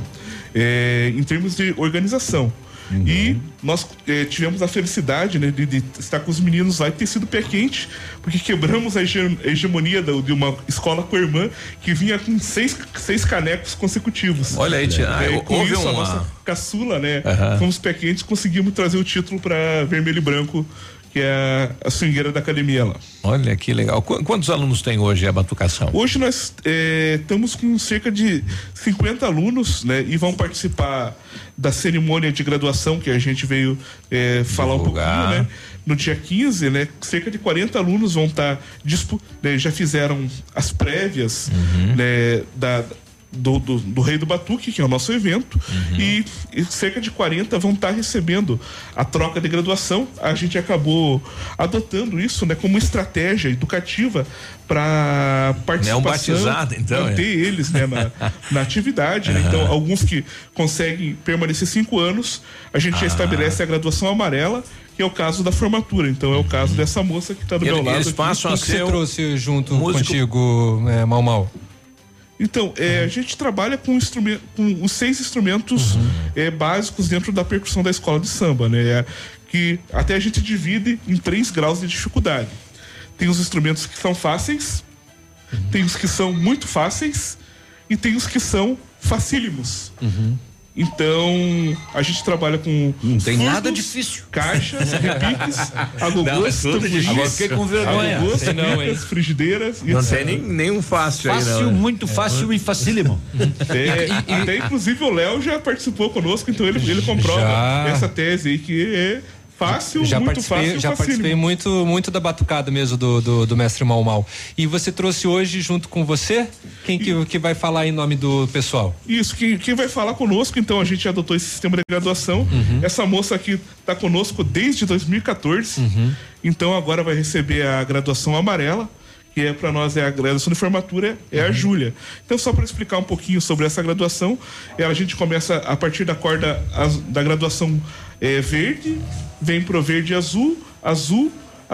é, em termos de organização. Uhum. E nós eh, tivemos a felicidade, né, de, de estar com os meninos lá e ter sido pé quente, porque quebramos a hege- hegemonia da, de uma escola co-irmã que vinha com seis, seis canecos consecutivos. Olha aí, Tia. É, Ah, com houve isso, uma... a nossa caçula, né? Uhum. Fomos pé quentes, conseguimos trazer o título para Vermelho e Branco, que é a swingueira da academia lá. Olha que legal. Qu- quantos alunos tem hoje a batucação? Hoje nós eh, estamos com cerca de cinquenta alunos, né? E vão participar da cerimônia de graduação que a gente veio eh, falar Divulgar. um pouquinho, né? No dia quinze, né? Cerca de quarenta alunos vão estar, tá dispu- né, já fizeram as prévias, uhum. né, da Do, do, do Rei do Batuque, que é o nosso evento, uhum. e, e cerca de quarenta vão estar recebendo a troca de graduação. A gente acabou adotando isso, né, como estratégia educativa para participação, batizado, então, manter é. eles, né, na, na atividade. Uhum. Né? Então, alguns que conseguem permanecer cinco anos, a gente ah. já estabelece a graduação amarela, que é o caso da formatura. Então, é o caso uhum. dessa moça que está do e meu ele, lado. Eles passam o a que ser você trouxe junto músico... contigo, é, Mal Mal? Então, é, uhum. a gente trabalha com, instrumento, com os seis instrumentos uhum. é, básicos dentro da percussão da escola de samba, né? É, que até a gente divide em três graus de dificuldade. Tem os instrumentos que são fáceis, uhum. tem os que são muito fáceis e tem os que são facílimos. Uhum. Então, a gente trabalha com... Não tem surdos, nada difícil. Caixas, repiques, agogôs, tamborins, Agora fiquei com vergonha. agogôs, Sei não, tamborim, frigideiras... e Não etcétera. tem nem, nenhum fácil, Fácil, aí, não. muito fácil é. e facílimo. É, E- e- até inclusive o Léo já participou conosco, então ele, ele comprova Já. essa tese aí que é fácil, já muito participei, fácil, já facílimo. participei muito, muito da batucada mesmo do, do, do mestre Mal Mal. E você trouxe hoje junto com você quem que, que vai falar em nome do pessoal? Isso, quem, quem vai falar conosco, então a gente adotou esse sistema de graduação. Uhum. Essa moça aqui está conosco desde dois mil e quatorze, Uhum. então agora vai receber a graduação amarela, que é para nós é a graduação de formatura, é a Júlia. Então, só para explicar um pouquinho sobre essa graduação, ela, a gente começa a partir da corda az- da graduação é, verde, vem pro verde e azul, azul,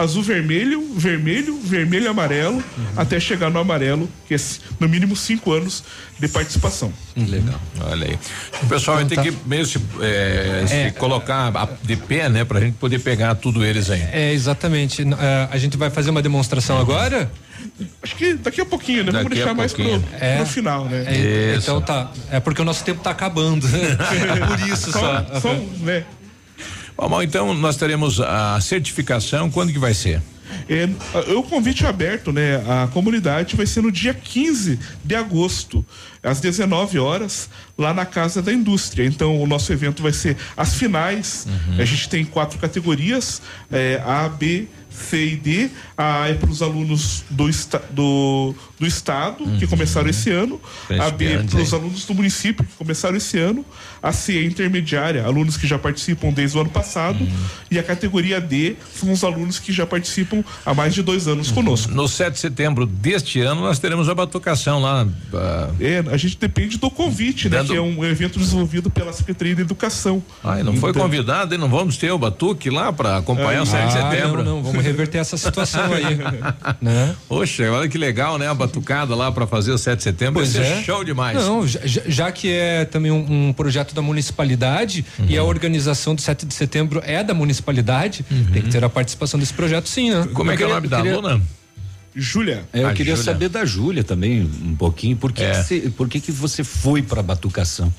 azul, vermelho, vermelho, vermelho, amarelo, uhum. até chegar no amarelo, que é no mínimo cinco anos de participação. Legal. Olha aí. O pessoal então, vai ter tá. que mesmo se, é, é, se colocar de pé, né, pra gente poder pegar tudo eles aí. É, exatamente. Uh, a gente vai fazer uma demonstração uhum. agora? Acho que daqui a pouquinho, né? Daqui Vamos deixar mais pro, é, pro final, né? É, então tá. É porque o nosso tempo tá acabando. Por isso só. só, só né? Bom, então nós teremos a certificação, quando que vai ser? É, o convite aberto, né? A comunidade vai ser no dia quinze de agosto, às dezenove horas, lá na Casa da Indústria. Então, o nosso evento vai ser as finais. Uhum. A gente tem quatro categorias: é, A, B, C e D. A A é para os alunos do, esta, do, do estado, uhum. que começaram esse ano. A B é para os alunos do município, que começaram esse ano. A C é intermediária, alunos que já participam desde o ano passado. Uhum. E a categoria D são os alunos que já participam há mais de dois anos uhum. conosco. No sete de setembro deste ano, nós teremos a batucação lá. Uh... É, a gente depende do convite, Dando... né? Que é um evento desenvolvido pela Secretaria de Educação. Ah, e não então... foi convidado e não vamos ter o batuque lá para acompanhar ah, o sete de setembro? Não, não, vamos reverter essa situação aí. Né? Poxa, olha que legal, né? A batucada lá para fazer o sete de setembro. Pois é. Show demais. Não, já, já que é também um, um projeto da municipalidade uhum. e a organização do sete de setembro é da municipalidade, uhum. tem que ter a participação desse projeto, sim, né? Como é que é o nome da aluna? Júlia. É, eu a queria Júlia. saber da Júlia também um pouquinho. Por que, é. que, você, por que, que você foi para a batucação?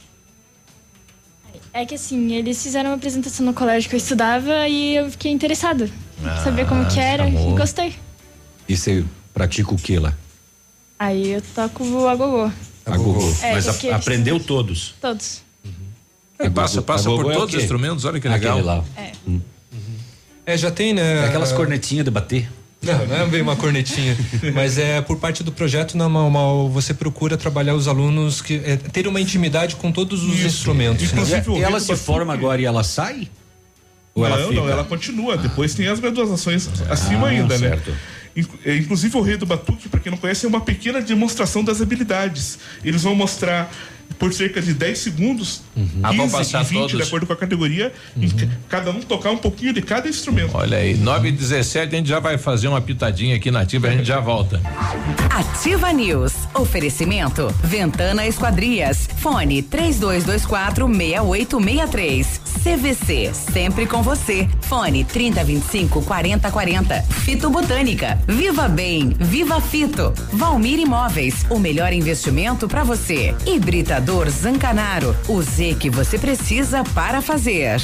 É que assim, eles fizeram uma apresentação no colégio que eu estudava e eu fiquei interessada. Ah, saber como que era chamou. E gostei. E você pratica o que lá? Aí eu toco o agogô. Agogô. É, Mas a, aprendeu todos? Todos. Uhum. É, passa passa por é todos os instrumentos, olha que legal. Lá. É. Uhum. É, já tem, né? É aquelas cornetinhas de bater. Não, não é bem uma cornetinha, mas é por parte do projeto normal, você procura trabalhar os alunos que é, ter uma intimidade com todos os Isso. instrumentos. Inclusive, né? E ela se forma agora e ela sai? Ou não, ela fica? Não, ela continua. Depois tem as graduações ah, acima ainda, certo. né? Inclusive o Rei do Batuque, para quem não conhece, é uma pequena demonstração das habilidades. Eles vão mostrar por cerca de dez segundos, uhum. quinze e vinte, todos. De acordo com a categoria, uhum. e cada um tocar um pouquinho de cada instrumento. Olha aí, nove e dezessete, a gente já vai fazer uma pitadinha aqui na Ativa, a gente já volta. Ativa News, oferecimento Ventana Esquadrias, fone três dois dois quatro seis oito seis três, C V C, sempre com você, fone trinta, vinte e cinco, quarenta, quarenta, Fito Botânica, Viva Bem, Viva Fito, Valmir Imóveis, o melhor investimento para você, Hibridador Zancanaro, o Z que você precisa para fazer.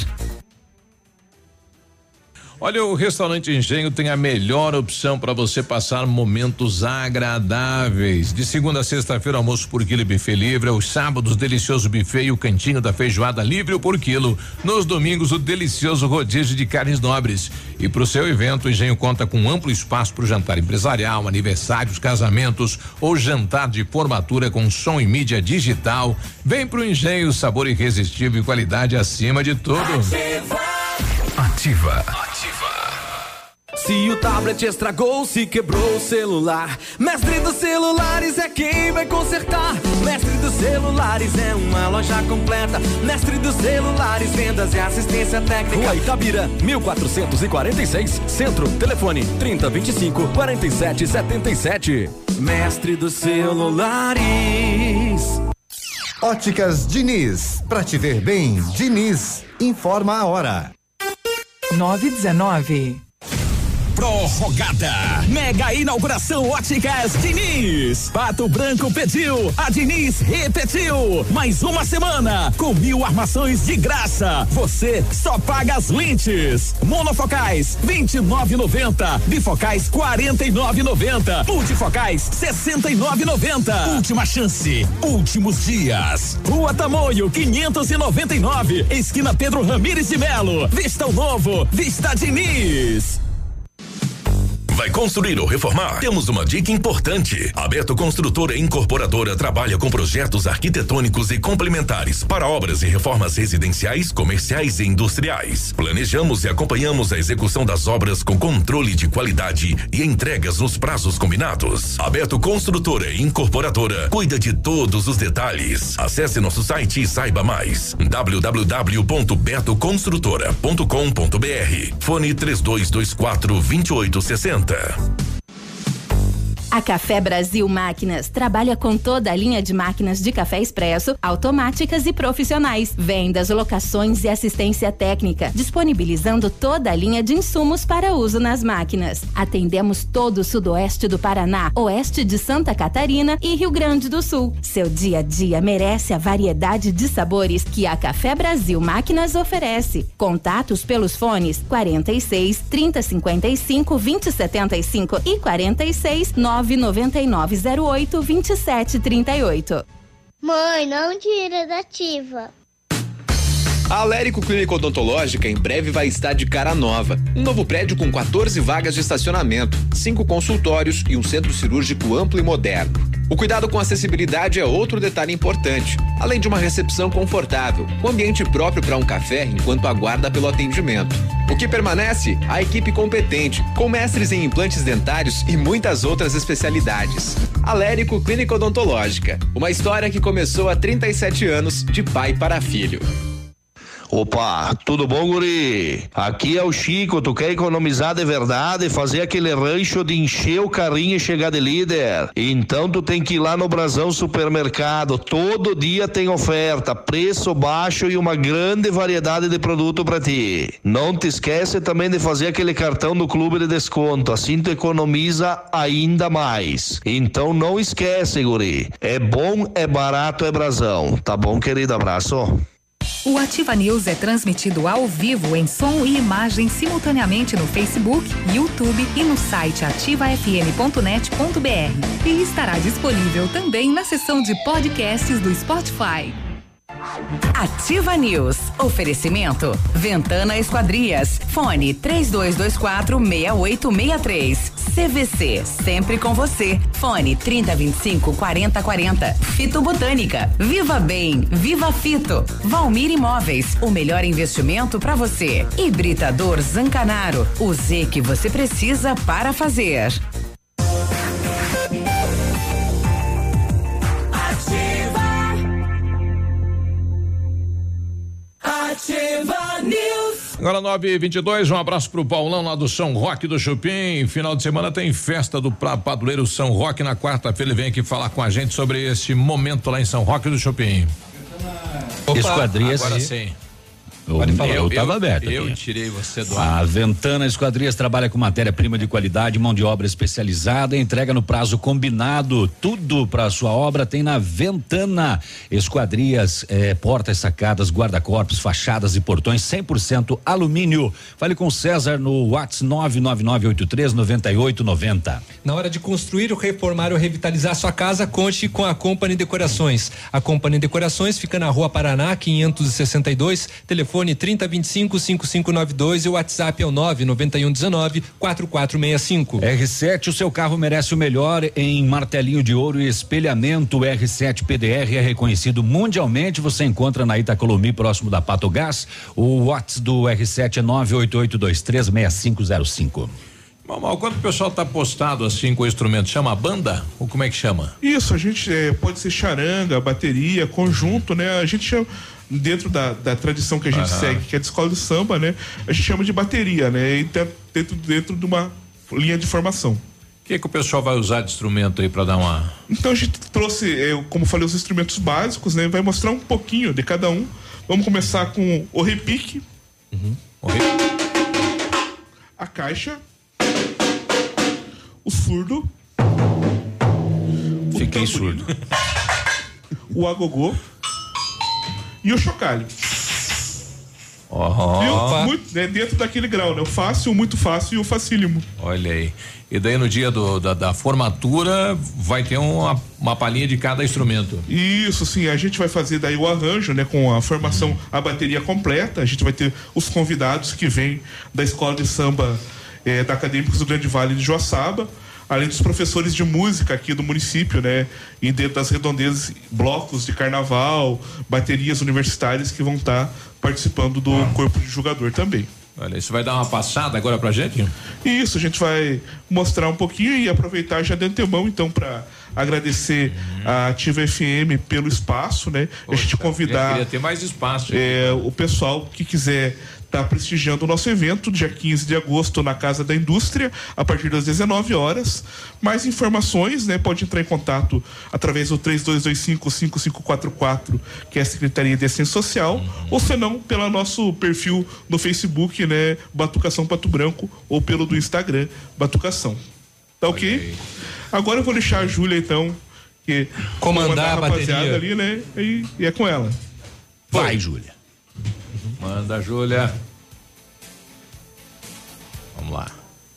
Olha, o Restaurante Engenho tem a melhor opção para você passar momentos agradáveis. De segunda a sexta-feira, almoço por quilo e buffet livre. Aos sábados, delicioso buffet e o cantinho da feijoada livre por quilo. Nos domingos, o delicioso rodízio de carnes nobres. E para o seu evento, o Engenho conta com um amplo espaço para o jantar empresarial, aniversários, casamentos ou jantar de formatura com som e mídia digital. Vem pro Engenho, sabor irresistível e qualidade acima de tudo. Ativa. Se o tablet estragou, se quebrou o celular, Mestre dos Celulares é quem vai consertar. Mestre dos Celulares é uma loja completa. Mestre dos Celulares, vendas e assistência técnica. Rua Itabira, mil quatrocentos e quarenta e seis, Centro. Telefone trinta, vinte e cinco, quarenta e sete, setenta e sete. Mestre dos Celulares. Óticas Diniz, pra te ver bem, Diniz, informa a hora. nove e dezenove. Prorrogada. Mega inauguração Óticas Diniz. Pato Branco pediu, a Diniz repetiu. Mais uma semana com mil armações de graça. Você só paga as lentes. Monofocais vinte e nove e noventa. Bifocais quarenta e nove e noventa. Multifocais sessenta e nove e noventa. Última chance, últimos dias. Rua Tamoio quinhentos e noventa e nove. Esquina Pedro Ramires de Melo. Vista o novo, Vista Diniz. Vai construir ou reformar? Temos uma dica importante. A Beto Construtora e Incorporadora trabalha com projetos arquitetônicos e complementares para obras e reformas residenciais, comerciais e industriais. Planejamos e acompanhamos a execução das obras com controle de qualidade e entregas nos prazos combinados. A Beto Construtora e Incorporadora cuida de todos os detalhes. Acesse nosso site e saiba mais. w w w ponto beto construtora ponto com ponto b r. Fone três dois dois quatro, dois oito seis zero. A Café Brasil Máquinas trabalha com toda a linha de máquinas de café expresso, automáticas e profissionais. Vendas, locações e assistência técnica, disponibilizando toda a linha de insumos para uso nas máquinas. Atendemos todo o sudoeste do Paraná, oeste de Santa Catarina e Rio Grande do Sul. Seu dia a dia merece a variedade de sabores que a Café Brasil Máquinas oferece. Contatos pelos fones quarenta e seis, trinta, cinquenta e cinco, vinte, setenta e cinco e quarenta e seis, nove noventa e nove zero oito, vinte e sete, trinta e oito. Mãe, não tira da ativa. A Alérico Clínica Odontológica em breve vai estar de cara nova. Um novo prédio com quatorze vagas de estacionamento, cinco consultórios e um centro cirúrgico amplo e moderno. O cuidado com acessibilidade é outro detalhe importante, além de uma recepção confortável, com ambiente próprio para um café enquanto aguarda pelo atendimento. O que permanece? A equipe competente, com mestres em implantes dentários e muitas outras especialidades. Alérico Clínica Odontológica, uma história que começou há trinta e sete anos, de pai para filho. Opa, tudo bom, guri? Aqui é o Chico, tu quer economizar de verdade, fazer aquele rancho de encher o carrinho e chegar de líder? Então tu tem que ir lá no Brasão Supermercado, todo dia tem oferta, preço baixo e uma grande variedade de produto pra ti. Não te esquece também de fazer aquele cartão do clube de desconto, assim tu economiza ainda mais. Então não esquece, guri, é bom, é barato, é Brasão, tá bom, querido? Abraço. O Ativa News é transmitido ao vivo em som e imagem simultaneamente no Facebook, YouTube e no site ativa f m ponto net ponto b r. E estará disponível também na seção de podcasts do Spotify. Ativa News. Oferecimento Ventana Esquadrias. Fone três dois dois quatro, seis oito seis três. C V C, sempre com você. Fone trinta, vinte e cinco, quarenta, quarenta. Fito Botânica. Viva Bem, Viva Fito. Valmir Imóveis, o melhor investimento para você. Hibridador Zancanaro, o Z que você precisa para fazer. Ativa News. Agora nove e vinte e dois, um abraço pro Paulão lá do São Roque do Chupim. Final de semana tem festa do Padureiro São Roque. Na quarta-feira ele vem aqui falar com a gente sobre esse momento lá em São Roque do Chupim. Opa, Esquadrias. Agora sim. Pode falar. Eu estava aberto. Eu aqui. tirei você do ar. A Ventana Esquadrias trabalha com matéria-prima de qualidade, mão de obra especializada, entrega no prazo combinado. Tudo para a sua obra tem na Ventana Esquadrias, eh, portas, sacadas, guarda-corpos, fachadas e portões cem por cento alumínio. Fale com César no WhatsApp nove nove nove oito três nove oito nove zero. Na hora de construir, reformar ou revitalizar sua casa, conte com a Company Decorações. A Company Decorações fica na Rua Paraná, quinhentos e sessenta e dois, telefone trinta, vinte e cinco, cinquenta e cinco noventa e dois e o WhatsApp é o nove nove um dezenove, quatro quatro seis cinco. R sete, o seu carro merece o melhor em martelinho de ouro e espelhamento. R sete P D R é reconhecido mundialmente. Você encontra na Itacolomi, próximo da Pato Gás. O WhatsApp do R sete é nove oito oito dois três seis cinco zero cinco. Mal, quando o pessoal tá postado assim com o instrumento, chama a banda? Ou como é que chama? Isso, a gente é, pode ser charanga, bateria, conjunto, né? A gente chama, dentro da, da tradição que a gente Aham. segue, que é de escola de samba, né? A gente chama de bateria, né? E tá dentro, dentro de uma linha de formação. O que que o pessoal vai usar de instrumento aí para dar uma... Então a gente trouxe, é, como falei, os instrumentos básicos, né? Vai mostrar um pouquinho de cada um. Vamos começar com o repique. Uhum. O repique. A caixa. O surdo. Fiquei surdo. O agogô. E o chocalho. Oh. Viu? Muito, né, dentro daquele grau, né? O fácil, o muito fácil e o facílimo. Olha aí. E daí no dia do, da, da formatura vai ter uma, uma palhinha de cada instrumento. Isso, sim. A gente vai fazer daí o arranjo, né? Com a formação, a bateria completa. A gente vai ter os convidados que vêm da escola de samba é, da Acadêmicos do Grande Vale de Joaçaba, além dos professores de música aqui do município, né? E dentro das redondezas, blocos de carnaval, baterias universitárias que vão estar tá participando do corpo de jogador também. Olha, isso vai dar uma passada agora pra gente? Isso, a gente vai mostrar um pouquinho e aproveitar já de antemão, então, para agradecer uhum. a Ativa F M pelo espaço, né? Poxa, a gente convidar. Queria ter mais espaço. É, o pessoal que quiser estar tá prestigiando o nosso evento, dia quinze de agosto, na Casa da Indústria, a partir das dezenove horas. Mais informações, né? Pode entrar em contato através do três dois dois cinco, cinco cinco quatro quatro, que é a Secretaria de Assistência Social, uhum. ou senão pelo nosso perfil no Facebook, né? Batucação Pato Branco, ou pelo do Instagram, Batucação. Tá ok? okay. Agora eu vou deixar a Júlia, então, que comandar a, a rapaziada ali, né? E, e é com ela. Vai, Vai Júlia. Manda, Júlia. Vamos lá.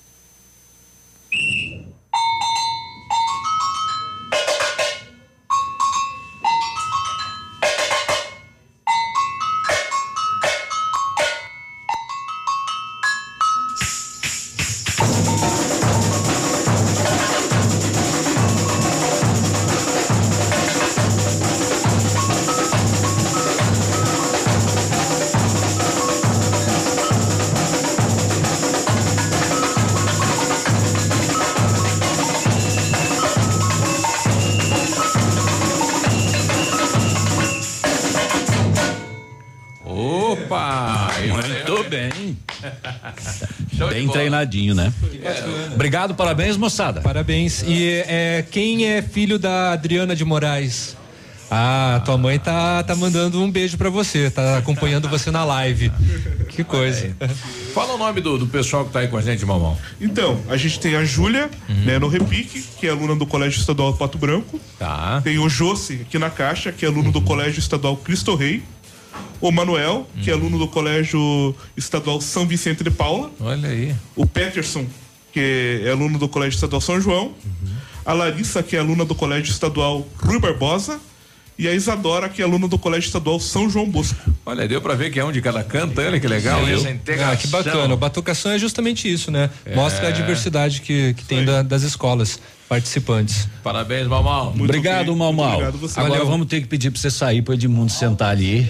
Bem treinadinho, né? Obrigado, parabéns, moçada. Parabéns. E é, quem é filho da Adriana de Moraes? Ah, tua mãe tá, tá mandando um beijo pra você, tá acompanhando você na live. Que coisa. Fala o nome do, do pessoal que tá aí com a gente, Mamão. Então, a gente tem a Júlia, uhum. né, no repique, que é aluna do Colégio Estadual Pato Branco. Tá. Tem o Jossi, aqui na caixa, que é aluno uhum. do Colégio Estadual Cristo Rei. O Manuel, que é aluno do Colégio Estadual São Vicente de Paula. Olha aí. O Peterson, que é aluno do Colégio Estadual São João. Uhum. A Larissa, que é aluna do Colégio Estadual Rui Barbosa. E a Isadora, que é aluna do Colégio Estadual São João Bosco. Olha, deu pra ver que é um de cada canto, olha que legal. Essa integração. Ah, que bacana. O Batucação é justamente isso, né? É. Mostra a diversidade que, que tem da, das escolas participantes. Parabéns, Malmal. Muito obrigado, bem. Malmal. Obrigado você. Agora Valeu. Vamos ter que pedir pra você sair pro Edmundo sentar ali.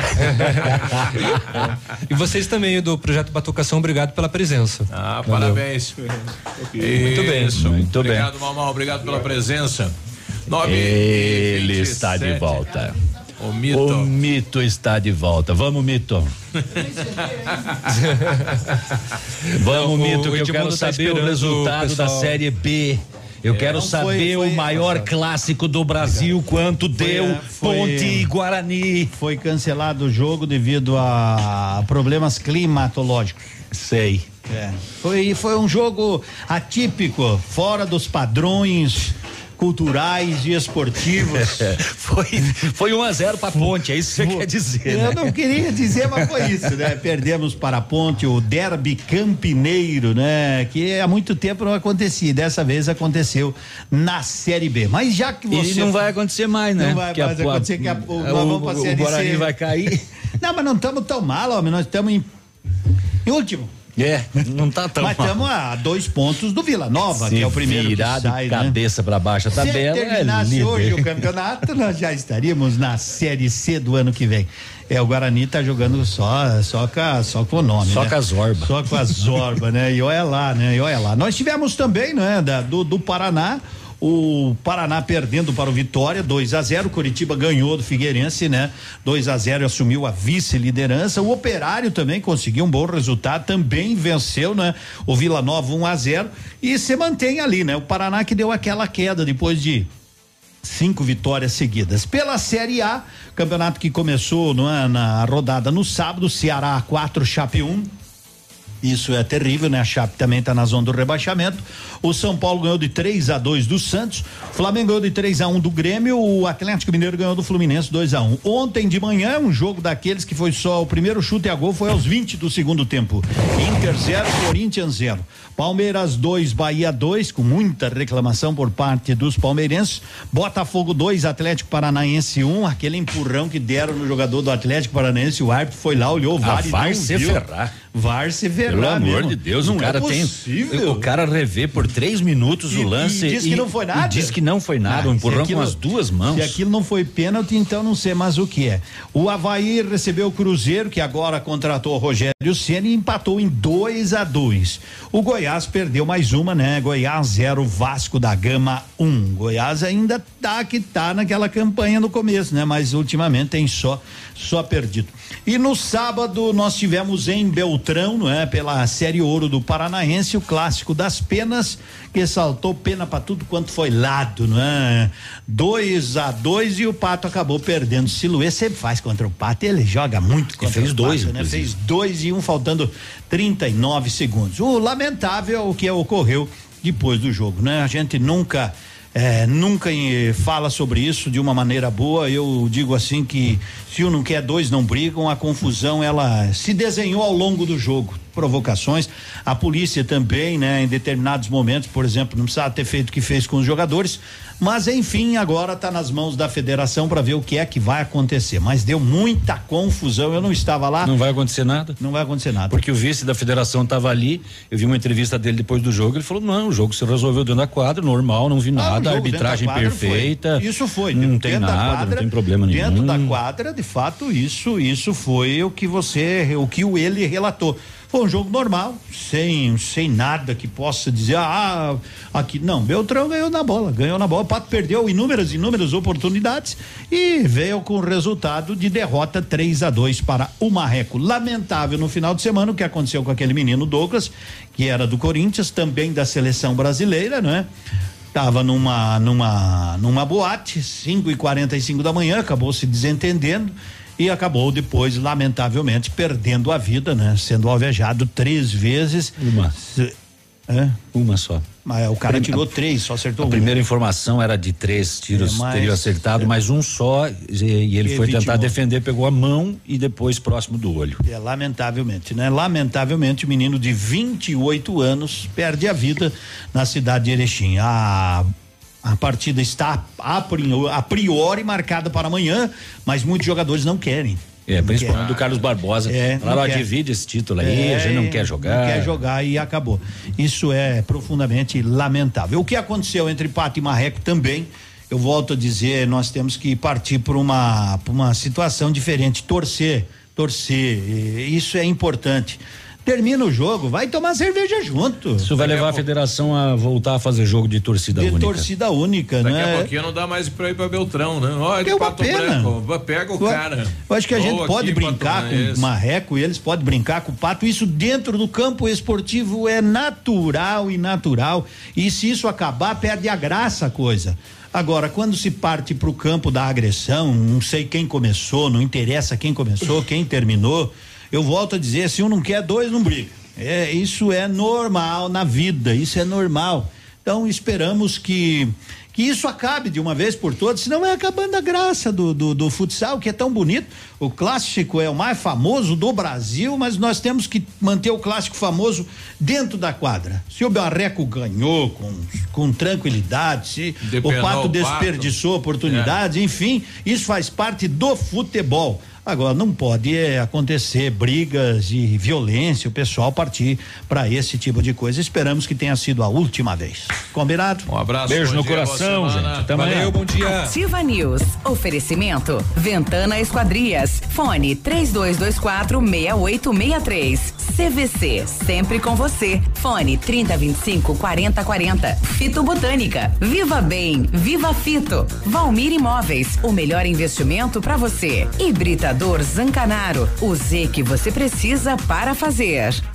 E vocês também do Projeto Batucação, obrigado pela presença. Ah, Valeu. Parabéns. Muito bem. Isso. Muito obrigado, bem. Malmal. Obrigado pela presença. Nove Ele vinte e sete. Está de volta. O mito. O mito está de volta. Vamos, mito. Vamos, mito, que eu quero saber o resultado da Série B. Eu é, quero saber foi, foi, o maior foi, clássico do Brasil, quanto foi, deu foi, Ponte e Guarani. Foi cancelado o jogo devido a problemas climatológicos. Sei. É. Foi, foi um jogo atípico, fora dos padrões culturais e esportivos. foi foi um a zero para Ponte, é isso que você quer dizer. Eu né? não queria dizer, mas foi isso, né? Perdemos para a Ponte o derby campineiro, né? Que há muito tempo não acontecia, dessa vez aconteceu na Série B. Mas já que você... E não vai acontecer mais, né? Não vai mais a, acontecer que a, o, nós vamos para a Série C. O Guarani vai cair. Não, mas não estamos tão mal, homem, nós estamos em, em último. É, não tá tão Mas estamos a dois pontos do Vila Nova, Se que é o primeiro virar que sai, de cabeça né? para baixo a tabela. Se terminasse é hoje o campeonato, nós já estaríamos na Série C do ano que vem. É, o Guarani tá jogando só, só, com, só com o nome, Só né? com a Zorba. Só com a Zorba, né? E olha lá, né? E olha lá. Nós tivemos também, né? Da, do, do Paraná, o Paraná perdendo para o Vitória, dois a zero, Curitiba ganhou do Figueirense, né? dois a zero, assumiu a vice-liderança. O Operário também conseguiu um bom resultado, também venceu, né? O Vila Nova um a zero e se mantém ali, né? O Paraná que deu aquela queda depois de cinco vitórias seguidas. Pela Série A, campeonato que começou na, na rodada no sábado, Ceará quatro, Chape um. Isso é terrível, né? A Chape também está na zona do rebaixamento. O São Paulo ganhou de três a dois do Santos. O Flamengo ganhou de três a um do Grêmio. O Atlético Mineiro ganhou do Fluminense dois a um. Ontem de manhã, um jogo daqueles que foi só o primeiro chute a gol, foi aos vinte do segundo tempo. Inter zero, Corinthians zero. Palmeiras dois, Bahia dois, com muita reclamação por parte dos palmeirenses. Botafogo dois, Atlético Paranaense um. Aquele empurrão que deram no jogador do Atlético Paranaense, o árbitro foi lá, olhou o V A R e vai não se viu. ferrar. Várcever Pelo lá amor mesmo. de Deus, não o cara é tem. possível. O cara revê por três minutos E- o lance e diz que não foi nada? E diz que não foi nada, Ah, um se empurrão aquilo- com as duas mãos. Se aquilo não foi pênalti, então não sei mais o que é. O Avaí recebeu o Cruzeiro, que agora contratou o Rogério Ceni e empatou em dois a dois. O Goiás perdeu mais uma, né? Goiás zero, Vasco da Gama um. Goiás ainda tá que tá naquela campanha no começo, né? Mas ultimamente tem só só perdido. E no sábado nós tivemos em Beltrão, não é? Pela Série Ouro do Paranaense, o clássico das penas, que saltou pena para tudo quanto foi lado, não é? dois a dois e o Pato acabou perdendo. Siluê sempre faz contra o Pato, ele joga muito contra fez o dois, Pato, né? inclusive. Fez dois e um faltando trinta e nove segundos. O lamentável é o que ocorreu depois do jogo, né? A gente nunca É, nunca eh, fala sobre isso de uma maneira boa. Eu digo assim que se um não quer, dois não brigam. A confusão ela se desenhou ao longo do jogo, provocações. A polícia também, né, em determinados momentos, por exemplo, não precisava ter feito o que fez com os jogadores, mas enfim, agora está nas mãos da federação para ver o que é que vai acontecer. Mas deu muita confusão. Eu não estava lá. Não vai acontecer nada? Não vai acontecer nada. Porque o vice da federação estava ali, eu vi uma entrevista dele depois do jogo, ele falou: não, o jogo se resolveu dentro da quadra, normal, não vi nada, a arbitragem perfeita. Foi. Isso foi. Não tem nada, quadra, não tem problema nenhum. Dentro da quadra, de fato, isso, isso foi o que você, o que o ele relatou. Foi um jogo normal, sem, sem nada que possa dizer, ah, aqui, não, Beltrão ganhou na bola, ganhou na bola, o Pato perdeu inúmeras, inúmeras oportunidades e veio com o resultado de derrota três a dois para o Marreco. Lamentável no final de semana o que aconteceu com aquele menino Douglas, que era do Corinthians, também da seleção brasileira, né? Tava numa, numa, numa boate, cinco e quarenta e cinco da manhã, acabou se desentendendo e acabou depois, lamentavelmente, perdendo a vida, né? Sendo alvejado três vezes. Uma. Se, é? Uma só. Mas o cara Prim- tirou três, só acertou A um. primeira informação era de três tiros, É, mas- teria acertado, é. mas um só, e, e ele Que foi tentar vitimou. defender, pegou a mão e depois próximo do olho. É, lamentavelmente, né? Lamentavelmente, o menino de vinte e oito anos perde a vida na cidade de Erechim. A A partida está a priori, a priori marcada para amanhã, mas muitos jogadores não querem. É, Não principalmente quer. do Carlos Barbosa. É, Falaram, não quer. divide esse título aí, É, a gente não quer jogar. Não quer jogar e acabou. Isso é profundamente lamentável. O que aconteceu entre Pato e Marreco também, eu volto a dizer, nós temos que partir para uma, pra uma situação diferente, torcer, torcer, e isso é importante. Termina o jogo, vai tomar cerveja junto. Isso vai levar a federação a voltar a fazer jogo de torcida de única. torcida única, Daqui né? a pouquinho não dá mais pra ir pra Beltrão, né? Olha, É uma Pato pena. Branco, pega o Eu- cara. Eu acho que a gente Ou pode aqui, brincar Pato com Branco, o Marreco e eles podem brincar com o Pato. Isso dentro do campo esportivo é natural e natural. E se isso acabar, perde a graça a coisa. Agora, quando se parte para o campo da agressão, não sei quem começou, não interessa quem começou, quem terminou. Eu volto a dizer, se um não quer, dois não briga. É, isso é normal na vida, isso é normal. Então esperamos que que isso acabe de uma vez por todas, senão vai acabando a graça do, do, do futsal, que é tão bonito. O clássico é o mais famoso do Brasil, mas nós temos que manter o clássico famoso dentro da quadra. Se o Barreco ganhou com, com tranquilidade, se Depenou o Pato o Pato. desperdiçou oportunidades, enfim, isso faz parte do futebol. Agora, não pode é, acontecer brigas e violência, o pessoal partir para esse tipo de coisa. Esperamos que tenha sido a última vez. Combinado? Um abraço. Beijo bom no dia, boa coração, semana. gente. Até amanhã. Valeu, bom dia. Ativa News. Oferecimento. Ventana Esquadrias. Fone três dois dois quatro seis oito seis três. C V C. Sempre com você. Fone trinta, vinte e cinco, quarenta, quarenta. Fito Botânica. Viva Bem. Viva Fito. Valmir Imóveis. O melhor investimento para você. Hibridador Zancanaro. O Z que você precisa para fazer.